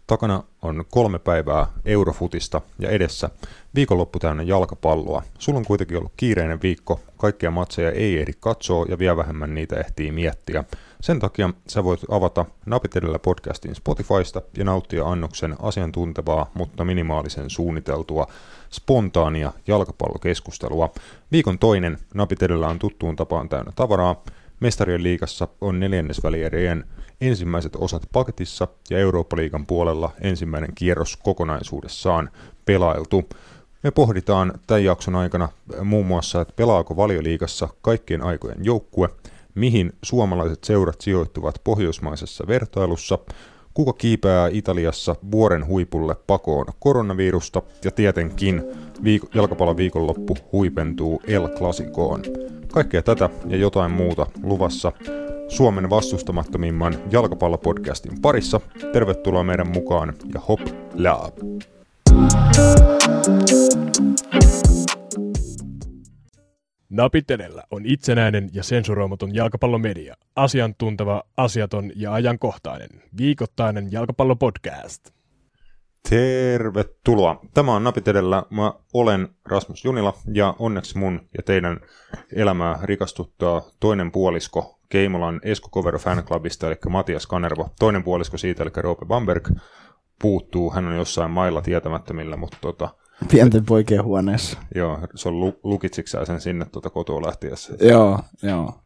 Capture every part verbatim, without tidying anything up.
Takana on kolme päivää Eurofutista ja edessä viikonloppu täynnä jalkapalloa. Sulla on kuitenkin ollut kiireinen viikko, kaikkia matseja ei ehdi katsoa ja vielä vähemmän niitä ehtii miettiä. Sen takia sä voit avata Napit edellä podcastin Spotifysta ja nauttia annoksen asiantuntevaa, mutta minimaalisen suunniteltua, spontaania jalkapallokeskustelua. Viikon toinen Napit edellä on tuttuun tapaan täynnä tavaraa. Mestarien liigassa on neljännesvälierien ensimmäiset osat paketissa ja Eurooppa-liigan puolella ensimmäinen kierros kokonaisuudessaan pelailtu. Me pohditaan tämän jakson aikana muun muassa, että pelaako Valioliigassa kaikkien aikojen joukkue, mihin suomalaiset seurat sijoittuvat pohjoismaisessa vertailussa, kuka kiipeää Italiassa vuoren huipulle pakoon koronavirusta ja tietenkin viik- jalkapallon viikonloppu huipentuu El Clasicoon. Kaikkea tätä ja jotain muuta luvassa Suomen vastustamattomimman jalkapallopodcastin parissa. Tervetuloa meidän mukaan ja hop la! Napit edellä on itsenäinen ja sensuroimaton jalkapallomedia. Asiantunteva, asiaton ja ajankohtainen. Viikoittainen jalkapallopodcast. Tervetuloa. Tämä on Napit edellä. Mä olen Rasmus Junila ja onneksi mun ja teidän elämää rikastuttaa toinen puolisko Keimolan Esko Kovero Fan Clubista, eli Matias Kanervo. Toinen puolisko siitä, eli Roope Bamberg, puuttuu. Hän on jossain mailla tietämättömillä, mutta tota... Pienten poikien huoneessa. Joo, se on lu- lukitsiksää sen sinne tuota kotoa lähtiessä. Joo, joo.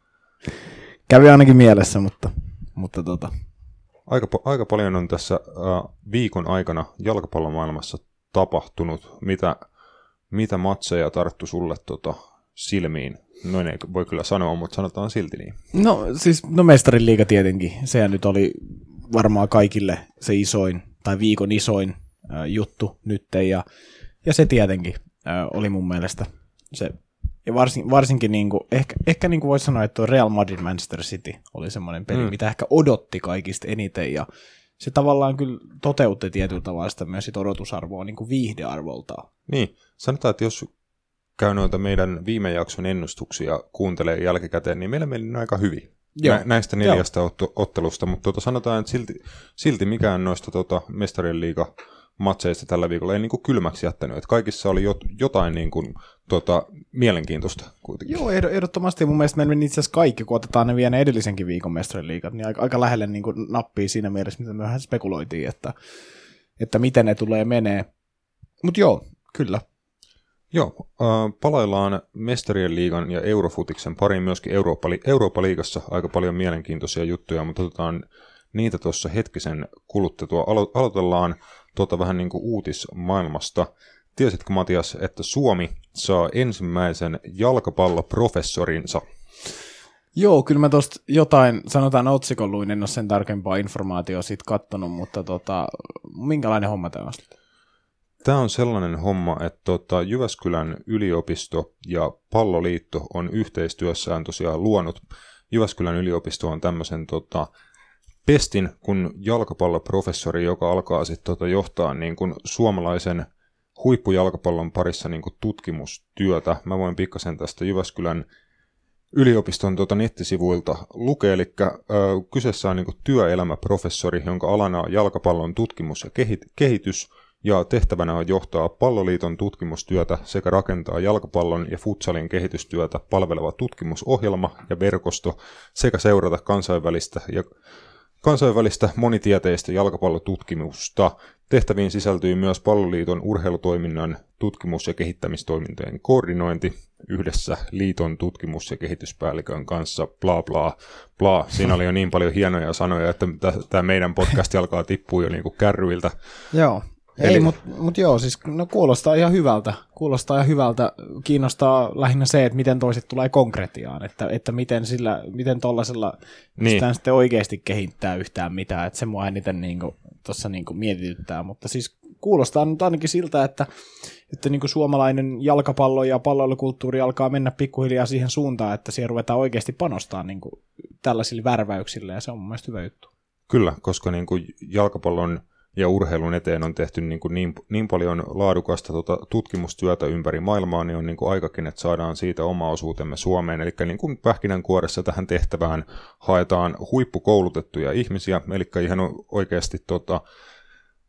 Kävi ainakin mielessä, mutta, mutta tota... Aika, aika paljon on tässä äh, viikon aikana jalkapallomaailmassa tapahtunut. Mitä, mitä matseja tarttu sulle tota, silmiin? Noin ei voi kyllä sanoa, mutta sanotaan silti niin. No siis, no Mestarin liiga tietenkin. Sehän nyt oli varmaan kaikille se isoin, tai viikon isoin äh, juttu nytten, ja, ja se tietenkin äh, oli mun mielestä se. Ja varsin, varsinkin, niin kuin, ehkä, ehkä niin kuin voisi sanoa, että tuo Real Madrid Manchester City oli semmoinen peli, mm. mitä ehkä odotti kaikista eniten, ja se tavallaan kyllä toteutti tietyllä tavalla sitä myös sit odotusarvoa niin kuin viihdearvoltaan. Niin, sanotaan, että jos käy noita meidän viime jakson ennustuksia kuuntelee jälkikäteen, niin meillä meni aika hyvin Nä, näistä neljästä Joo. ottelusta, mutta tuota, sanotaan, että silti, silti mikään noista tuota, Mestarien liiga matseista tällä viikolla ei niin kuin kylmäksi jättänyt, että kaikissa oli jot, jotain niin kuin, tota, mielenkiintoista kuitenkin. Joo, ehdottomasti mun mielestä meillä meni itse asiassa kaikki, kun otetaan ne vielä ne edellisenkin viikon Mestarien liigat, niin aika, aika lähelle niin kuin nappii siinä mielessä, mitä me vähän spekuloitiin, että, että miten ne tulee menee. Mutta joo, kyllä. Joo, äh, palaillaan Mestarien liigan ja Eurofutiksen pariin myöskin Eurooppa- Eurooppa-liigassa aika paljon mielenkiintoisia juttuja, mutta otetaan niitä tuossa hetkisen kuluttua. Alo- aloitellaan tuota vähän niin kuin uutismaailmasta. Tiesitkö, Matias, että Suomi saa ensimmäisen jalkapalloprofessorinsa? Joo, kyllä mä tuosta jotain, sanotaan otsikon luin, en ole sen tarkempaa informaatiota siitä kattonut, mutta tota, minkälainen homma tämä on? Tämä on sellainen homma, että tota, Jyväskylän yliopisto ja Palloliitto on yhteistyössään tosiaan luonut. Jyväskylän yliopisto on tämmöisen tota, pestin, kun jalkapalloprofessori, joka alkaa sitten tota, johtaa niin kun suomalaisen huippujalkapallon parissa niin kun tutkimustyötä. Mä voin pikkasen tästä Jyväskylän yliopiston tota, nettisivuilta lukea, eli ö, kyseessä on niin kun työelämäprofessori, jonka alana on jalkapallon tutkimus ja kehitys, ja tehtävänä on johtaa Palloliiton tutkimustyötä sekä rakentaa jalkapallon ja futsalin kehitystyötä palveleva tutkimusohjelma ja verkosto sekä seurata kansainvälistä ja kansainvälistä monitieteistä jalkapallotutkimusta. Tehtäviin sisältyy myös Palloliiton urheilutoiminnan tutkimus- ja kehittämistoimintojen koordinointi yhdessä liiton tutkimus- ja kehityspäällikön kanssa, bla bla bla. Siinä oli jo niin paljon hienoja sanoja, että tämä meidän podcast alkaa tippua jo niin kuin kärryiltä. Joo. Eli... Ei, mutta mut joo, siis no kuulostaa ihan hyvältä. Kuulostaa ihan hyvältä. Kiinnostaa lähinnä se, että miten toiset tulee konkretiaan, että, että miten sillä, miten tollasella niin. Sitä sitten oikeasti kehittää yhtään mitään, että se mua eniten niinku, tuossa niinku mietityttää, mutta siis kuulostaa nyt ainakin siltä, että, että niinku suomalainen jalkapallo ja palloilukulttuuri alkaa mennä pikkuhiljaa siihen suuntaan, että siihen ruvetaan oikeasti panostaa niinku tällaisille värväyksille, ja se on mun mielestä hyvä juttu. Kyllä, koska niinku jalkapallon ja urheilun eteen on tehty niin, kuin niin, niin paljon laadukasta tota, tutkimustyötä ympäri maailmaa, niin on niin kuin aikakin, että saadaan siitä oma osuutemme Suomeen. Eli niin kuin pähkinänkuoressa tähän tehtävään haetaan huippukoulutettuja ihmisiä, eli ihan oikeasti tota,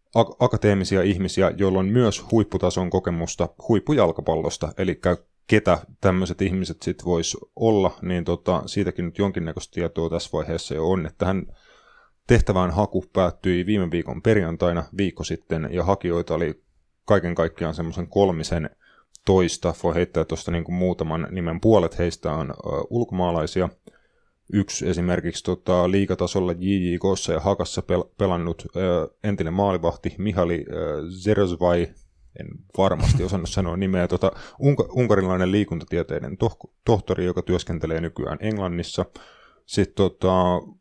ak- akateemisia ihmisiä, joilla on myös huipputason kokemusta huippujalkapallosta, eli ketä tämmöiset ihmiset sitten vois olla, niin tota, siitäkin nyt jonkinnäköistä tietoa tässä vaiheessa jo on, että hän tehtävään haku päättyi viime viikon perjantaina viikko sitten, ja hakijoita oli kaiken kaikkiaan semmoisen kolmisen toista, voi heittää tuosta niin kuin muutaman nimen, puolet heistä on uh, ulkomaalaisia. Yksi esimerkiksi tota, liigatasolla J J K:ssa ja Hakassa pel- pelannut uh, entinen maalivahti Mihaly uh, Zerozvai, en varmasti osannut sanoa nimeä, tota, unka- unkarilainen liikuntatieteiden toh- tohtori, joka työskentelee nykyään Englannissa. Sitten tota,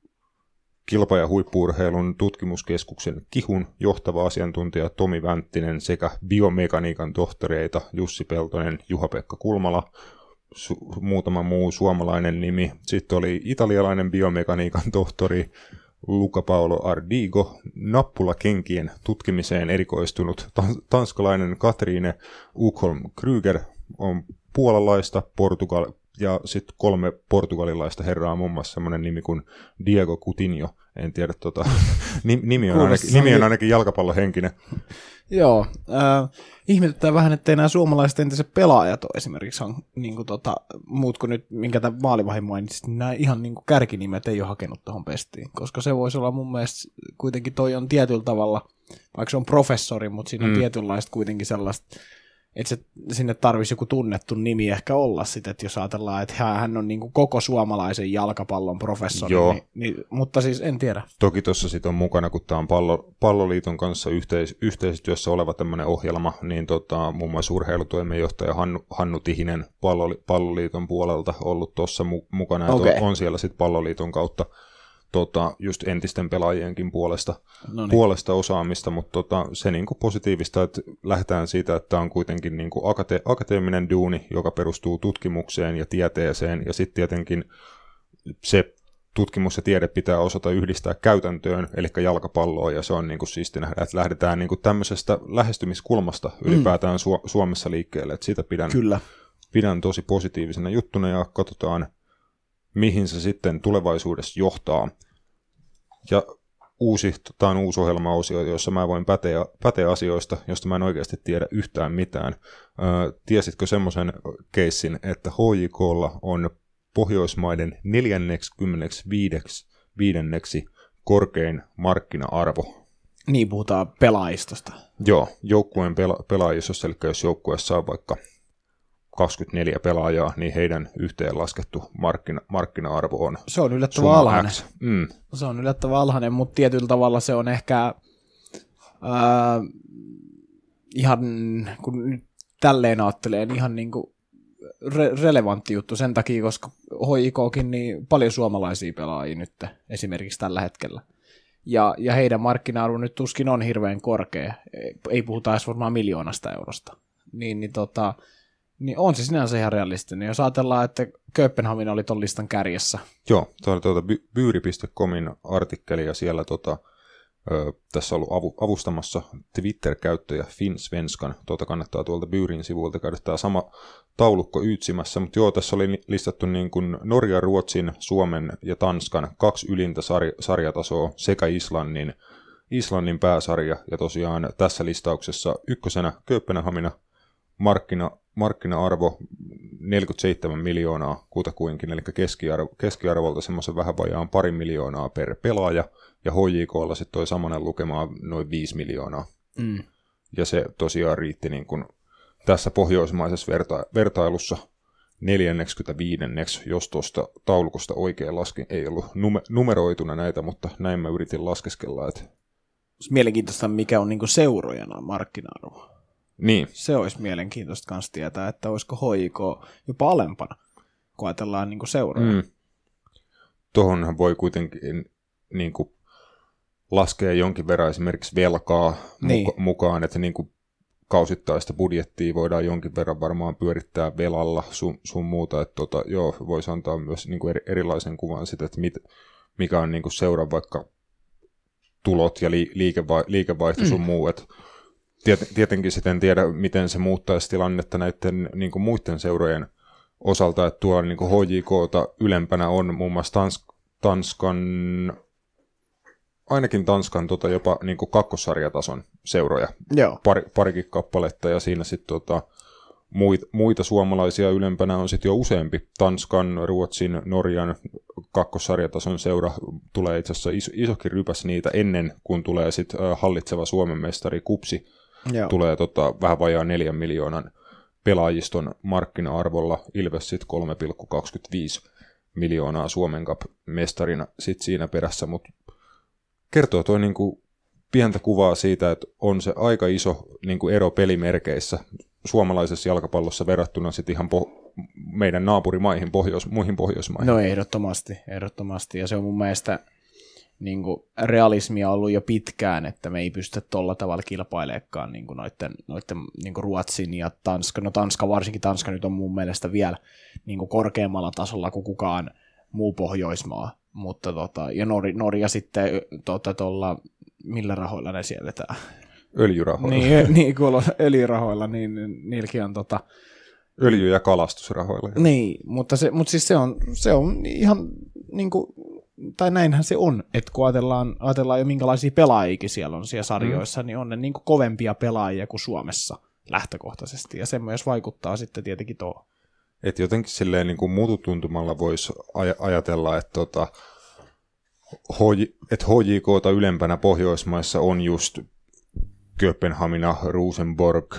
kilpa- ja huippu-urheilun tutkimuskeskuksen Kihun johtava asiantuntija Tomi Vänttinen sekä biomekaniikan tohtoreita Jussi Peltonen, Juha-Pekka Kulmala, su- muutama muu suomalainen nimi. Sitten oli italialainen biomekaniikan tohtori Luca Paolo Ardigo, nappulakenkien tutkimiseen erikoistunut tans- tanskalainen Katriine Ukholm Kryger on puolalaista, Portugal ja sitten kolme portugalilaista herraa, muun muassa semmoinen nimi kuin Diego Coutinho. En tiedä, tota, nimi, on ainakin, nimi on ainakin jalkapallohenkinen. Joo, äh, ihmetyttää vähän, ettei nämä suomalaiset entiset pelaajat ole esimerkiksi on, niin kuin tota, muut kuin nyt, minkä tämän maalivahin mainitsit, niin nämä ihan niin kuin kärkinimet ei ole hakenut tuohon pestiin, koska se voisi olla mun mielestä kuitenkin toi on tietyllä tavalla, vaikka se on professori, mutta siinä on mm. tietynlaista kuitenkin sellaista, että se, sinne tarvitsisi joku tunnettu nimi ehkä olla sitten, että jos ajatellaan, että hän on niin kuin koko suomalaisen jalkapallon professori, niin, niin, mutta siis en tiedä. Toki tuossa sitten on mukana, kun tämä on pallo, Palloliiton kanssa yhteis, yhteistyössä oleva tämmöinen ohjelma, niin tota, muun muassa urheilutoimenjohtaja Hannu, Hannu Tihinen pallo, Palloliiton puolelta ollut tuossa mu, mukana, okay. on, on siellä sitten Palloliiton kautta Tota, just entisten pelaajienkin puolesta, puolesta osaamista, mutta tota, se niinku positiivista, että lähdetään siitä, että tämä on kuitenkin niinku akate- akateeminen duuni, joka perustuu tutkimukseen ja tieteeseen, ja sitten tietenkin se tutkimus ja tiede pitää osata yhdistää käytäntöön, eli jalkapalloon, ja se on niinku siisti nähdä, että lähdetään niinku tämmöisestä lähestymiskulmasta ylipäätään mm. Su- Suomessa liikkeelle, että sitä pidän, Kyllä. pidän tosi positiivisena juttuna, ja katsotaan, mihin se sitten tulevaisuudessa johtaa. Ja uusi, tämä on uusi ohjelmaosio, jossa mä voin päteä, päteä asioista, josta mä en oikeasti tiedä yhtään mitään. Öö, tiesitkö semmoisen keissin, että H J K:lla on Pohjoismaiden neljännenkymmenenviidenneksi korkein markkina-arvo? Niin, puhutaan pelaajistosta. Joo, joukkueen pela- pelaajistosta, eli jos joukkueessa on vaikka kaksikymmentäneljä pelaajaa, niin heidän yhteenlaskettu markkina- markkina-arvo on Se on yllättävän alhainen. Mm. Se on yllättävän alhainen, mutta tietyllä tavalla se on ehkä ää, ihan, kun nyt tälleen ajattelee, niin ihan niin kuin re- relevantti juttu sen takia, koska H J K:kin niin paljon suomalaisia pelaajia nyt esimerkiksi tällä hetkellä. Ja, ja heidän markkina-arvo nyt tuskin on hirveän korkea. Ei puhuta edes varmaan miljoonasta eurosta. Niin, niin tota... Niin on se sinänsä ihan realistinen. Jos ajatellaan, että Kööpenhamina oli ton listan kärjessä. Joo, tämä oli tuota byyri piste comin artikkeli, ja siellä tota, ö, tässä on ollut avu, avustamassa Twitter-käyttöjä Finsvenskan. Tuota kannattaa tuolta Byyrin sivuilta käydä tämä sama taulukko yytsimässä. Mutta joo, tässä oli listattu niin kuin Norja, Ruotsin, Suomen ja Tanskan kaksi ylintä sarja, sarjatasoa sekä Islannin, Islannin pääsarja. Ja tosiaan tässä listauksessa ykkösenä Kööpenhamina, markkina markkina-arvo neljäkymmentäseitsemän miljoonaa kutakuinkin, eli keskiarvo, keskiarvolta semmoisen vähän vajaan pari miljoonaa per pelaaja, ja H J K:lla sitten toi samanen lukema noin viisi miljoonaa. Mm. Ja se tosiaan riitti niin kun tässä pohjoismaisessa verta- vertailussa neljäkymmentäviidenneksi, jos tuosta taulukosta oikein laskin, ei ollut nume- numeroituna näitä, mutta näin mä yritin laskeskella. Että... Mielenkiintoista, mikä on niin kuin seurojana markkina-arvo. Niin. Se olisi mielenkiintoista myös tietää, että olisiko H J K jopa alempana, kun ajatellaan niin kuin seuroja. Mm. Tuohonhan voi kuitenkin niin kuin laskea jonkin verran esimerkiksi velkaa niin. muka- mukaan, että niin kuin kausittaista budjettia voidaan jonkin verran varmaan pyörittää velalla sun, sun muuta. Että tota, joo, voisi antaa myös niin kuin erilaisen kuvan sitä, että mit, mikä on niin kuin seuran vaikka tulot ja li, liikeva, liikevaihto sun mm. muu, että tietenkin sitten en tiedä, miten se muuttaisi tilannetta näiden niin kuin muiden seurojen osalta, että tuolla niin kuin H J K:ta ylempänä on muun muassa Tans- Tanskan ainakin Tanskan tota, jopa niin kuin kakkossarjatason seuroja. Joo. Pari, parikin kappaletta, ja siinä sitten tota, muita, muita suomalaisia ylempänä on sitten jo useampi. Tanskan, Ruotsin, Norjan kakkossarjatason seura tulee itse asiassa iso, isokin rypäs niitä ennen kuin tulee sitten äh, hallitseva Suomen mestari Kupsi. Joo. Tulee tota, vähän vajaa neljän miljoonan pelaajiston markkina-arvolla. Ilves sitten kolme pilkku kaksikymmentäviisi miljoonaa Suomen Cup-mestarina sit siinä perässä, mutta kertoo toi niinku pientä kuvaa siitä, että on se aika iso niinku ero pelimerkeissä suomalaisessa jalkapallossa verrattuna sit ihan po- meidän naapurimaihin, pohjois- muihin Pohjoismaihin. No ehdottomasti, ehdottomasti, ja se on mun mielestä niinku realismia ollut jo pitkään, että me ei pystytä tolla tavalla kilpailemaan niinku noitten, noitten niinku Ruotsin ja Tanska. No Tanska, varsinkin Tanska nyt on mun mielestä vielä niinku korkeammalla tasolla kuin kukaan muu Pohjoismaa, mutta tota, ja Nor- Norja sitten tota, tolla, millä rahoilla ne siellä vetää? Öljyrahoilla. Niin, niin kun on öljyrahoilla, niin niilläkin on tota... Öljy- ja kalastusrahoilla. Niin, mutta, se, mutta siis se on, se on ihan niinku, tai näinhän se on, että kun ajatellaan, ajatellaan jo minkälaisia pelaajiakin siellä on siellä sarjoissa, mm. niin on ne niinku kovempia pelaajia kuin Suomessa lähtökohtaisesti, ja se myös vaikuttaa sitten tietenkin tuohon. Että jotenkin silleen niin kuin mututuntumalla voisi aj- ajatella, että tota, H J K:ta ylempänä Pohjoismaissa on just Kööpenhamina, Rosenborg,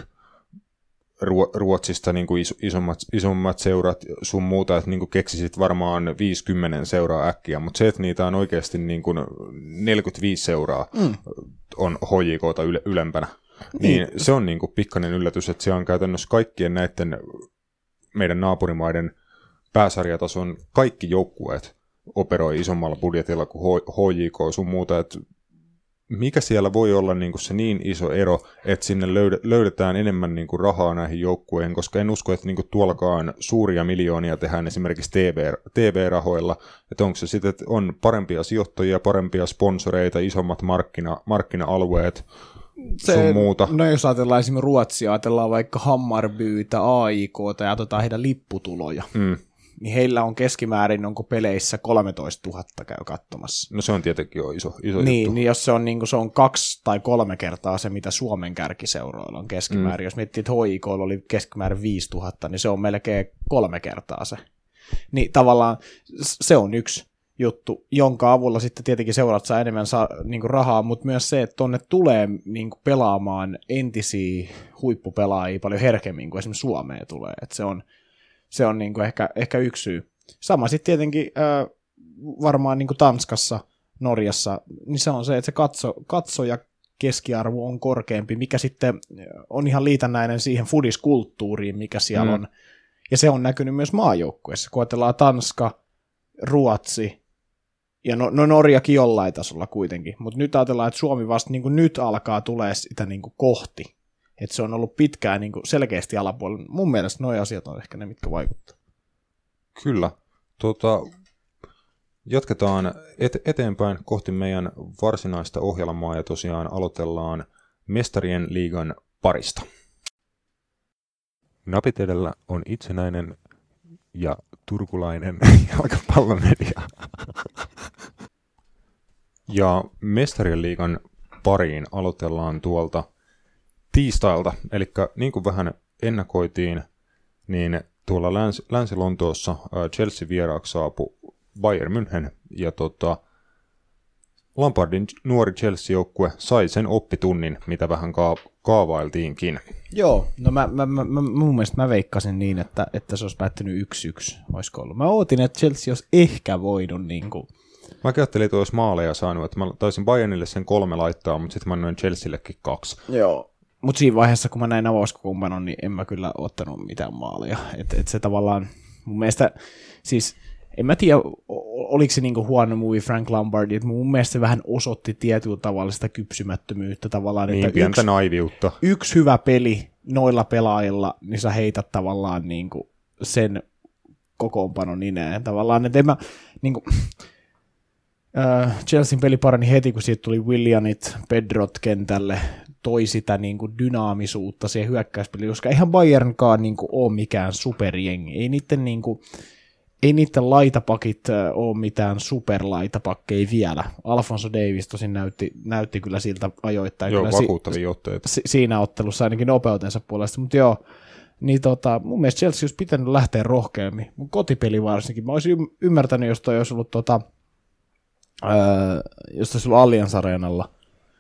Ruotsista niin kuin isommat, isommat seurat sun muuta, että niin kuin keksisit varmaan viisikymmentä seuraa äkkiä, mutta se, että niitä on oikeasti niin kuin neljäkymmentäviisi seuraa mm. on H J K:ta yle, ylempänä, niin, niin se on niin kuin pikkainen yllätys, että se on käytännössä kaikkien näiden meidän naapurimaiden pääsarjatason kaikki joukkueet operoi isommalla budjetilla kuin H J K sun muuta, että mikä siellä voi olla niin kuin se niin iso ero, että sinne löydetään enemmän niin kuin rahaa näihin joukkueihin, koska en usko, että niin kuin tuollakaan suuria miljoonia tehdään esimerkiksi T V, T V-rahoilla, että onko se sitten, että on parempia sijoittajia, parempia sponsoreita, isommat markkina, markkina-alueet, se, sun muuta. No jos ajatellaan esimerkiksi Ruotsia, ajatellaan vaikka Hammarbyytä, A I K:ta ja otetaan heidän lipputuloja, mm. niin heillä on keskimäärin, onko peleissä kolmetoistatuhatta käy katsomassa. No se on tietenkin jo iso, iso niin, juttu. Niin jos se on, niin se on kaksi tai kolme kertaa se, mitä Suomen kärkiseuroilla on keskimäärin. Mm. Jos miettii, että H I K:lla oli keskimäärin viisituhatta, niin se on melkein kolme kertaa se. Niin tavallaan se on yksi juttu, jonka avulla sitten tietenkin seurat saa enemmän saa, niin kuin rahaa, mutta myös se, että tonne tulee niin kuin pelaamaan entisiä huippupelaajia paljon herkemmin kuin esimerkiksi Suomeen tulee. Että se on, se on niin kuin ehkä, ehkä yksi syy. Sama sitten tietenkin äh, varmaan niin kuin Tanskassa, Norjassa, niin se on se, että se katso, katsoja keskiarvo on korkeampi, mikä sitten on ihan liitännäinen siihen fudiskulttuuriin, mikä siellä mm. on. Ja se on näkynyt myös maajoukkueessa, kun ajatellaan Tanska, Ruotsi, ja no, no Norjakin jollain tasolla kuitenkin, mutta nyt ajatellaan, että Suomi vasta niin kuin nyt alkaa tulee sitä niin kuin kohti, että se on ollut pitkään niin kuin selkeästi alapuolella. Mun mielestä nuo asiat on ehkä ne, mitkä vaikuttaa. Kyllä. Tota, jatketaan et- eteenpäin kohti meidän varsinaista ohjelmaa, ja tosiaan aloitellaan Mestarien liigan parista. Napit edellä on itsenäinen ja turkulainen jalkapallomedia. Ja Mestarien liigan pariin aloitellaan tuolta tiistailta, eli niin kuin vähän ennakoitiin, niin tuolla Läns- Länsi-Lontoossa Chelsea vieraaksi saapui Bayern München, ja tota, Lampardin nuori Chelsea-joukkue sai sen oppitunnin, mitä vähän ka- kaavailtiinkin. Joo, no mä, mä, mä, mä, mun mielestä mä veikkasin niin, että, että se olisi päättynyt yksi yksi, olisiko ollut. Mä ootin, että Chelsea olisi ehkä voinut niin kuin... Mä ajattelin, että olisi maaleja saanut, että mä taisin Bayernille sen kolme laittaa, mutta sitten mä annoin Chelseallekin kaksi. Joo, mutta siinä vaiheessa, kun mä näin avauskokoonpanon, niin en mä kyllä ottanut mitään maaleja. Että et se tavallaan, mun mielestä, siis... En mä tiedä, oliko se niinku huono movie Frank Lampard, että mun mielestä se vähän osoitti tietyllä tavalla sitä kypsymättömyyttä tavallaan. Niin, että pientä yksi, naiviutta. Yksi hyvä peli noilla pelaajilla, niin sä heität tavallaan niinku sen kokoonpanon ineen. Tavallaan, että en mä, niinku, äh, Chelsean peli parani heti, kun siitä tuli Willianit, Pedrot kentälle, toi sitä niinku dynaamisuutta siihen hyökkäyspeliin, koska eihän Bayernkaan niinku ole mikään superjengi. Ei niitten niinku... ei niiden laitapakit ole mitään superlaitapakkeja vielä. Alfonso Davies tosin näytti, näytti kyllä siltä ajoittain. Joo, kyllä vakuuttavia otteita. Si, siinä ottelussa ainakin nopeutensa puolesta, mutta joo, niin tota, mun mielestä Chelsea olisi pitänyt lähteä rohkeammin. Mun kotipeli varsinkin. Mä olisin ymmärtänyt, jos toi olisi ollut, tota, öö, jos olisi ollut Allianz Arenalla,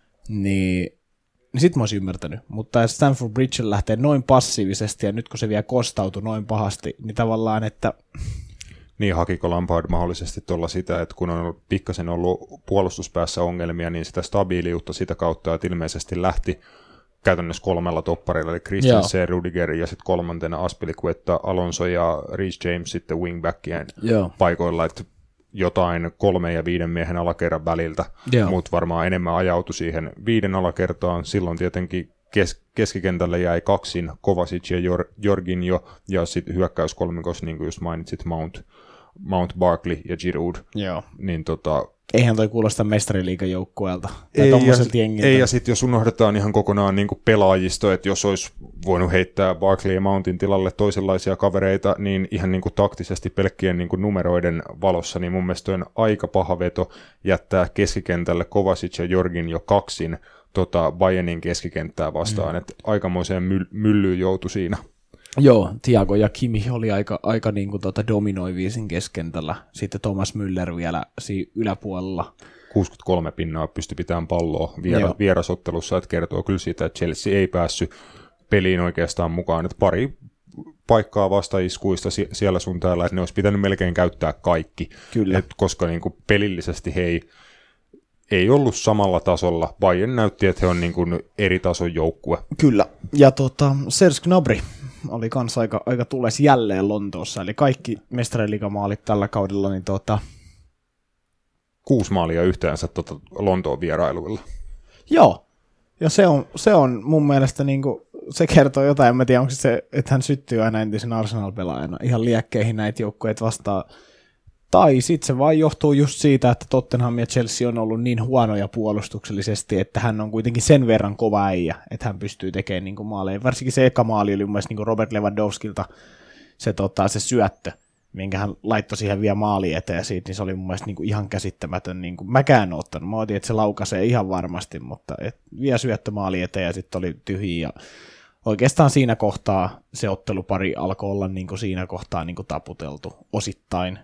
niin, niin sit mä olisin ymmärtänyt. Mutta jos Stamford Bridge lähtee noin passiivisesti, ja nyt kun se vielä kostautui noin pahasti, niin tavallaan, että... Niin, hakiko Lampard mahdollisesti tuolla sitä, että kun on pikkasen ollut puolustuspäässä ongelmia, niin sitä stabiiliutta sitä kautta, että ilmeisesti lähti käytännössä kolmella topparilla, eli Christensen, Rudiger ja sitten kolmantena Aspilicueta, Alonso ja Reece James sitten wingbackien Joo. paikoilla, että jotain kolme ja viiden miehen alakerran väliltä, mutta varmaan enemmän ajautui siihen viiden alakertaan. Silloin tietenkin kes- keskikentälle jäi kaksin Kovacic ja Jor- Jorginho, ja sitten hyökkäyskolmikossa, niin kuin just mainitsit, Mount, Mount Barkley ja Giroud. Joo. Niin tota... Eihän toi kuulosta mestariliigan joukkueelta. Ei, ja, ei, ja sitten jos unohdetaan ihan kokonaan niin kuin pelaajisto, että jos olisi voinut heittää Barkley ja Mountin tilalle toisenlaisia kavereita, niin ihan niin kuin taktisesti pelkkien niin kuin numeroiden valossa, niin mun mielestä on aika paha veto jättää keskikentälle Kovacic ja Jorginho kaksin tota Bayernin keskikenttää vastaan, mm. että aikamoiseen myl- myllyyn joutui siinä. Joo, Thiago ja Kimi oli aika, aika niin kuin tuota dominoivia siinä keskentällä. Sitten Thomas Müller vielä siinä yläpuolella. kuusikymmentäkolme pinnaa pystyi pitämään palloa viera, vierasottelussa, että kertoo kyllä siitä, että Chelsea ei päässyt peliin oikeastaan mukaan. Että pari paikkaa vastaiskuista siellä sun täällä, että ne olisi pitänyt melkein käyttää kaikki. Kyllä. Et koska niin kuin pelillisesti he ei, ei ollut samalla tasolla. Bayern näytti, että he on niin kuin eri tason joukkue. Kyllä. Ja tota, Serge Gnabry oli kans aika, aika tules jälleen Lontoossa, eli kaikki mestariliigamaalit tällä kaudella, niin tota... Kuusi maalia yhteensä tota Lontoon vierailuilla. Joo, ja se on, se on mun mielestä niinku, se kertoo jotain, en mä tiedä, onko se, että hän syttyy aina entisen Arsenal-pelaajana ihan liekkeihin näitä joukkueita vastaan, tai sitten se vaan johtuu just siitä, että Tottenham ja Chelsea on ollut niin huonoja puolustuksellisesti, että hän on kuitenkin sen verran kova äijä, että hän pystyy tekemään niin kuin maaleja. Varsinkin se eka maali oli mun mielestä niin kuin Robert Lewandowskilta se, tota, se syöttö, minkä hän laittoi siihen vielä maali eteen siitä, niin se oli mun mielestä niin kuin ihan käsittämätön. Niin kuin mäkään ottanut. Mä otin, että se laukaisee ihan varmasti, mutta et vielä syöttö maali eteen ja sitten oli tyhjiä. Ja oikeastaan siinä kohtaa se ottelupari alkoi olla niin kuin siinä kohtaa niin kuin taputeltu osittain.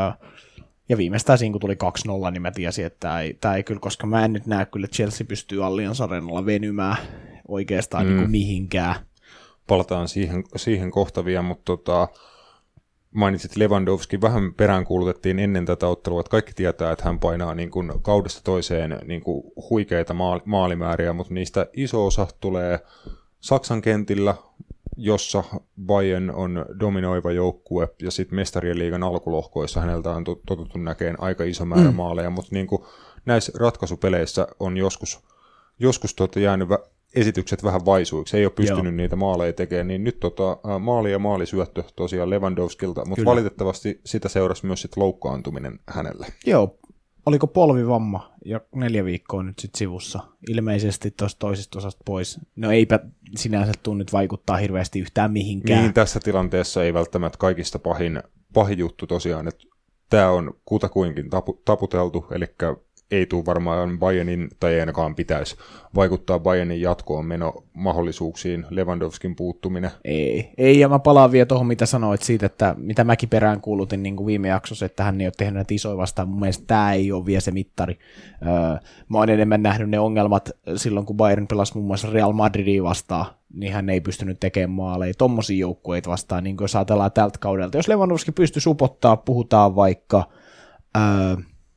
Ja viimeistään siinä, kun tuli kaksi nolla, niin mä tiesin, että tämä ei, tämä ei kyllä, koska mä en nyt näe kyllä, että Chelsea pystyy Allianz Arenalla venymään oikeastaan mm. niin kuin mihinkään. Palataan siihen, siihen kohta vielä, mutta tota, mainitsit Lewandowski, vähän peräänkuulutettiin ennen tätä ottelua, että kaikki tietää, että hän painaa niin kuin kaudesta toiseen niin kuin huikeita maali, maalimääriä, mutta niistä iso osa tulee Saksan kentillä, jossa Bayern on dominoiva joukkue, ja sitten mestarien liigan alkulohkoissa häneltä on totuttu näkeen aika iso määrä mm. maaleja, mutta niin kuin näissä ratkaisupeleissä on joskus, joskus tuota jäänyt vä- esitykset vähän vaisuiksi, ei ole pystynyt Joo. niitä maaleja tekemään, niin nyt tota, maali ja maalisyöttö tosiaan Lewandowskilta, mutta Kyllä. valitettavasti sitä seurasi myös sit loukkaantuminen hänelle. Joo, oliko polvivamma ja neljä viikkoa nyt sitten sivussa, ilmeisesti tuosta toisesta osasta pois. No eipä sinänsä tule nyt vaikuttaa hirveästi yhtään mihinkään. Niin, tässä tilanteessa ei välttämättä kaikista pahin, pahin juttu tosiaan, että tämä on kutakuinkin tapu, taputeltu, eli ei tule varmaan Bayernin, tai ei ainakaan pitäisi vaikuttaa Bayernin jatkoon menomahdollisuuksiin Lewandowskin puuttuminen. Ei, ei, ja mä palaan vielä tuohon, mitä sanoit siitä, että mitä mäkin perään kuulutin niin kuin viime jaksossa, että hän ei ole tehnyt näitä isoja vastaan. Mun mielestä tämä ei ole vielä se mittari. Öö, mä oon enemmän nähnyt ne ongelmat silloin, kun Bayern pelasi muun muassa Real Madridia vastaan, niin hän ei pystynyt tekemään maaleja. Tommosia joukkueita vastaan, niin kuin jos ajatellaan tältä kaudelta. Jos Lewandowski pystyy supottaa, puhutaan vaikka... Öö,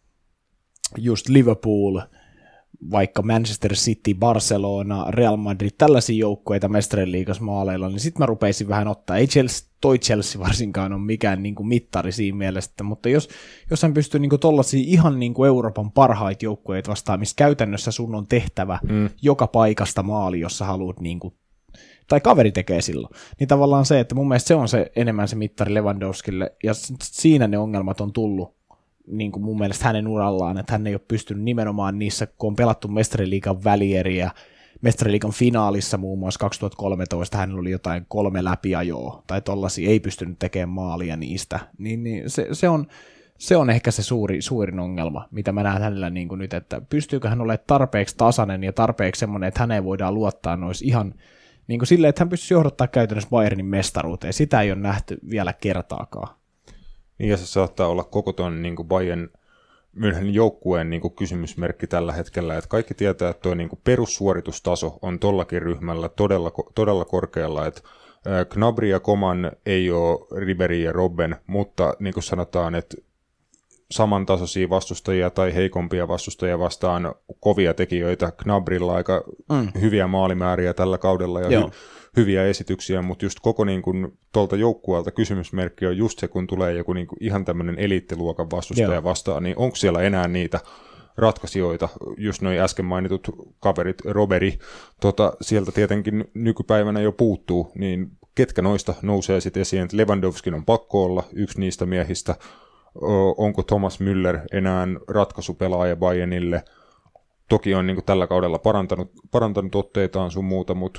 just Liverpool, vaikka Manchester City, Barcelona, Real Madrid, tällaisia joukkueita mestarien liigassa maaleilla, niin sitten mä rupeisin vähän ottaa. Ei Chelsea, toi Chelsea varsinkaan ole mikään niin kuin mittari siinä mielessä, mutta jos, jos hän pystyy niin kuin tollaisia ihan niin kuin Euroopan parhaita joukkueita vastaan, missä käytännössä sun on tehtävä mm. joka paikasta maali, jos sä haluat, niin kuin, tai kaveri tekee silloin, niin tavallaan se, että mun mielestä se on se enemmän se mittari Lewandowskille, ja siinä ne ongelmat on tullut. Niin kuin mun mielestä hänen urallaan, että hän ei ole pystynyt nimenomaan niissä, kun on pelattu mestariliigan välieriä, Mestariliigan finaalissa muun muassa kaksituhattakolmetoista hänellä oli jotain kolme läpiajoa, tai tollaisia, ei pystynyt tekemään maalia niistä, niin, niin se, se, on, se on ehkä se suuri, suurin ongelma, mitä mä näen hänellä niin kuin nyt, että pystyykö hän olemaan tarpeeksi tasainen ja tarpeeksi semmoinen, että häneen voidaan luottaa noissa ihan niin kuin silleen, että hän pystyisi johdattaa käytännössä Bayernin mestaruuteen, sitä ei ole nähty vielä kertaakaan. Niin ja se saattaa olla koko ton niin kuin Bayern Münchenin joukkueen niin kuin kysymysmerkki tällä hetkellä, että kaikki tietää, että tuo niin kuin perussuoritustaso on tollakin ryhmällä todella, todella korkealla, että Gnabry ja Coman ei ole Ribery ja Robben, mutta niin kuin sanotaan, että samantasoisia vastustajia tai heikompia vastustajia vastaan kovia tekijöitä. Gnabrylla aika mm. hyviä maalimääriä tällä kaudella ja hy- hyviä esityksiä, mutta just koko niin kuin tuolta joukkueelta kysymysmerkki on just se, kun tulee joku niin kuin ihan tämmöinen eliittiluokan vastustaja Joo. vastaan, niin onko siellä enää niitä ratkaisijoita, just noi äsken mainitut kaverit, Roberi, tota, sieltä tietenkin nykypäivänä jo puuttuu, niin ketkä noista nousee sitten esiin, Lewandowskin on pakko olla yksi niistä miehistä, onko Thomas Müller enää ratkaisupelaaja Bayernille, toki on niin kuin tällä kaudella parantanut, parantanut otteitaan sun muuta, mutta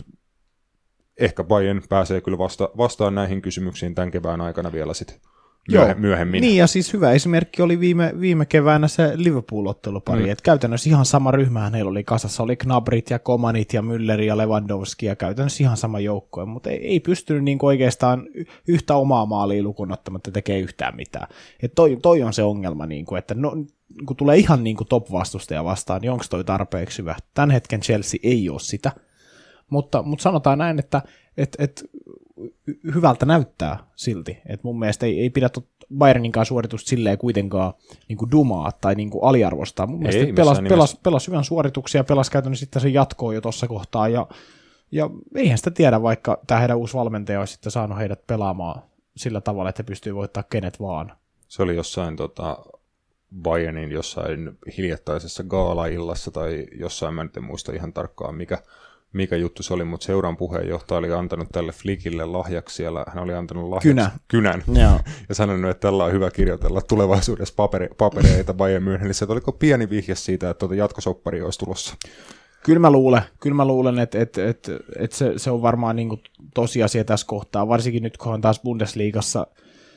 ehkä Bayern pääsee kyllä vasta, vastaan näihin kysymyksiin tämän kevään aikana vielä sitten myöhemmin. Niin, ja siis hyvä esimerkki oli viime, viime keväänä se Liverpool-ottelupari, mm. että käytännössä ihan sama ryhmähän heillä oli kasassa, oli Gnabryt ja Comanit ja Müller ja Lewandowski ja käytännössä ihan sama joukkue, mutta ei, ei pystynyt niin oikeastaan yhtä omaa maalia lukuun ottamatta tekemään yhtään mitään. Et toi, toi on se ongelma, niin kuin, että no, kun tulee ihan niin kuin top-vastustaja vastaan, niin onko toi tarpeeksi hyvä? Tämän hetken Chelsea ei ole sitä, mutta, mutta sanotaan näin, että et, et, hyvältä näyttää silti. Et mun mielestä ei, ei pidä Bayerninkaan suoritusta silleen kuitenkaan niin kuin dumaa tai niin kuin aliarvostaa. Mun mielestä pelasi pelas, pelas hyvän suorituksia, pelasi käytännössä sitten sen jatkoon jo tuossa kohtaa, ja, ja eihän sitä tiedä, vaikka tämä heidän uusi valmentaja olisi sitten saanut heidät pelaamaan sillä tavalla, että he pystyy voittamaan kenet vaan. Se oli jossain tota, Bayernin jossain hiljattaisessa gaala-illassa tai jossain, mä nyt en muista ihan tarkkaan mikä, mikä juttu se oli, mutta seuran puheenjohtaja oli antanut tälle Flickille lahjaksi siellä, hän oli antanut lahjaksi Kynä. kynän ja sanonut, että tällä on hyvä kirjoitella tulevaisuudessa paperi, papereita Bayern Münchenissä, että oliko pieni vihje siitä, että tuota jatkosoppari olisi tulossa? Kyllä mä luulen, kyllä mä luulen että, että, että, että se, se on varmaan niin kuin tosiasia tässä kohtaa, varsinkin nyt kun on taas Bundesliigassa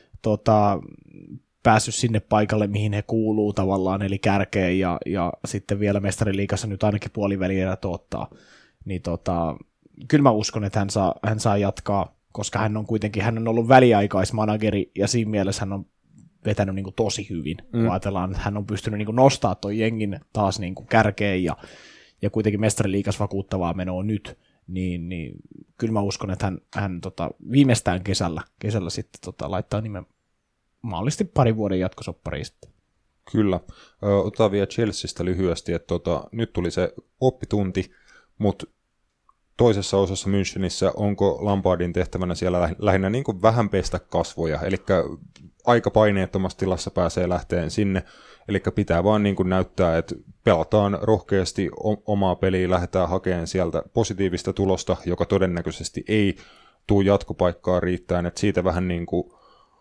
tota, päässyt sinne paikalle, mihin he kuuluu tavallaan, eli kärkeen, ja, ja sitten vielä Mestariliigassa nyt ainakin puolivälierät ottaa. Niin tota, kyllä mä uskon, että hän saa, hän saa jatkaa, koska hän on kuitenkin, hän on ollut väliaikaismanageri, ja siinä mielessä hän on vetänyt niin kuin tosi hyvin. Mm. Ajatellaan, että hän on pystynyt niin kuin nostaa toi jengin taas niin kuin kärkeen, ja, ja kuitenkin Mestariliigassa vakuuttavaa menoa nyt, niin, niin kyllä mä uskon, että hän, hän tota, viimeistään kesällä, kesällä sitten tota, laittaa nimen mahdollisesti parin vuoden jatkosoppariin sitten. Kyllä. Otetaan vielä Chelseastä lyhyesti, että tota, nyt tuli se oppitunti, mutta toisessa osassa Münchenissä onko Lampardin tehtävänä siellä lähinnä niin kuin vähän pestä kasvoja, eli aika paineettomassa tilassa pääsee lähteen sinne, eli pitää vaan niin kuin näyttää, että pelataan rohkeasti omaa peliä, lähdetään hakemaan sieltä positiivista tulosta, joka todennäköisesti ei tule jatkopaikkaa riittäen, että siitä vähän niin kuin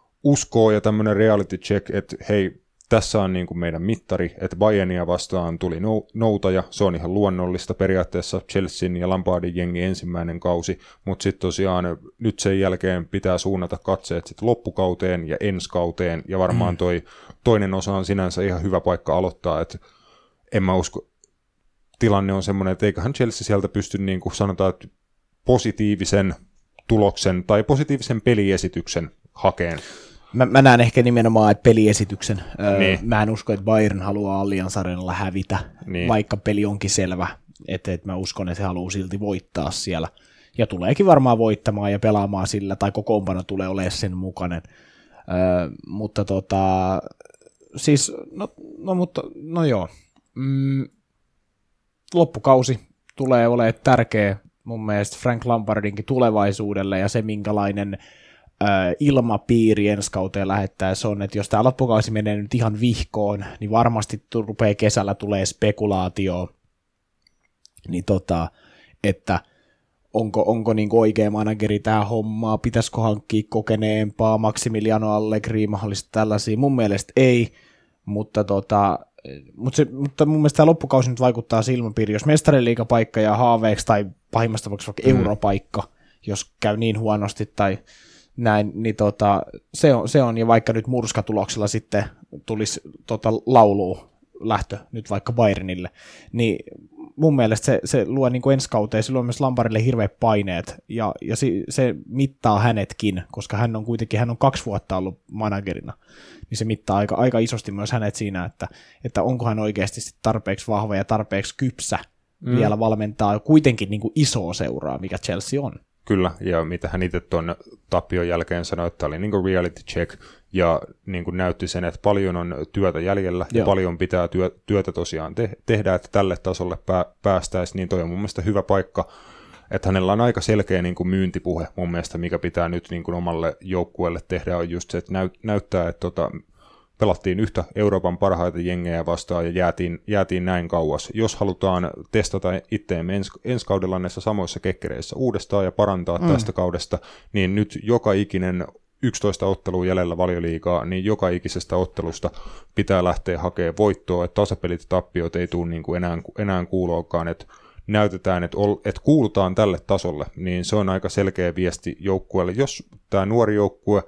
uskoo ja tämmöinen reality check, että hei, tässä on niin kuin meidän mittari, että Bayernia vastaan tuli noutaja, se on ihan luonnollista periaatteessa Chelsean ja Lampardin jengi ensimmäinen kausi, mutta sitten tosiaan nyt sen jälkeen pitää suunnata katseet sit loppukauteen ja ensi kauteen, ja varmaan toi toinen osa on sinänsä ihan hyvä paikka aloittaa, että en mä usko, tilanne on semmoinen, että eiköhän Chelsea sieltä pysty niin kuin sanotaan, että positiivisen tuloksen tai positiivisen peliesityksen hakeen. Mä, mä näen ehkä nimenomaan, että peliesityksen. Niin. Mä en usko, että Bayern haluaa Allianz Arenalla hävitä, niin. Vaikka peli onkin selvä. Että et mä uskon, että he haluaa silti voittaa siellä. Ja tuleekin varmaan voittamaan ja pelaamaan sillä, tai kokoonpano tulee olemaan sen mukainen. Ö, mutta tota, siis, no, no, mutta, no joo. Mm, loppukausi tulee olemaan tärkeä mun mielestä Frank Lampardinkin tulevaisuudelle, ja se minkälainen ilmapiiri ensi kauteen lähettäessä on, että jos tämä loppukausi menee nyt ihan vihkoon, niin varmasti rupeaa kesällä tulee spekulaatio, niin tota, että onko, onko niin oikea manageri tämä homma, pitäisikö hankkia kokeneempaa, Maximiliano Allegri, mahdollisesti tällaisia, mun mielestä ei, mutta tota, mutta, se, mutta mun mielestä tämä loppukausi nyt vaikuttaa silmapiiri, jos mestariliigapaikka ja haaveeksi tai pahimmassa tapauksessa vaikka mm. europaikka, jos käy niin huonosti tai näin, niin tota, se, on, se on, ja vaikka nyt murskatuloksella sitten tulisi tota, lauluun lähtö nyt vaikka Bayernille, niin mun mielestä se, se luo niin kuin ensi kauteen, se luo myös Lampardille hirveät paineet, ja, ja se, se mittaa hänetkin, koska hän on kuitenkin, hän on kaksi vuotta ollut managerina, niin se mittaa aika, aika isosti myös hänet siinä, että, että onko hän oikeasti tarpeeksi vahva ja tarpeeksi kypsä mm. vielä valmentaa kuitenkin niin kuin isoa seuraa, mikä Chelsea on. Kyllä, ja mitä hän itse tuon tappion jälkeen sanoi, että oli niin kuin reality check, ja niin kuin näytti sen, että paljon on työtä jäljellä, Joo. ja paljon pitää työ, työtä tosiaan te- tehdä, että tälle tasolle pää- päästäisiin, niin toi on mun mielestä hyvä paikka, että hänellä on aika selkeä niin kuin myyntipuhe mun mielestä, mikä pitää nyt niin kuin omalle joukkueelle tehdä, on just se, että näyt- näyttää, että tota, pelattiin yhtä Euroopan parhaita jengejä vastaan ja jäätiin, jäätiin näin kauas. Jos halutaan testata itseämme ens, ensi kaudella näissä samoissa kekkereissä uudestaan ja parantaa mm. tästä kaudesta, niin nyt joka ikinen yksitoista ottelua jäljellä Valioliigaa, niin joka ikisestä ottelusta pitää lähteä hakemaan voittoa, että tasapelit ja tappiot ei tule niin kuin enää, enää kuuloakaan, että näytetään, että, ol, että kuulutaan tälle tasolle, niin se on aika selkeä viesti joukkueelle. Jos tämä nuori joukkue,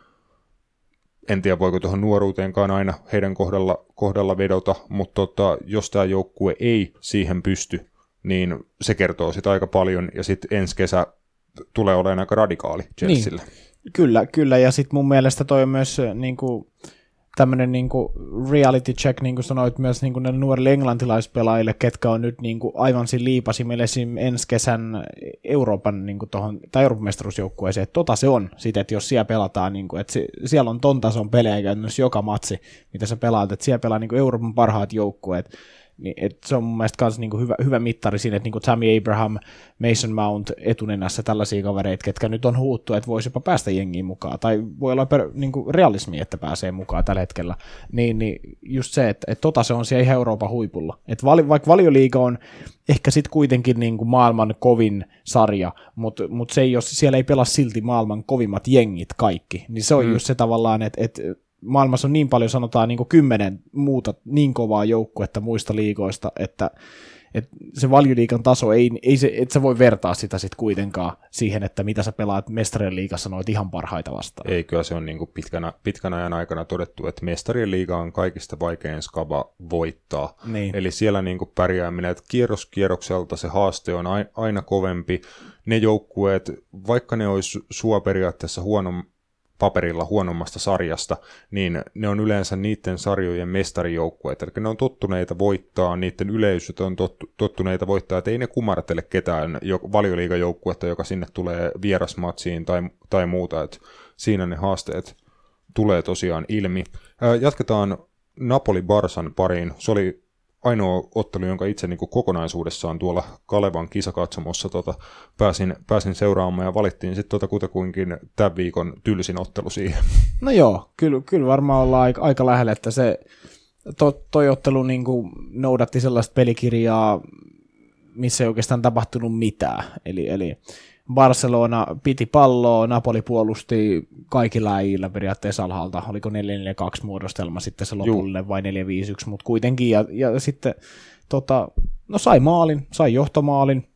en tiedä voiko tuohon nuoruuteenkaan aina heidän kohdalla, kohdalla vedota, mutta tota, jos tämä joukkue ei siihen pysty, niin se kertoo sitä aika paljon, ja sitten ensi kesä tulee olemaan aika radikaali Chelsealle. Niin. Kyllä, kyllä, ja sitten mun mielestä toi on myös niinku tämmöinen niinku reality check, niin kuin sanoit, myös niinku ne nuorille englantilaispelaajille, ketkä on nyt niinku aivan siinä liipasimille ensi kesän Euroopan, niinku tohon, tai Euroopan mestaruusjoukkueeseen, että tota se on sitten, että jos siellä pelataan, niinku, että se, siellä on ton tason pelejä käytännössä joka matsi, mitä sä pelaat, että siellä pelaa niinku Euroopan parhaat joukkueet, niin, et se on mun mielestä myös niinku hyvä, hyvä mittari siinä, että niinku Tammy Abraham, Mason Mount etunenässä tällaisia kavereita, ketkä nyt on huuttu, että voisi jopa päästä jengiin mukaan, tai voi olla per, niinku realismi, että pääsee mukaan tällä hetkellä, niin, niin just se, että et tota se on siellä ihan Euroopan huipulla. Et vali, vaikka Valioliiga on ehkä sitten kuitenkin niinku maailman kovin sarja, mutta mut se ei ole, siellä ei pelaa silti maailman kovimmat jengit kaikki, niin se on mm. just se tavallaan, että et, maailmassa on niin paljon, sanotaan niin kuin kymmenen muuta niin kovaa joukkuetta muista liigoista, että, että se Valioliigan taso, ei, ei se, et sä voi vertaa sitä sitten kuitenkaan siihen, että mitä sä pelaat Mestarien liigassa noit ihan parhaita vastaan. Ei, kyllä se on niin kuin pitkänä, pitkän ajan aikana todettu, että Mestarien liiga on kaikista vaikein skaba voittaa. Niin. Eli siellä niin kuin pärjääminen, että kierros kierrokselta se haaste on aina kovempi. Ne joukkueet, vaikka ne olisi sua periaatteessa huono paperilla huonommasta sarjasta, niin ne on yleensä niiden sarjojen mestarijoukkueet, eli ne on tottuneita voittaa, niiden yleisöt on tottu, tottuneita voittaa, että ei ne kumartele ketään Valioliigajoukkuetta, joka sinne tulee vierasmatsiin tai, tai muuta, että siinä ne haasteet tulee tosiaan ilmi. Ää, jatketaan Napoli-Barsan pariin, se oli ainoa ottelu, jonka itse niin kuin kokonaisuudessaan tuolla Kalevan kisakatsomossa tota, pääsin, pääsin seuraamaan ja valittiin sitten tota kutakuinkin tämän viikon tylsin ottelu siihen. No joo, kyllä, kyllä varmaan ollaan aika, aika lähellä, että se to, toi ottelu niin kuin noudatti sellaista pelikirjaa, missä ei oikeastaan tapahtunut mitään. Eli, eli Barcelona piti palloa, Napoli puolusti kaikilla äijillä periaatteessa alhaalta. Oliko neljä neljä kaksi muodostelma sitten se lopullinen Juh. vai neljä viisi yksi, mutta kuitenkin. Ja, ja sitten tota, no sai maalin, sai johtomaalin,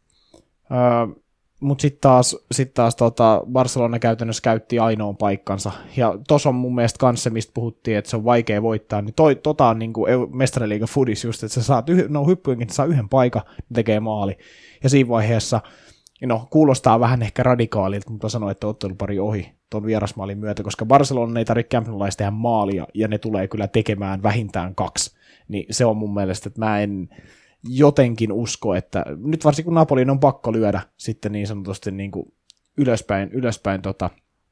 öö, mutta sitten taas, sit taas tota Barcelona käytännössä käytti ainoan paikkansa. Ja tuossa on mun mielestä kans se, mistä puhuttiin, että se on vaikea voittaa. Niin toi, tota on niin kuin Mestariliigan fudis just, että sä saat yh, no hyppyinkin, saa yhden paikan, tekee maali. Ja siinä vaiheessa no, kuulostaa vähän ehkä radikaalilta, mutta sanoin, että ottelupari ohi tuon vierasmaalin myötä, koska Barcelona ei tarvitse Camp Noulaista tehdä maalia, ja ne tulee kyllä tekemään vähintään kaksi. Niin se on mun mielestä, että mä en jotenkin usko, että nyt varsinkin kun Napolin on pakko lyödä sitten niin sanotusti niin kuin ylöspäin, ylöspäin tota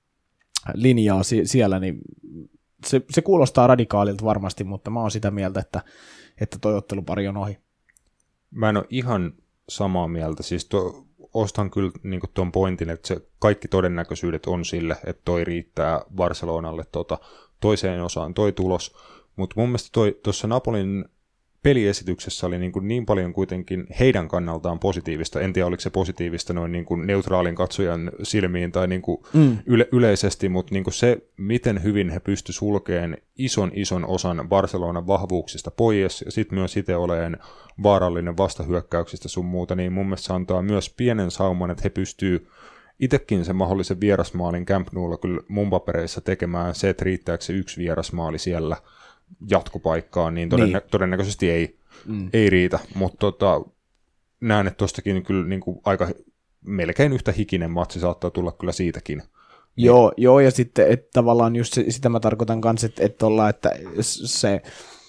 linjaa siellä, niin se, se kuulostaa radikaalilta varmasti, mutta mä oon sitä mieltä, että, että toi ottelupari on ohi. Mä en ole ihan samaa mieltä, siis to, ostan kyllä niin tuon pointin, että se kaikki todennäköisyydet on sille, että toi riittää Barcelonalle tota, toiseen osaan toi tulos, mutta mun mielestä tuossa Napolin peliesityksessä oli niin, kuin niin paljon kuitenkin heidän kannaltaan positiivista. En tiedä, oliko se positiivista noin niin kuin neutraalin katsojan silmiin tai niin kuin mm. yle- yleisesti, mutta niin kuin se, miten hyvin he pystyivät sulkemaan ison ison osan Barcelonan vahvuuksista pois ja sitten myös itse oleen vaarallinen vastahyökkäyksistä sun muuta, niin mun mielestä se antaa myös pienen sauman, että he pystyvät itsekin sen mahdollisen vierasmaalin Camp Noulla kyllä mun papereissa tekemään se, että riittääkö se yksi vierasmaali siellä jatkopaikkaan, niin, todennä- niin. todennäköisesti ei, mm. ei riitä, mutta tota, näen, että tuostakin kyllä niin kuin aika melkein yhtä hikinen matsi saattaa tulla kyllä siitäkin. Joo, niin. joo ja sitten että tavallaan just se, sitä mä tarkoitan kanssa, että, että, olla, että se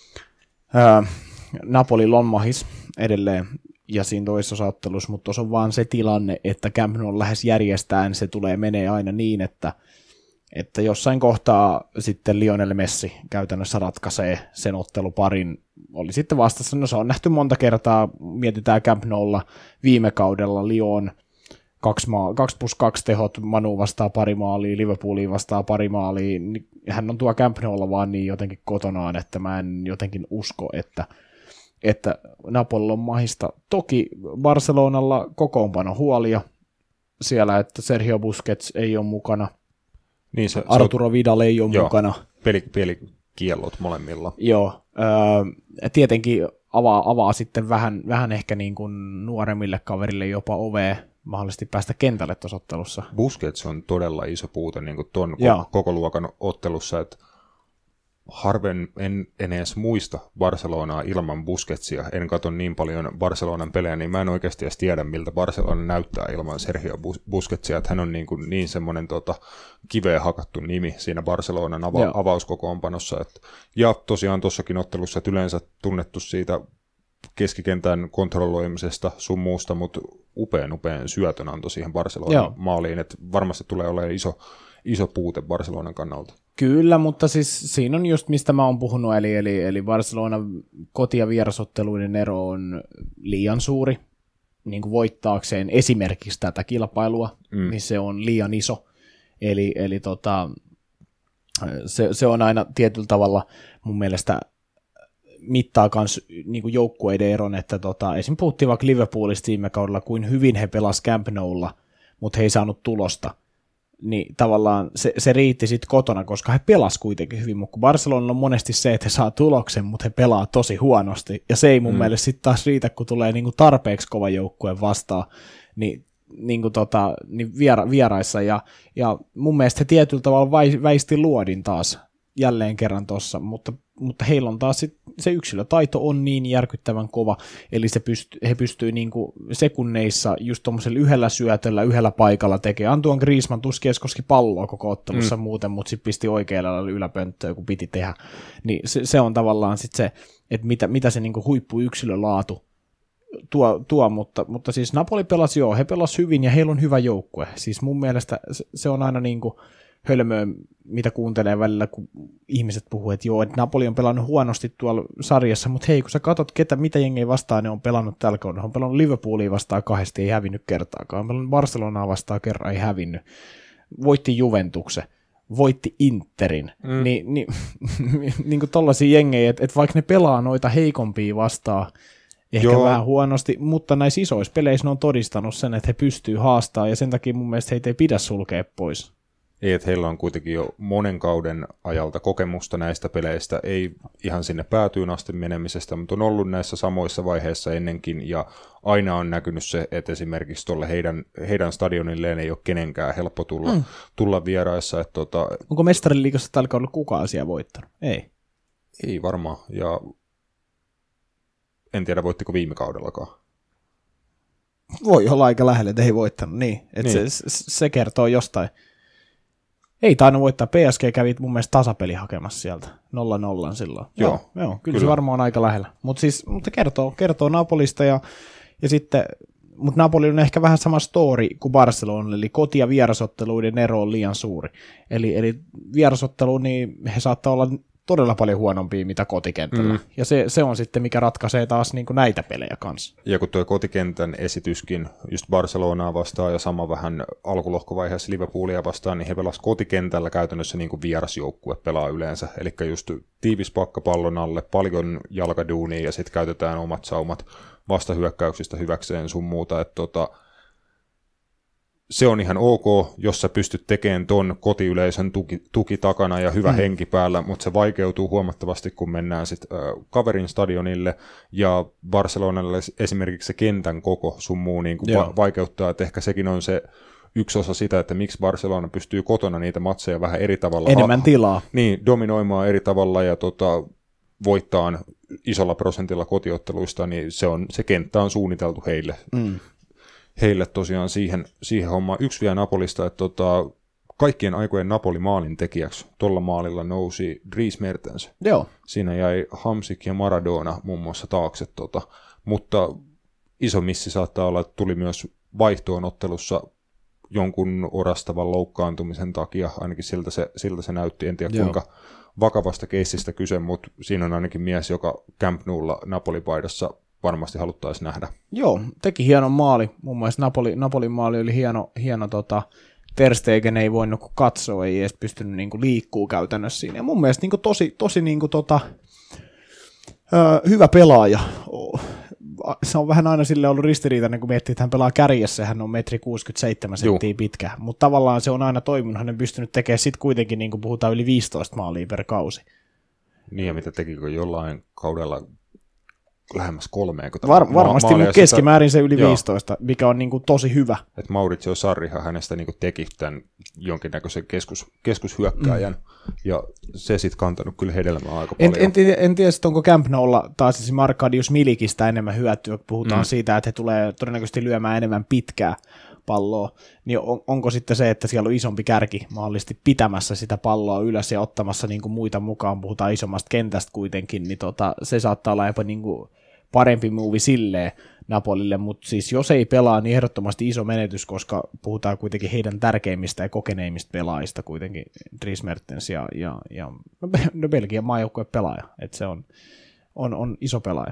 ää, Napoli lommahis edelleen ja siinä toisessa ottelussa, mutta tuossa on vaan se tilanne, että Camp Nou lähes järjestään se tulee menee aina niin, että että jossain kohtaa sitten Lionel Messi käytännössä ratkaisee sen otteluparin. Oli sitten vastassa, no se on nähty monta kertaa, mietitään Camp Noulla viime kaudella Lyon, kaksi, maa, kaksi plus kaksi tehot, Manu vastaa pari maalia, Liverpooliin vastaa pari maalia, niin hän on tuo Camp Noulla vaan niin jotenkin kotonaan, että mä en jotenkin usko, että, että Napoli on mahista. Toki Barcelonalla kokoonpano huolia siellä, että Sergio Busquets ei ole mukana, Niin se, Arturo se on, Vidal ei ole joo, mukana. Peli, pelikiellot molemmilla. Joo, öö, tietenkin avaa, avaa sitten vähän, vähän ehkä niin kuin nuoremmille kaverille jopa ovea mahdollisesti päästä kentälle tuossa ottelussa. Busquets on todella iso puute niin kuin ton ko- koko luokan ottelussa, että harven en, en edes muista Barcelonaa ilman Busquetsia. En katso niin paljon Barcelonan pelejä, niin mä en oikeasti edes tiedä, miltä Barcelona näyttää ilman Sergio Busquetsia. Että hän on niin, kuin niin semmoinen tota, kiveen hakattu nimi siinä Barcelonan ava- avauskokoonpanossa. Et, ja tosiaan tuossakin ottelussa, että yleensä tunnettu siitä keskikentän kontrolloimisesta sun muusta, mutta upean upean syötön antoi siihen Barcelonan Joo. maaliin. Että varmasti tulee olemaan iso, iso puute Barcelonan kannalta. Kyllä, mutta siis siinä on just mistä mä oon puhunut, eli, eli, eli Barcelonan koti- ja vierasotteluiden ero on liian suuri niin kuin voittaakseen esimerkiksi tätä kilpailua, mm. niin se on liian iso. Eli, eli tota, se, se on aina tietyllä tavalla mun mielestä mittaa myös niin joukkueiden eron, että tota, esim. Puhuttiin vaikka Liverpoolista viime kaudella, kuin hyvin he pelasivat Camp Noulla, mutta he ei saanut tulosta. Niin tavallaan se, se riitti sitten kotona, koska he pelasivat kuitenkin hyvin, mutta Barcelona on monesti se, että he saa tuloksen, mutta he pelaa tosi huonosti, ja se ei mun mm. mielestä sitten taas riitä, kun tulee niinku tarpeeksi kova joukkue vastaan, niin, niinku tota, niin viera, vieraissa, ja, ja mun mielestä he tietyllä tavalla väisti luodin taas jälleen kerran tuossa, mutta, mutta heillä on taas sit, se yksilötaito on niin järkyttävän kova, eli se pyst, he pystyy niinku sekunneissa just tuommoisella yhdellä syötöllä, yhdellä paikalla tekemään. Antoine Griezmann tuskin edes koski palloa koko ottelussa mm. muuten, mutta sitten pisti oikealla yläpönttöä, kun piti tehdä. Niin se, se on tavallaan sitten se, että mitä, mitä se niinku huippuyksilölaatu tuo, tuo mutta, mutta siis Napoli pelasi joo, he pelasi hyvin ja heillä on hyvä joukkue. Siis mun mielestä se, se on aina niinku hölmöä, mitä kuuntelee välillä, kun ihmiset puhuu, että joo, että Napoli on pelannut huonosti tuolla sarjassa, mutta hei, kun sä katsot, ketä, mitä jengiä vastaan ne on pelannut tällä kaudella, on pelannut Liverpoolia vastaan kahdesti, ei hävinnyt kertaakaan, on pelannut Barcelonaa vastaan kerran, ei hävinnyt, voitti Juventuksen, voitti Interin, mm. niin, niin, niin kuin tollaisia jengejä, että, että vaikka ne pelaa noita heikompia vastaan, ehkä Joo. vähän huonosti, mutta näissä isoissa peleissä ne on todistanut sen, että he pystyy haastamaan, ja sen takia mun mielestä heitä ei pidä sulkea pois. Ei, että heillä on kuitenkin jo monen kauden ajalta kokemusta näistä peleistä, ei ihan sinne päätyyn asti menemisestä, mutta on ollut näissä samoissa vaiheissa ennenkin, ja aina on näkynyt se, että esimerkiksi tuolle heidän, heidän stadionilleen ei ole kenenkään helppo tulla, mm. tulla vieraissa. Että tota, onko mestariliigassa tällä kaudella kukaan asia voittanut? Ei. Ei varmaan, ja en tiedä voittiko viime kaudellakaan. Voi olla aika lähellä, että ei voittanut, niin. Että niin. Se, se kertoo jostain. Ei tainnut voittaa. P S G kävi mun mielestä tasapeli hakemassa sieltä. Nolla nollan silloin. Joo, joo, joo kyllä, kyllä se varmaan on aika lähellä. Mut siis, mutta kertoo, kertoo Napolista ja, ja sitten, mutta Napoli on ehkä vähän sama story kuin Barcelona, eli koti- ja vierasotteluiden ero on liian suuri. Eli, eli vierasottelu, niin he saattaa olla todella paljon huonompia mitä kotikentällä. Mm. Ja se, se on sitten, mikä ratkaisee taas niin kuin näitä pelejä kanssa. Ja kun tuo kotikentän esityskin, just Barcelonaa vastaan ja sama vähän alkulohkovaiheessa Liverpoolia vastaan, niin he pelasivat kotikentällä käytännössä niin kuin vierasjoukkue pelaa yleensä. Eli just tiivis pakka pallon alle, paljon jalkaduunia ja sitten käytetään omat saumat vastahyökkäyksistä hyväkseen sun muuta. Että tota, se on ihan ok, jos sä pystyt tekemään ton kotiyleisön tuki, tuki takana ja hyvä mm. henki päällä, mutta se vaikeutuu huomattavasti, kun mennään sitten äh, kaverin stadionille, ja Barcelonalle esimerkiksi se kentän koko sun muu niin kuin va- vaikeuttaa, että ehkä sekin on se yksi osa sitä, että miksi Barcelona pystyy kotona niitä matseja vähän eri tavalla. Enemmän ha- tilaa. Niin, dominoimaan eri tavalla ja tota, voittaa isolla prosentilla kotiotteluista, niin se, on, se kenttä on suunniteltu heille. Mm. Heille tosiaan siihen, siihen hommaan. Yksi vielä Napolista, että tota, kaikkien aikojen Napoli maalin tekijäksi tuolla maalilla nousi Dries Mertens. Joo. Siinä jäi Hamsik ja Maradona muun muassa taakse, tota. Mutta iso missi saattaa olla, että tuli myös vaihtoon ottelussa jonkun orastavan loukkaantumisen takia, ainakin siltä se, siltä se näytti, en tiedä Joo. kuinka vakavasta keissistä kyse, mutta siinä on ainakin mies, joka Camp Noulla Napoli-paidassa varmasti haluttaisiin nähdä. Joo, teki hienon maali. Mun mielestä Napoli, Napolin maali oli hieno, hieno tota, Ter Stegen ei voinut katsoa, ei edes pystynyt niinku liikkuu käytännössä siinä. Ja mun mielestä niinku tosi, tosi niinku tota, ö, hyvä pelaaja. Se on vähän aina sille ollut ristiriitainen, kun miettii, että hän pelaa kärjessä, hän on metri kuusikymmentäseitsemän senttiä pitkä, mutta tavallaan se on aina toiminut, hän on pystynyt tekemään sitten kuitenkin, niin kuin puhutaan, yli viisitoista maalia per kausi. Niin, ja mitä tekikö jollain kaudella lähemmäs kolmeen? Var, varmasti, mutta keskimäärin se yli joo. viisitoista, mikä on niin kuin tosi hyvä. Että Maurizio Sarrihan hänestä niin kuin teki tämän jonkinnäköisen keskus, keskushyökkääjän, mm. ja se sitten kantanut kyllä hedelmää aika en, paljon. En, tiedä, en tiedä, onko Camp Noulla taas siis Arkadiusz Milikistä enemmän hyötyä, kun puhutaan mm. siitä, että he tulee todennäköisesti lyömään enemmän pitkää palloa, niin on, onko sitten se, että siellä on isompi kärki mahdollisesti pitämässä sitä palloa ylös ja ottamassa niin kuin muita mukaan, puhutaan isommasta kentästä kuitenkin, niin tota, se saattaa olla jopa niin kuin parempi muuvi silleen Napolille, mutta siis jos ei pelaa, niin ehdottomasti iso menetys, koska puhutaan kuitenkin heidän tärkeimmistä ja kokeneimmista pelaajista kuitenkin, Dries Mertens ja, ja, ja no Belgian maajoukkueen pelaaja, että se on, on, on iso pelaaja.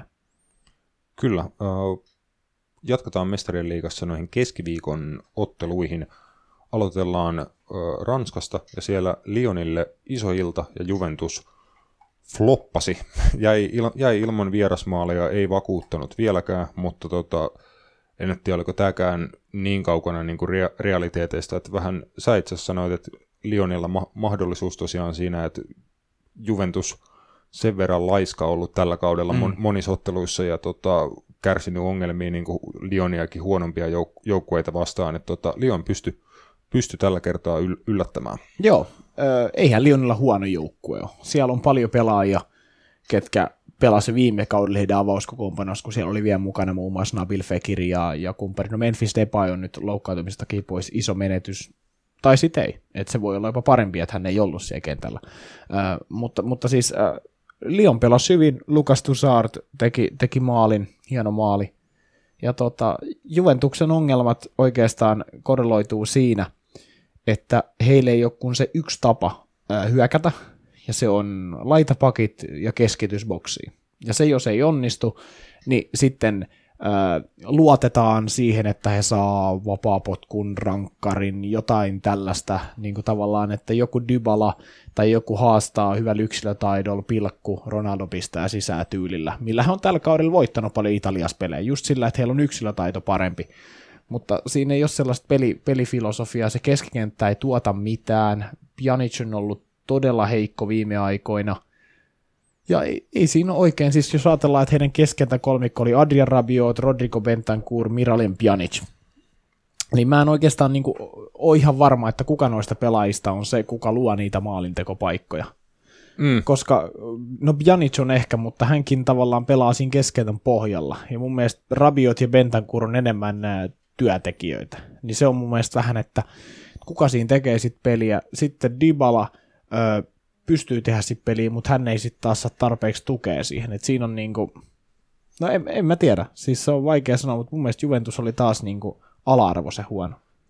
Kyllä, uh... Jatketaan Mestarien liigassa noihin keskiviikon otteluihin. Aloitellaan ö, Ranskasta ja siellä Lyonille iso ilta ja Juventus floppasi. jäi, il, jäi ilman vierasmaaleja, ei vakuuttanut vieläkään, mutta tota, en tiedä oliko tämäkään niin kaukana niin kuin rea- realiteeteista, että vähän sä itse sanoit, että Lyonilla ma- mahdollisuus tosiaan siinä, että Juventus sen verran laiska ollut tällä kaudella mm. mon- monissa otteluissa ja tota, kärsinyt ongelmia niin kuin Lyoniakin huonompia jouk- joukkueita vastaan, että tota, Lyon pystyi pysty tällä kertaa yl- yllättämään. Joo, äh, eihän Lyonilla huono joukkue ole. Siellä on paljon pelaajia, ketkä pelasi viime kaudella heidän avauskokoonpanossa, kun siellä oli vielä mukana muun muassa Nabil Fekir ja, ja kumppani. No Memphis Depay on nyt loukkaantumistakin pois, iso menetys. Tai sit ei, että se voi olla jopa parempi, että hän ei ollut siellä kentällä. Äh, mutta, mutta siis äh, Lyon pelasi hyvin, Lucas Toussaint teki, teki maalin, hieno maali. Ja tota, Juventuksen ongelmat oikeastaan korreloituu siinä, että heillä ei ole kuin se yksi tapa äh, hyökätä, ja se on laitapakit ja keskitys boksiin. Ja se jos ei onnistu, niin sitten äh, luotetaan siihen, että he saa vapaapotkun, rankkarin, jotain tällaista, niin kuin tavallaan, että joku Dybala tai joku haastaa hyvällä yksilötaidolla, pilkku, Ronaldo pistää sisään tyylillä, millä he on tällä kaudella voittanut paljon Italiassa pelejä, just sillä, että heillä on yksilötaito parempi. Mutta siinä ei ole sellaista peli, pelifilosofiaa, se keskikenttä ei tuota mitään, Pjanic on ollut todella heikko viime aikoina, ja ei, ei siinä ole oikein, siis jos ajatellaan, että heidän keskentä kolmikko oli Adrian Rabiot, Rodrigo Bentancur, Miralem Pjanic, niin mä en oikeastaan niin kuin ole ihan varma, että kuka noista pelaajista on se, kuka luo niitä maalintekopaikkoja. Mm. Koska, no Pjanic on ehkä, mutta hänkin tavallaan pelaa siinä keskentän pohjalla, ja mun mielestä Rabiot ja Bentancur on enemmän nämä työntekijöitä, niin se on mun mielestä vähän, että kuka siinä tekee sitten peliä, sitten Dybala öö, pystyy tehdä sitten peliä, mutta hän ei sitten taas saa tarpeeksi tukea siihen, että siinä on niinku, no en, en mä tiedä, siis se on vaikea sanoa, mutta mun mielestä Juventus oli taas niinku ala-arvoisen huono.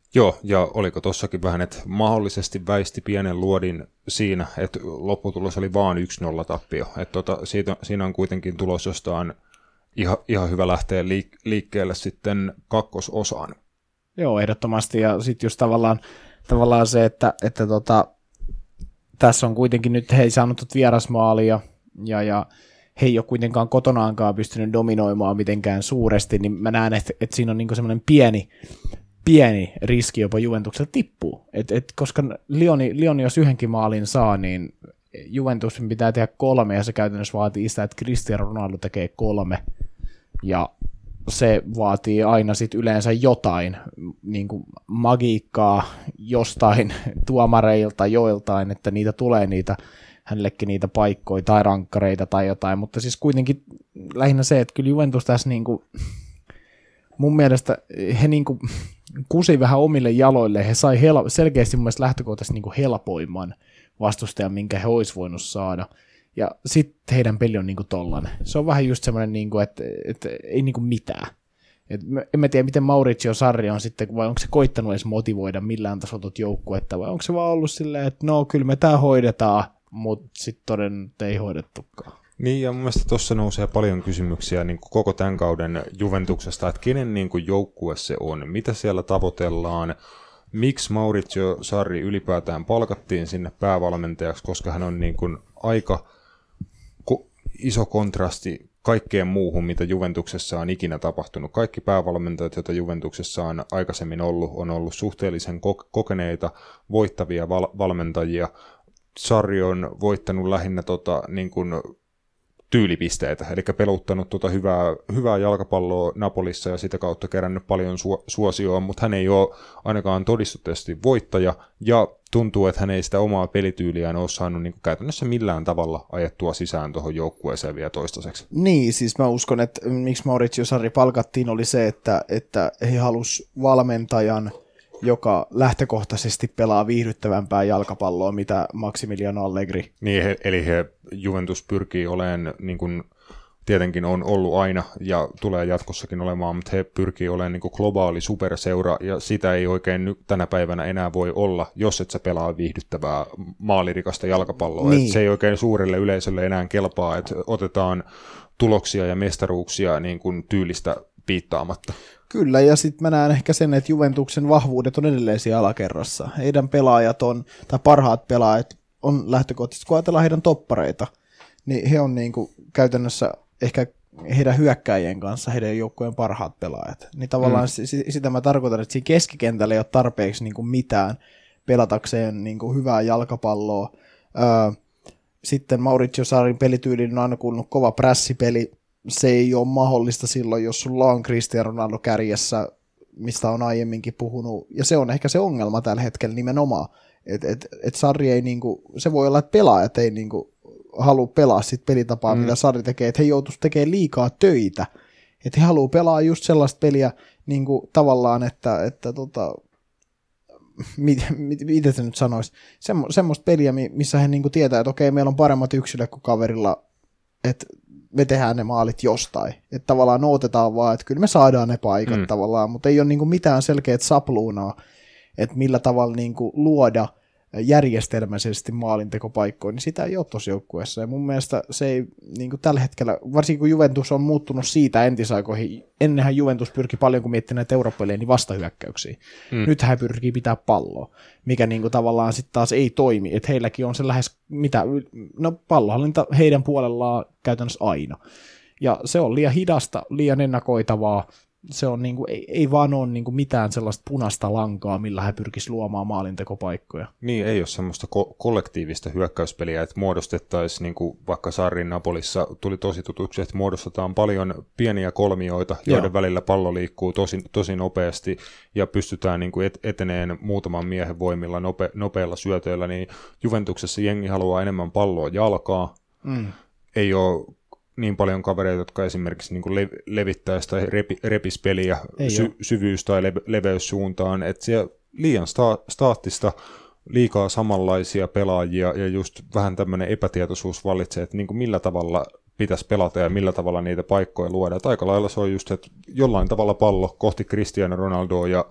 Joo, ja oliko tossakin vähän, että mahdollisesti väisti pienen luodin siinä, että lopputulos oli vaan yksi nolla tappio. Että tota, siitä, siinä on kuitenkin tulos jostain ihan, ihan hyvä lähteä liik- liikkeelle sitten kakkososaan. Joo, ehdottomasti, ja sitten just tavallaan, tavallaan se, että, että tota, tässä on kuitenkin nyt, he ei saanut vierasmaalia, ja, ja he ei ole kuitenkaan kotonaankaan pystynyt dominoimaan mitenkään suuresti, niin mä näen, että, että siinä on niinku semmoinen pieni, pieni riski jopa Juventuksella tippuu. Et, et, koska Lioni, Lioni, jos yhdenkin maalin saa, niin Juventus pitää tehdä kolme, ja se käytännössä vaatii sitä, että Cristiano Ronaldo tekee kolme, ja se vaatii aina sit yleensä jotain, niin kuin magiikkaa jostain tuomareilta, joiltain, että niitä tulee niitä, hänellekin niitä paikkoja tai rankkareita tai jotain, mutta siis kuitenkin lähinnä se, että kyllä Juventus tässä niin kuin, mun mielestä he niin kuin kusi vähän omille jaloille, he sai hel- selkeästi mun mielestä lähtökohtaisesti niin kuin helpoimman vastustajan, minkä he olisi voinut saada. Ja sitten heidän peli on niinku tollanen. Se on vähän just semmoinen, niinku, että et, ei niinku mitään. Et en mä tiedä, miten Maurizio Sarri on sitten, vai onko se koittanut edes motivoida millään tasolla joukkuetta, vai onko se vaan ollut silleen, että no kyllä me tää hoidetaan, mutta sitten todennut, että ei hoidettukaan. Niin, ja mun mielestä tuossa nousee paljon kysymyksiä niin kuin koko tämän kauden Juventuksesta, että kenen niin kuin joukkue se on, mitä siellä tavoitellaan, miksi Maurizio Sarri ylipäätään palkattiin sinne päävalmentajaksi, koska hän on niin kuin aika iso kontrasti kaikkeen muuhun, mitä Juventuksessa on ikinä tapahtunut. Kaikki päävalmentajat, joita Juventuksessa on aikaisemmin ollut, on ollut suhteellisen kokeneita, voittavia val- valmentajia. Sarri on voittanut lähinnä tota, niin kuin tyylipisteitä, eli peluttanut tuota hyvää, hyvää jalkapalloa Napolissa ja sitä kautta kerännyt paljon su- suosioon, mutta hän ei ole ainakaan todistuneesti voittaja, ja tuntuu, että hän ei sitä omaa pelityyliään ole saanut niin kuin käytännössä millään tavalla ajettua sisään tuohon joukkueeseen vielä toistaiseksi. Niin, siis mä uskon, että miksi Maurizio Sarri palkattiin oli se, että, että he halusivat valmentajan, joka lähtökohtaisesti pelaa viihdyttävämpää jalkapalloa, mitä Maximiliano Allegri. Niin, he, eli he, Juventus pyrkii olemaan, niin kuin tietenkin on ollut aina ja tulee jatkossakin olemaan, mutta he pyrkii olemaan niin kuin globaali superseura, ja sitä ei oikein nyt tänä päivänä enää voi olla, jos et sä pelaa viihdyttävää maalirikasta jalkapalloa. Niin. Et se ei oikein suurelle yleisölle enää kelpaa, että otetaan tuloksia ja mestaruuksia niin kuin tyylistä piittaamatta. Kyllä, ja sitten mä näen ehkä sen, että Juventuksen vahvuudet on edelleen siellä alakerrassa. Heidän pelaajat on, tai parhaat pelaajat on lähtökohtaisesti, kun ajatellaan heidän toppareita, niin he on niin kuin käytännössä ehkä heidän hyökkäjien kanssa heidän joukkueen parhaat pelaajat. Niin tavallaan mm. sitä mä tarkoitan, että siinä keskikentällä ei ole tarpeeksi niin kuin mitään pelatakseen niin kuin hyvää jalkapalloa. Sitten Maurizio Sarrin pelityyliin on aina kuulunut kova prässipeli. Se ei ole mahdollista silloin, jos sulla on Cristiano Ronaldo kärjessä, mistä on aiemminkin puhunut, ja se on ehkä se ongelma tällä hetkellä nimenomaan, että et, et Sarri ei niinku, se voi olla, että pelaajat ei niinku halua pelaa sit pelitapaa, mm. mitä Sarri tekee, että he joutuisi tekemään liikaa töitä, että he haluaa pelaa just sellaista peliä niinku tavallaan, että, että tota, mit, mit, miten se nyt sanoisi, Semmo, semmoista peliä, missä he niinku tietää, että okei, meillä on paremmat yksilöt kuin kaverilla, että me tehdään ne maalit jostain. Että tavallaan odotetaan vaan, että kyllä me saadaan ne paikat mm. tavallaan, mutta ei ole niinku mitään selkeät sapluunaa, että millä tavalla niinku luoda järjestelmällisesti maalintekopaikkoja, niin sitä ei ole tuossa joukkueessa. Ja mun mielestä se ei niinku tällä hetkellä, varsinkin kun Juventus on muuttunut siitä entisaikoihin, ennenhän Juventus pyrki paljon, kun miettii näitä europeleja, niin vastahyökkäyksiä. Mm. Nyt hän pyrkii pitää palloa, mikä niinku tavallaan sitten taas ei toimi. Että heilläkin on se lähes, mitä, no pallohallinta heidän puolellaan käytännössä aina. Ja se on liian hidasta, liian ennakoitavaa. Se on niinku, ei, ei vaan ole niinku mitään sellaista punaista lankaa, millä he pyrkisivät luomaan maalintekopaikkoja. Niin, ei ole semmoista ko- kollektiivista hyökkäyspeliä, että muodostettaisiin, niin kuin vaikka Sarrin Napolissa tuli tosi tutuksi, että muodostetaan paljon pieniä kolmioita, joiden Joo. välillä pallo liikkuu tosi, tosi nopeasti, ja pystytään niin kuin et- eteneen muutaman miehen voimilla nope- nopeilla syötöillä, niin Juventuksessa jengi haluaa enemmän palloa jalkaa, mm. ei ole niin paljon kavereita, jotka esimerkiksi niin kuin le- levittäisi tai repi- repisi peliä sy- syvyys- tai le- leveyssuuntaan, että siellä liian sta- staattista, liikaa samanlaisia pelaajia ja just vähän tämmöinen epätietoisuus vallitsee, että niin kuin millä tavalla pitäisi pelata ja millä tavalla niitä paikkoja luoda. Et aika lailla se on just, että jollain tavalla pallo kohti Cristiano Ronaldoa ja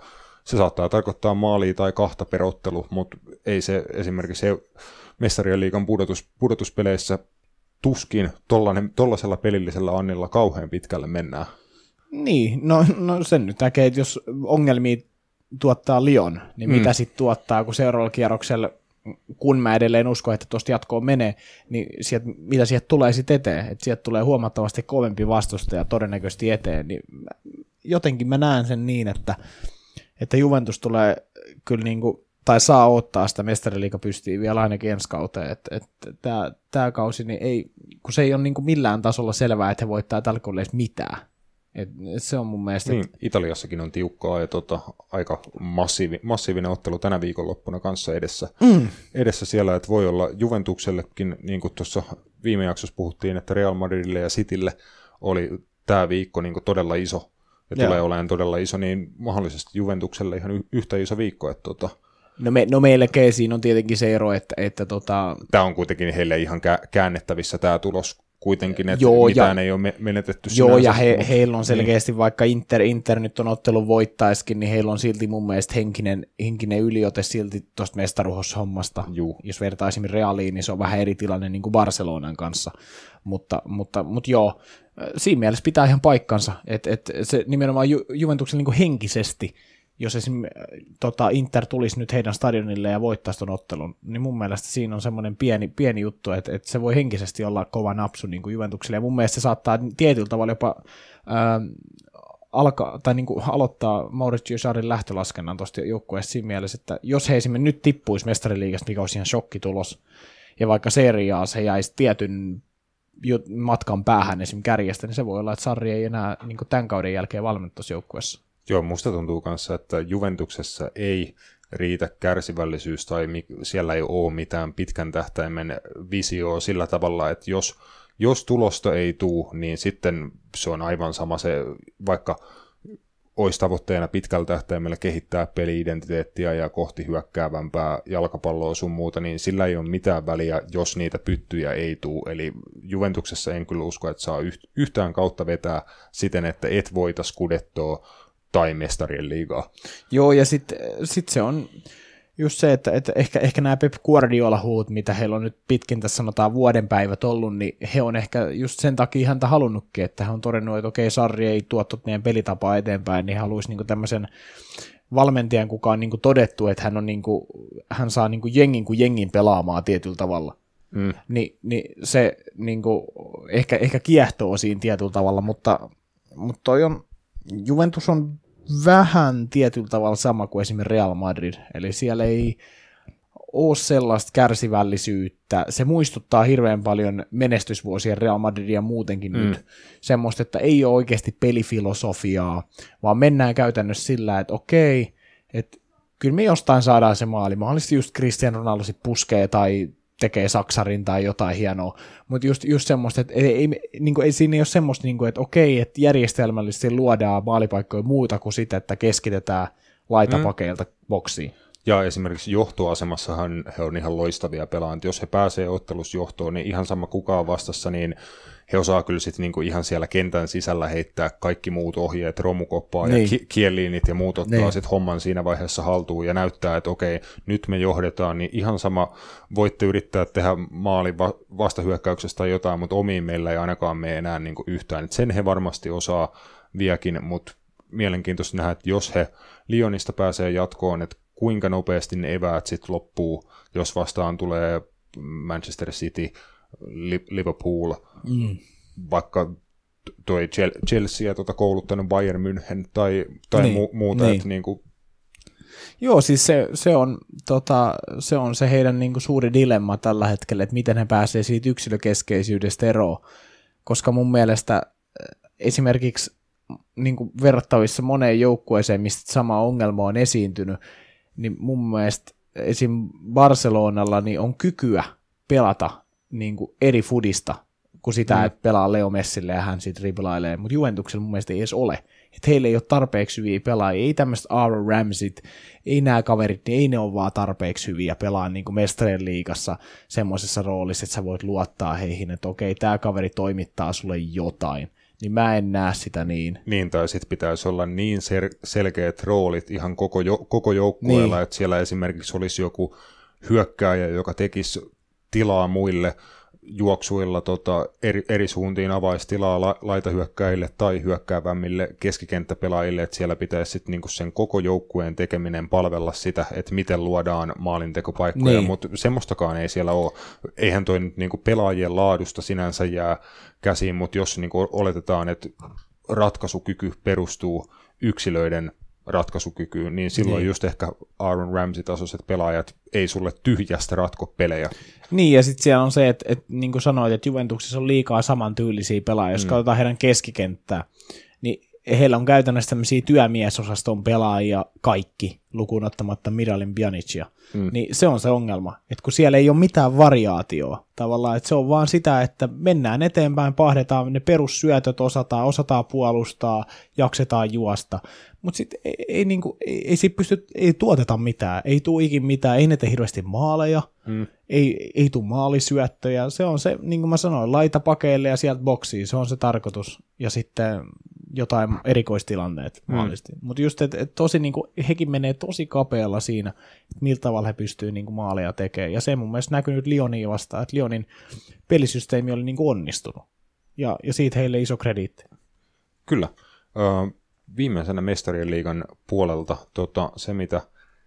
se saattaa tarkoittaa maalia tai kahta per ottelu, mutta ei se esimerkiksi Mestarien liigan pudotus, pudotuspeleissä tuskin tuollaisella pelillisellä annilla kauhean pitkälle mennään. Niin, no, no sen nyt näkee, että jos ongelmia tuottaa Lyon, niin mm. mitä sitten tuottaa, kun seuraavalla kierroksella, kun mä edelleen uskon, että tuosta jatkoon menee, niin sieltä, mitä sieltä tulee sitten eteen, että sieltä tulee huomattavasti kovempi vastustaja todennäköisesti eteen, niin jotenkin mä näen sen niin, että, että Juventus tulee kyllä niin kuin, tai saa ottaa sitä mestariliigapystiä vielä ainakin ensi kauteen, että, että tämä, tämä kausi, niin ei, kun se ei ole niin kuin millään tasolla selvää, että he voittaa tällä kaudella edes mitään. Et se on mun mielestä... Niin, Italiassakin on tiukkaa ja tota, aika massiivi, massiivinen ottelu tänä viikonloppuna kanssa edessä, mm. edessä siellä, että voi olla Juventuksellekin, niin kuin tuossa viime jaksossa puhuttiin, että Real Madridille ja Citylle oli tämä viikko niin kuin todella iso ja Joo. tulee olemaan todella iso, niin mahdollisesti Juventukselle ihan y- yhtä iso viikko. Että tota... No, me, no meillekin siinä on tietenkin se ero, että... että tota... Tämä on kuitenkin heille ihan kä- käännettävissä tämä tulos, kuitenkin, että joo, mitään ja, ei ole menetetty joo, sinänsä. Ja he, heillä on selkeästi, niin. vaikka Inter, Inter nyt on ottelun voittaisikin, niin heillä on silti mun mielestä henkinen, henkinen yliote silti tuosta mestaruushommasta. Juu. Jos vertaisimme Realiin, niin se on vähän eri tilanne niin kuin Barcelonan kanssa. Mutta, mutta, mutta joo, siinä mielessä pitää ihan paikkansa, että, että se nimenomaan Ju, Juventuksen niin kuin henkisesti, jos esimerkiksi tota, Inter tulisi nyt heidän stadionille ja voittaisi ton ottelun, niin mun mielestä siinä on semmoinen pieni, pieni juttu, että, että se voi henkisesti olla kova napsu niin kuin Juventukselle, ja mun mielestä se saattaa tietyllä tavalla jopa ää, alkaa, tai niin kuin aloittaa Mauricio Sarrin lähtölaskennan tuosta joukkueesta siinä mielessä, että jos he esimerkiksi nyt tippuisi mestariliigasta, mikä olisi ihan shokkitulos, ja vaikka seriaa se jäisi tietyn matkan päähän esimerkiksi kärjestä, niin se voi olla, että Sarri ei enää niin kuin tämän kauden jälkeen valmennut tuossa joukkueessa. Joo, musta tuntuu kanssa, että Juventuksessa ei riitä kärsivällisyys tai siellä ei ole mitään pitkän tähtäimen visioa sillä tavalla, että jos, jos tulosta ei tule, niin sitten se on aivan sama se, vaikka olisi tavoitteena pitkällä tähtäimellä kehittää peli-identiteettiä ja kohti hyökkäävämpää jalkapalloa sun muuta, niin sillä ei ole mitään väliä, jos niitä pyttyjä ei tule. Eli Juventuksessa en kyllä usko, että saa yhtään kautta vetää siten, että et voita Scudettoa tai mestarien liigaa. Joo, ja sitten sit se on just se, että, että ehkä, ehkä nämä Pep Guardiola-huut, mitä heillä on nyt pitkin tässä sanotaan vuoden päivät ollut, niin he on ehkä just sen takia häntä halunnutkin, että he on todennut, että okei, Sarri ei tuo meidän pelitapaa eteenpäin, niin he haluaisi niinku tämmöisen valmentajan, kuka on niinku todettu, että hän, on niinku, hän saa niinku jengin kuin jengin pelaamaan tietyllä tavalla. Mm. Ni, niin se niinku, ehkä, ehkä kiehtoo siinä tietyllä tavalla, mutta, mutta toi on, Juventus on vähän tietyllä tavalla sama kuin esimerkiksi Real Madrid, eli siellä ei ole sellaista kärsivällisyyttä, se muistuttaa hirveän paljon menestysvuosien Real Madridia muutenkin mm. nyt, semmoista, että ei ole oikeasti pelifilosofiaa, vaan mennään käytännössä sillä, että okei, että kyllä me jostain saadaan se maali, mahdollisesti just Cristiano Ronaldo puskee tai tekee saksarin tai jotain hienoa, mutta just, just semmoista, että ei, ei, niin kuin, ei siinä ei ole semmoista, niin kuin, että okei, että järjestelmällisesti luodaan maalipaikkoja muuta kuin sitä, että keskitetään laitapakeilta mm. boksiin. Ja esimerkiksi johtoasemassahan he on ihan loistavia pelaajia. Jos he pääsee ottelussa johtoon, niin ihan sama kukaan vastassa, niin he osaa kyllä sitten niinku ihan siellä kentän sisällä heittää kaikki muut ohjeet, romukoppaa niin. ja kieliinit ja muut ottaa niin. sitten homman siinä vaiheessa haltuun ja näyttää, että okei, nyt me johdetaan, niin ihan sama voitte yrittää tehdä maalin vastahyökkäyksestä tai jotain, mutta omiin meillä ei ainakaan mene enää niinku yhtään. Et sen he varmasti osaa vieläkin, mutta mielenkiintoista nähdä, että jos he Lyonista pääsee jatkoon, että kuinka nopeasti ne eväät sitten loppuu, jos vastaan tulee Manchester City, Liverpool, mm. vaikka toi Chelsea ja tuota kouluttanut Bayern München tai, tai niin, mu- muuta. Niin. Että niinku... Joo, siis se, se, on, tota, se on se heidän niinku suuri dilemma tällä hetkellä, että miten he pääsee siitä yksilökeskeisyydestä eroon, koska mun mielestä esimerkiksi niinku verrattavissa moneen joukkueeseen, mistä sama ongelma on esiintynyt, niin mun mielestä esim. Barcelonalla niin on kykyä pelata niin kuin eri fudista kuin sitä, mm. että pelaa Leo Messille ja hän sitten driblailee, mutta Juventuksella mun mielestä ei edes ole. Että heillä ei ole tarpeeksi hyviä pelaajia, ei tämmöiset Aaron Ramseyt, ei nämä kaverit, niin ei ne ole vaan tarpeeksi hyviä pelaa niin kuin mestarien liigassa semmoisessa roolissa, että sä voit luottaa heihin, että okei, tämä kaveri toimittaa sulle jotain. niin mä en näe sitä niin. Niin, tai sitten pitäisi olla niin sel- selkeät roolit ihan koko, jo- koko joukkueella, niin. Että siellä esimerkiksi olisi joku hyökkääjä, joka tekisi tilaa muille juoksuilla tota, eri, eri suuntiin, avaisi tilaa la, laitahyökkäjille tai hyökkäävämmille keskikenttäpelaajille, että siellä pitäisi sitten niinku sen koko joukkueen tekeminen palvella sitä, että miten luodaan maalintekopaikkoja, niin. Mutta semmoistakaan ei siellä ole. Eihän toi nyt niinku pelaajien laadusta sinänsä jää käsiin, mutta jos niinku oletetaan, että ratkaisukyky perustuu yksilöiden ratkaisukykyyn, niin silloin niin. Just ehkä Aaron Ramsey-tasoiset pelaajat ei sulle tyhjästä ratko pelejä. Niin, ja sitten siellä on se, että, että niin kuin sanoit, että Juventuksessa on liikaa samantyylisiä pelaajia. Jos mm. katsotaan heidän keskikenttää, niin heillä on käytännössä tämmöisiä työmiesosaston pelaajia kaikki, lukuun ottamatta Miralem Pjanicia. Mm. Niin se on se ongelma, että kun siellä ei ole mitään variaatioa tavallaan, että se on vaan sitä, että mennään eteenpäin, pahdetaan ne perussyötöt, osataan, osataan puolustaa, jaksetaan juosta, mutta sitten ei, ei, niinku, ei, ei, pysty, ei tuoteta mitään, ei tule ikin mitään, ei ne tee hirveästi maaleja, mm. ei, ei tule maalisyöttöjä, se on se, niin kuin mä sanoin, laita pakeille ja sieltä boksiin, se on se tarkoitus, ja sitten jotain erikoistilanneet mm. maalisti. Mutta just, että et tosi niinku, hekin menee tosi kapealla siinä, että millä tavalla he pystyy niinku maaleja tekemään. Ja se mun mielestä näkyy nyt Lyonia vastaan, että Lyonin pelisysteemi oli niinku onnistunut. Ja, ja siitä heille iso krediitti. Kyllä. Ö, viimeisenä Mestarien liigan puolelta tota, se, mitä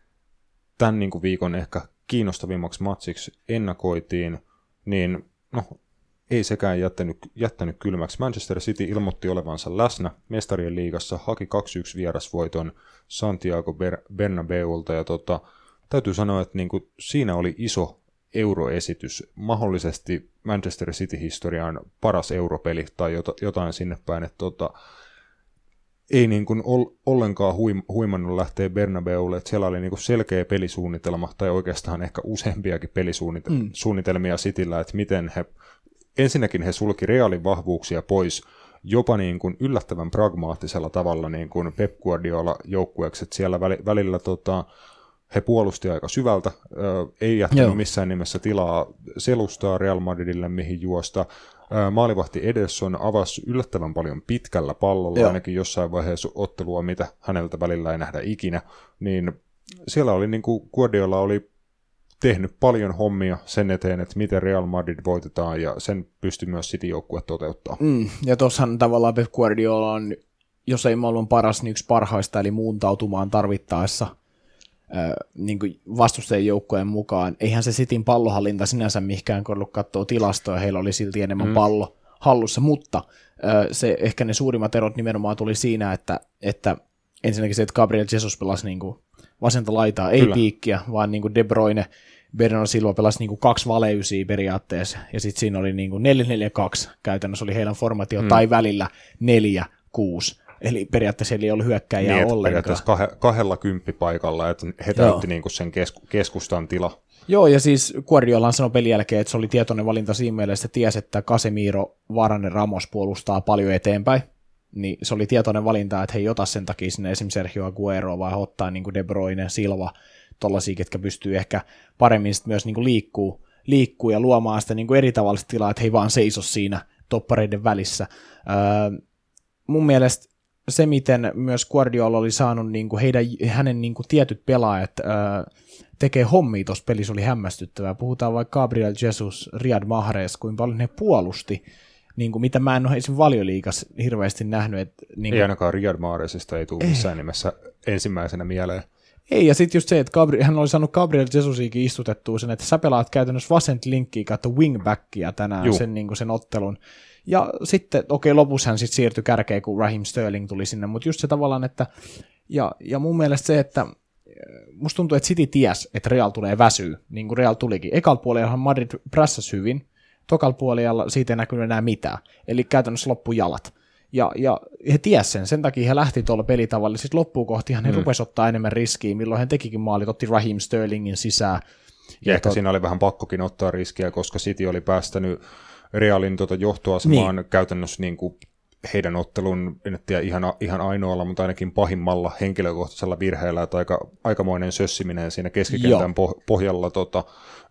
tämän niinku viikon ehkä kiinnostavimmaksi matsiksi ennakoitiin, niin no, ei sekään jättänyt, jättänyt kylmäksi. Manchester City ilmoitti olevansa läsnä Mestarien liigassa, haki kaksi yksi vierasvoiton Santiago Bernabeulta, ja tota, täytyy sanoa, että niinku, siinä oli iso euroesitys, mahdollisesti Manchester City-historian paras europeli tai jotain sinne päin, että tota, ei niin kuin ollenkaan huim, huimannut lähteä Bernabeulle, että siellä oli niin kuin selkeä pelisuunnitelma, tai oikeastaan ehkä useampiakin pelisuunnitelmia mm. Cityllä, että miten he, ensinnäkin he sulki Realin vahvuuksia pois jopa niin kuin yllättävän pragmaattisella tavalla niin kuin Pep Guardiola joukkueeksi, että siellä välillä tota, he puolusti aika syvältä, ö, ei jättänyt Joo. missään nimessä tilaa selustaa Real Madridille, mihin juosta. Ö, maalivahti Ederson avasi yllättävän paljon pitkällä pallolla, Joo. ainakin jossain vaiheessa ottelua, mitä häneltä välillä ei nähdä ikinä. Niin siellä oli niin kuin Guardiola oli tehnyt paljon hommia sen eteen, että miten Real Madrid voitetaan, ja sen pystyi myös City-joukkue toteuttaa. Mm, ja tuossahan tavallaan Pep Guardiola on, jos ei maailman paras, niin yksi parhaista, eli muuntautumaan tarvittaessa niin kuin vastustajien joukkojen mukaan. Eihän se Cityn pallohallinta sinänsä mihinkään, kun ollut katsoo tilastoja, heillä oli silti enemmän mm. pallo hallussa, mutta se, ehkä ne suurimmat erot nimenomaan tuli siinä, että, että ensinnäkin se, että Gabriel Jesus pelasi niin kuin vasenta laitaa, ei Kyllä. piikkiä, vaan niin kuin De Bruyne, Bernardo Silva pelasi niin kuin kaksi valeysiä periaatteessa, ja sitten siinä oli niin kuin neljä neljä kaksi käytännössä oli heidän formaatio, mm. tai välillä neljä kuusi. Eli periaatteessa ei ollut hyökkääjää niin, ollenkaan. Periaatteessa kah- kahdella kymppipaikalla, että he täytti niinku sen kesku- keskustan tila. Joo, ja siis Guardiola sanoi pelin jälkeen, että se oli tietoinen valinta siinä mielessä, että tiesi, että Casemiro, Varane, Ramos puolustaa paljon eteenpäin. Niin se oli tietoinen valinta, että he ei ota sen takia sinne esimerkiksi Sergio Aguero, vaan ottaa niin kuin De Bruyne, Silva, tollaisia, ketkä pystyy ehkä paremmin myös niin kuin liikkuu, liikkuu ja luomaan sitä niin kuin eri tavallista tilaa, että he ei vaan seiso siinä toppareiden välissä. Öö, mun mielestä se, miten myös Guardiola oli saanut niin kuin heidän, hänen niin kuin tietyt pelaajat öö, tekee hommia tuossa pelissä, oli hämmästyttävää. Puhutaan vaikka Gabriel Jesus, Riyad Mahrez, kuinka paljon he puolusti, niin kuin mitä mä en ole esimerkiksi Valioliigassa hirveästi nähnyt. Että, niin kuin... Ei ainakaan Riyad Mahrezista ei tule missään nimessä ensimmäisenä mieleen. Ei, ja sitten just se, että Gabriel, hän oli saanut Gabriel Jesusiakin istutettua sen, että sä pelaat käytännössä vasenta linkkiä kautta wingbackia tänään sen, niin kuin sen ottelun. Ja sitten, okei, lopussa hän sitten siirtyi kärkeen, kun Raheem Sterling tuli sinne, mutta just se tavallaan, että, ja, ja mun mielestä se, että musta tuntuu, että City ties, että Real tulee väsyä, niin kuin Real tulikin. Ekalla puolellahan Madrid prässäsi hyvin, tokalla puolella siitä ei näkynyt enää mitään, eli käytännössä loppu jalat. Ja, ja he tiesivät sen, sen takia he lähti tuolla pelitavalla, siis loppuun kohtihan he mm. rupesivat ottaa enemmän riskiä, milloin he tekikin maalit, otti Raheem Sterlingin sisään. Ja, ja ehkä tot... siinä oli vähän pakkokin ottaa riskiä, koska City oli päästänyt Realin tuota johtoasemaan niin. käytännössä niin kuin heidän ottelun, en tiedä ihan, ihan ainoalla, mutta ainakin pahimmalla henkilökohtaisella virheellä, että aika, aikamoinen sössiminen siinä keskikentän Joo. pohjalla tota,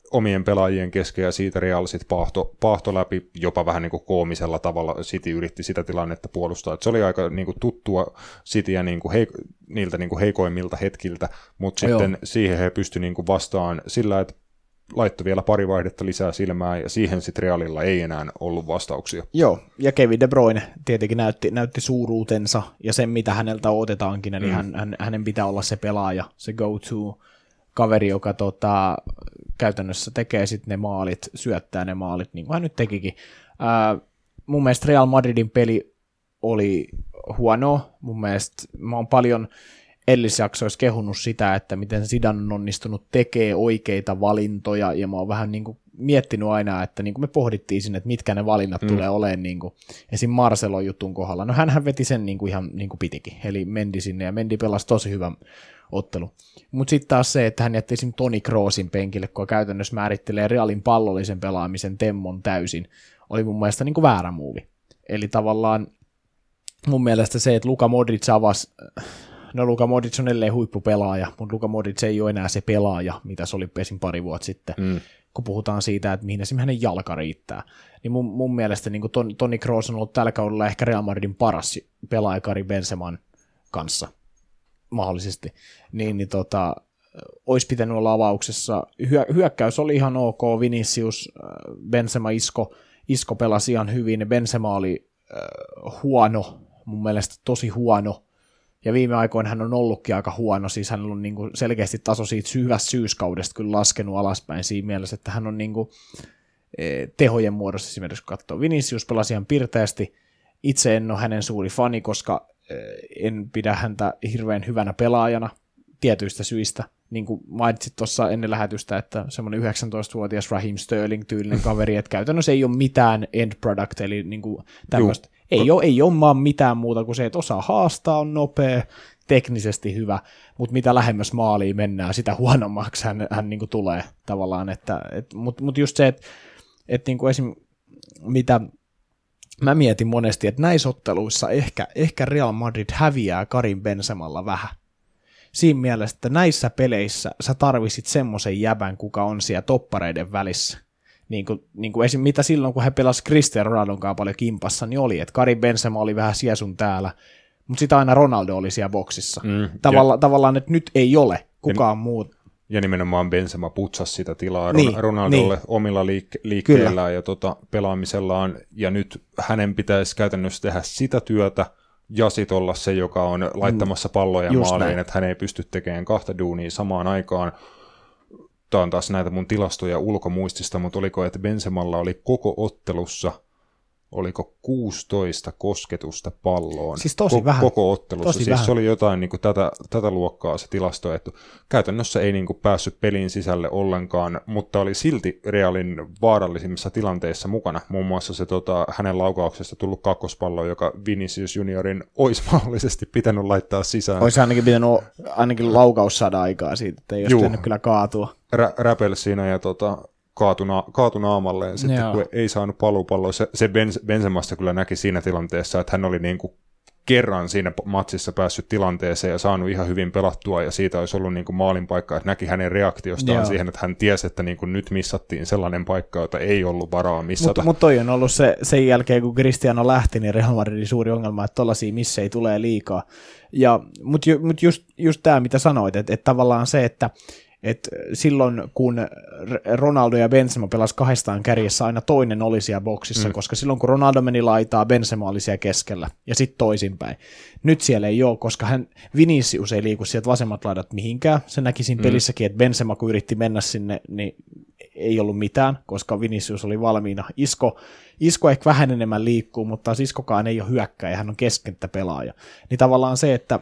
omien pelaajien kesken ja siitä Real sit paahto, paahto läpi jopa vähän niin kuin koomisella tavalla. City yritti sitä tilannetta puolustaa. Et se oli aika niin kuin tuttua Cityä niin kuin heik- niiltä niin kuin heikoimmilta hetkiltä, mutta sitten Joo. siihen he pystyivät niin kuin vastaan sillä, että laittoi vielä pari vaihdetta lisää silmää, ja siihen sitten Realilla ei enää ollut vastauksia. Joo, ja Kevin De Bruyne tietenkin näytti, näytti suuruutensa, ja sen mitä häneltä odotetaankin, eli mm. hän, hän, hänen pitää olla se pelaaja, se go-to-kaveri, joka tota, käytännössä tekee sitten ne maalit, syöttää ne maalit, niin kuin hän nyt tekikin. Ää, mun mielestä Real Madridin peli oli huono, mun mielestä mä oon paljon Ellis-jaksoissa kehunut sitä, että miten Zidane on onnistunut tekee oikeita valintoja, ja mä oon vähän niin kuin miettinyt aina, että niin kuin me pohdittiin sinne, että mitkä ne valinnat mm. tulee olemaan niin kuin esim. Marcelon jutun kohdalla. No hänhän veti sen niin kuin ihan niin kuin pitikin, eli Mendy sinne, ja Mendy pelasi tosi hyvän ottelu. Mutta sitten taas se, että hän jätti esim. Toni Kroosin penkille, kun käytännössä määrittelee Realin pallollisen pelaamisen temmon täysin, oli mun mielestä niin kuin väärä muuvi. Eli tavallaan mun mielestä se, että Luka Modric avasi. No Luka Modric on edelleen huippupelaaja, mutta Luka Modric ei ole enää se pelaaja, mitä se oli esim. Pari vuotta sitten, mm. kun puhutaan siitä, että mihin esimerkiksi hänen jalka riittää. Niin mun, mun mielestä niin Toni, Toni Kroos on ollut tällä kaudella ehkä Real Madridin paras pelaaja Karim Benzeman kanssa, mahdollisesti. Niin, niin tota, olisi pitänyt olla avauksessa. Hyö, hyökkäys oli ihan ok, Vinicius, Benzema, Isco, Isco pelasi ihan hyvin, Benzema oli äh, huono, mun mielestä tosi huono. Ja viime aikoina hän on ollutkin aika huono, siis hän on niin kuin selkeästi taso siitä hyvästä syyskaudesta kyllä laskenut alaspäin siinä mielessä, että hän on niin kuin tehojen muodossa esimerkiksi, kun katsoo. Vinicius pelasi ihan pirteästi, itse en ole hänen suuri fani, koska en pidä häntä hirveän hyvänä pelaajana tietyistä syistä. Niin kuin mainitsit tuossa ennen lähetystä, että semmoinen yhdeksäntoistavuotias Raheem Sterling-tyylinen kaveri, että käytännössä ei ole mitään end product, eli niin kuin tämmöistä. Ei ole, ei ole mitään muuta kuin se, että osaa haastaa, on nopea, teknisesti hyvä, mutta mitä lähemmäs maaliin mennään, sitä huonommaksi hän, hän niin kuin tulee tavallaan. Että, et, mutta mut just se, että et niin kuin esim. Mitä mä mietin monesti, että näissä otteluissa ehkä, ehkä Real Madrid häviää Karim Benzemalla vähän. Siinä mielessä, että näissä peleissä sä tarvisit semmoisen jäbän, kuka on siellä toppareiden välissä. Niin kuin, niin kuin esim. Mitä silloin, kun he pelasivat Cristiano Ronaldon kanssa paljon kimpassa, niin oli, että Karim Benzema oli vähän siesun täällä, mutta sitä aina Ronaldo oli siellä boksissa. Mm, Tavalla, ja, tavallaan, että nyt ei ole kukaan ja, muu. Ja nimenomaan Benzema putsasi sitä tilaa niin, Ronaldolle niin. omilla liik- liikkeillään ja tota, pelaamisellaan, ja nyt hänen pitäisi käytännössä tehdä sitä työtä, ja sit olla se, joka on laittamassa palloja Just maaliin, näin. Että hän ei pysty tekemään kahta duunia samaan aikaan. Tämä on taas näitä mun tilastoja ulkomuistista, mutta oliko, että Benzemalla oli koko ottelussa, oliko kuusitoista kosketusta palloon? Siis tosi Ko- vähän. Koko ottelussa. Tosi siis vähän. Se oli jotain niin kuin tätä, tätä luokkaa se tilasto, että käytännössä ei niin kuin päässyt pelin sisälle ollenkaan, mutta oli silti Realin vaarallisimmissa tilanteissa mukana. Muun muassa se tota, hänen laukauksesta tullut kakkospallo, joka Vinicius Juniorin olisi mahdollisesti pitänyt laittaa sisään. Olisi ainakin pitänyt ainakin laukaus saada aikaa siitä, että ei olisi pitänyt kyllä kaatua. Rä- räpel siinä ja tota... Kaatu, na- kaatu naamalleen sitten, Joo. kun ei saanut paluupalloa. Se, se Benz- Benzemasta kyllä näki siinä tilanteessa, että hän oli niin kuin kerran siinä matsissa päässyt tilanteeseen ja saanut ihan hyvin pelattua, ja siitä olisi ollut niin kuin maalin paikka, että näki hänen reaktiostaan Joo. siihen, että hän tiesi, että niin kuin nyt missattiin sellainen paikka, jota ei ollut varaa missata. Mutta mut toi on ollut se, sen jälkeen, kun Cristiano lähti, niin Real Madridin suuri ongelma, että tollaisia missejä tulee liikaa. Mutta ju, mut just, just tämä, mitä sanoit, että et tavallaan se, että et silloin, kun Ronaldo ja Benzema pelasi kahdestaan kärjessä, aina toinen oli siellä boksissa, mm. koska silloin, kun Ronaldo meni laitaa, Benzema oli siellä keskellä, ja sitten toisinpäin. Nyt siellä ei ole, koska hän, Vinicius ei liiku sieltä vasemmat laidat mihinkään. Se näki siinä mm. pelissäkin, että Benzema, kun yritti mennä sinne, niin ei ollut mitään, koska Vinicius oli valmiina. Isco, Isco ehkä vähän enemmän liikkuu, mutta Iscokaan ei ole hyökkääjä, hän on keskenttä pelaaja. Niin tavallaan se, että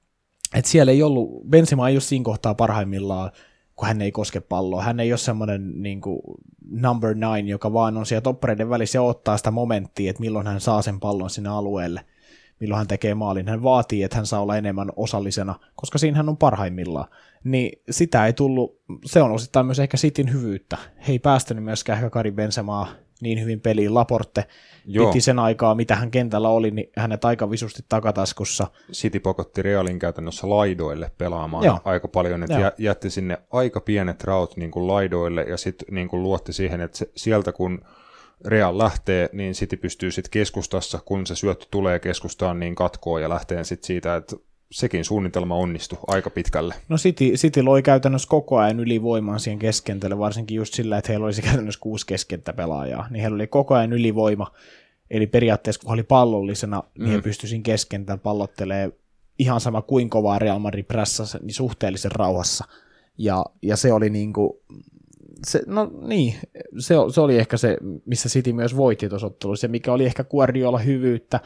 että siellä ei ollut, Benzema ei ole siinä kohtaa parhaimmillaan, kun hän ei koske palloa. Hän ei ole semmoinen niin kuin number nine, joka vaan on siellä toppareiden välissä ja ottaa sitä momenttia, että milloin hän saa sen pallon sinne alueelle, milloin hän tekee maalin. Hän vaatii, että hän saa olla enemmän osallisena, koska siinä hän on parhaimmillaan. Niin sitä ei tullut, se on osittain myös ehkä Cityn hyvyyttä. He ei päästänyt myöskään ehkä Karim Benzemaa niin hyvin peliin. Laporte Joo. piti sen aikaa, mitä hän kentällä oli, niin hänet aika visusti takataskussa. City pakotti Realin käytännössä laidoille pelaamaan Joo. aika paljon, että Joo. jätti sinne aika pienet raut niin kuin laidoille ja sitten niin kuin luotti siihen, että se, sieltä kun Real lähtee, niin City pystyy sitten keskustassa, kun se syöttö tulee keskustaan, niin katkoo ja lähtee sitten siitä, että sekin suunnitelma onnistui aika pitkälle. No City, City loi käytännössä koko ajan ylivoimaan siihen keskentälle, varsinkin just sillä, että heillä olisi käytännössä kuusi keskentäpelaajaa, niin heillä oli koko ajan ylivoima, eli periaatteessa kun he oli pallollisena, niin mm. he pystyivät keskentällä pallottelemaan ihan sama kuin kovaa Real Madrid prässässä, niin suhteellisen rauhassa, ja, ja se oli niin kuin, se, no niin, se, se oli ehkä se, missä City myös voitti tuossa ottelussa, se mikä oli ehkä Guardiola hyvyyttä.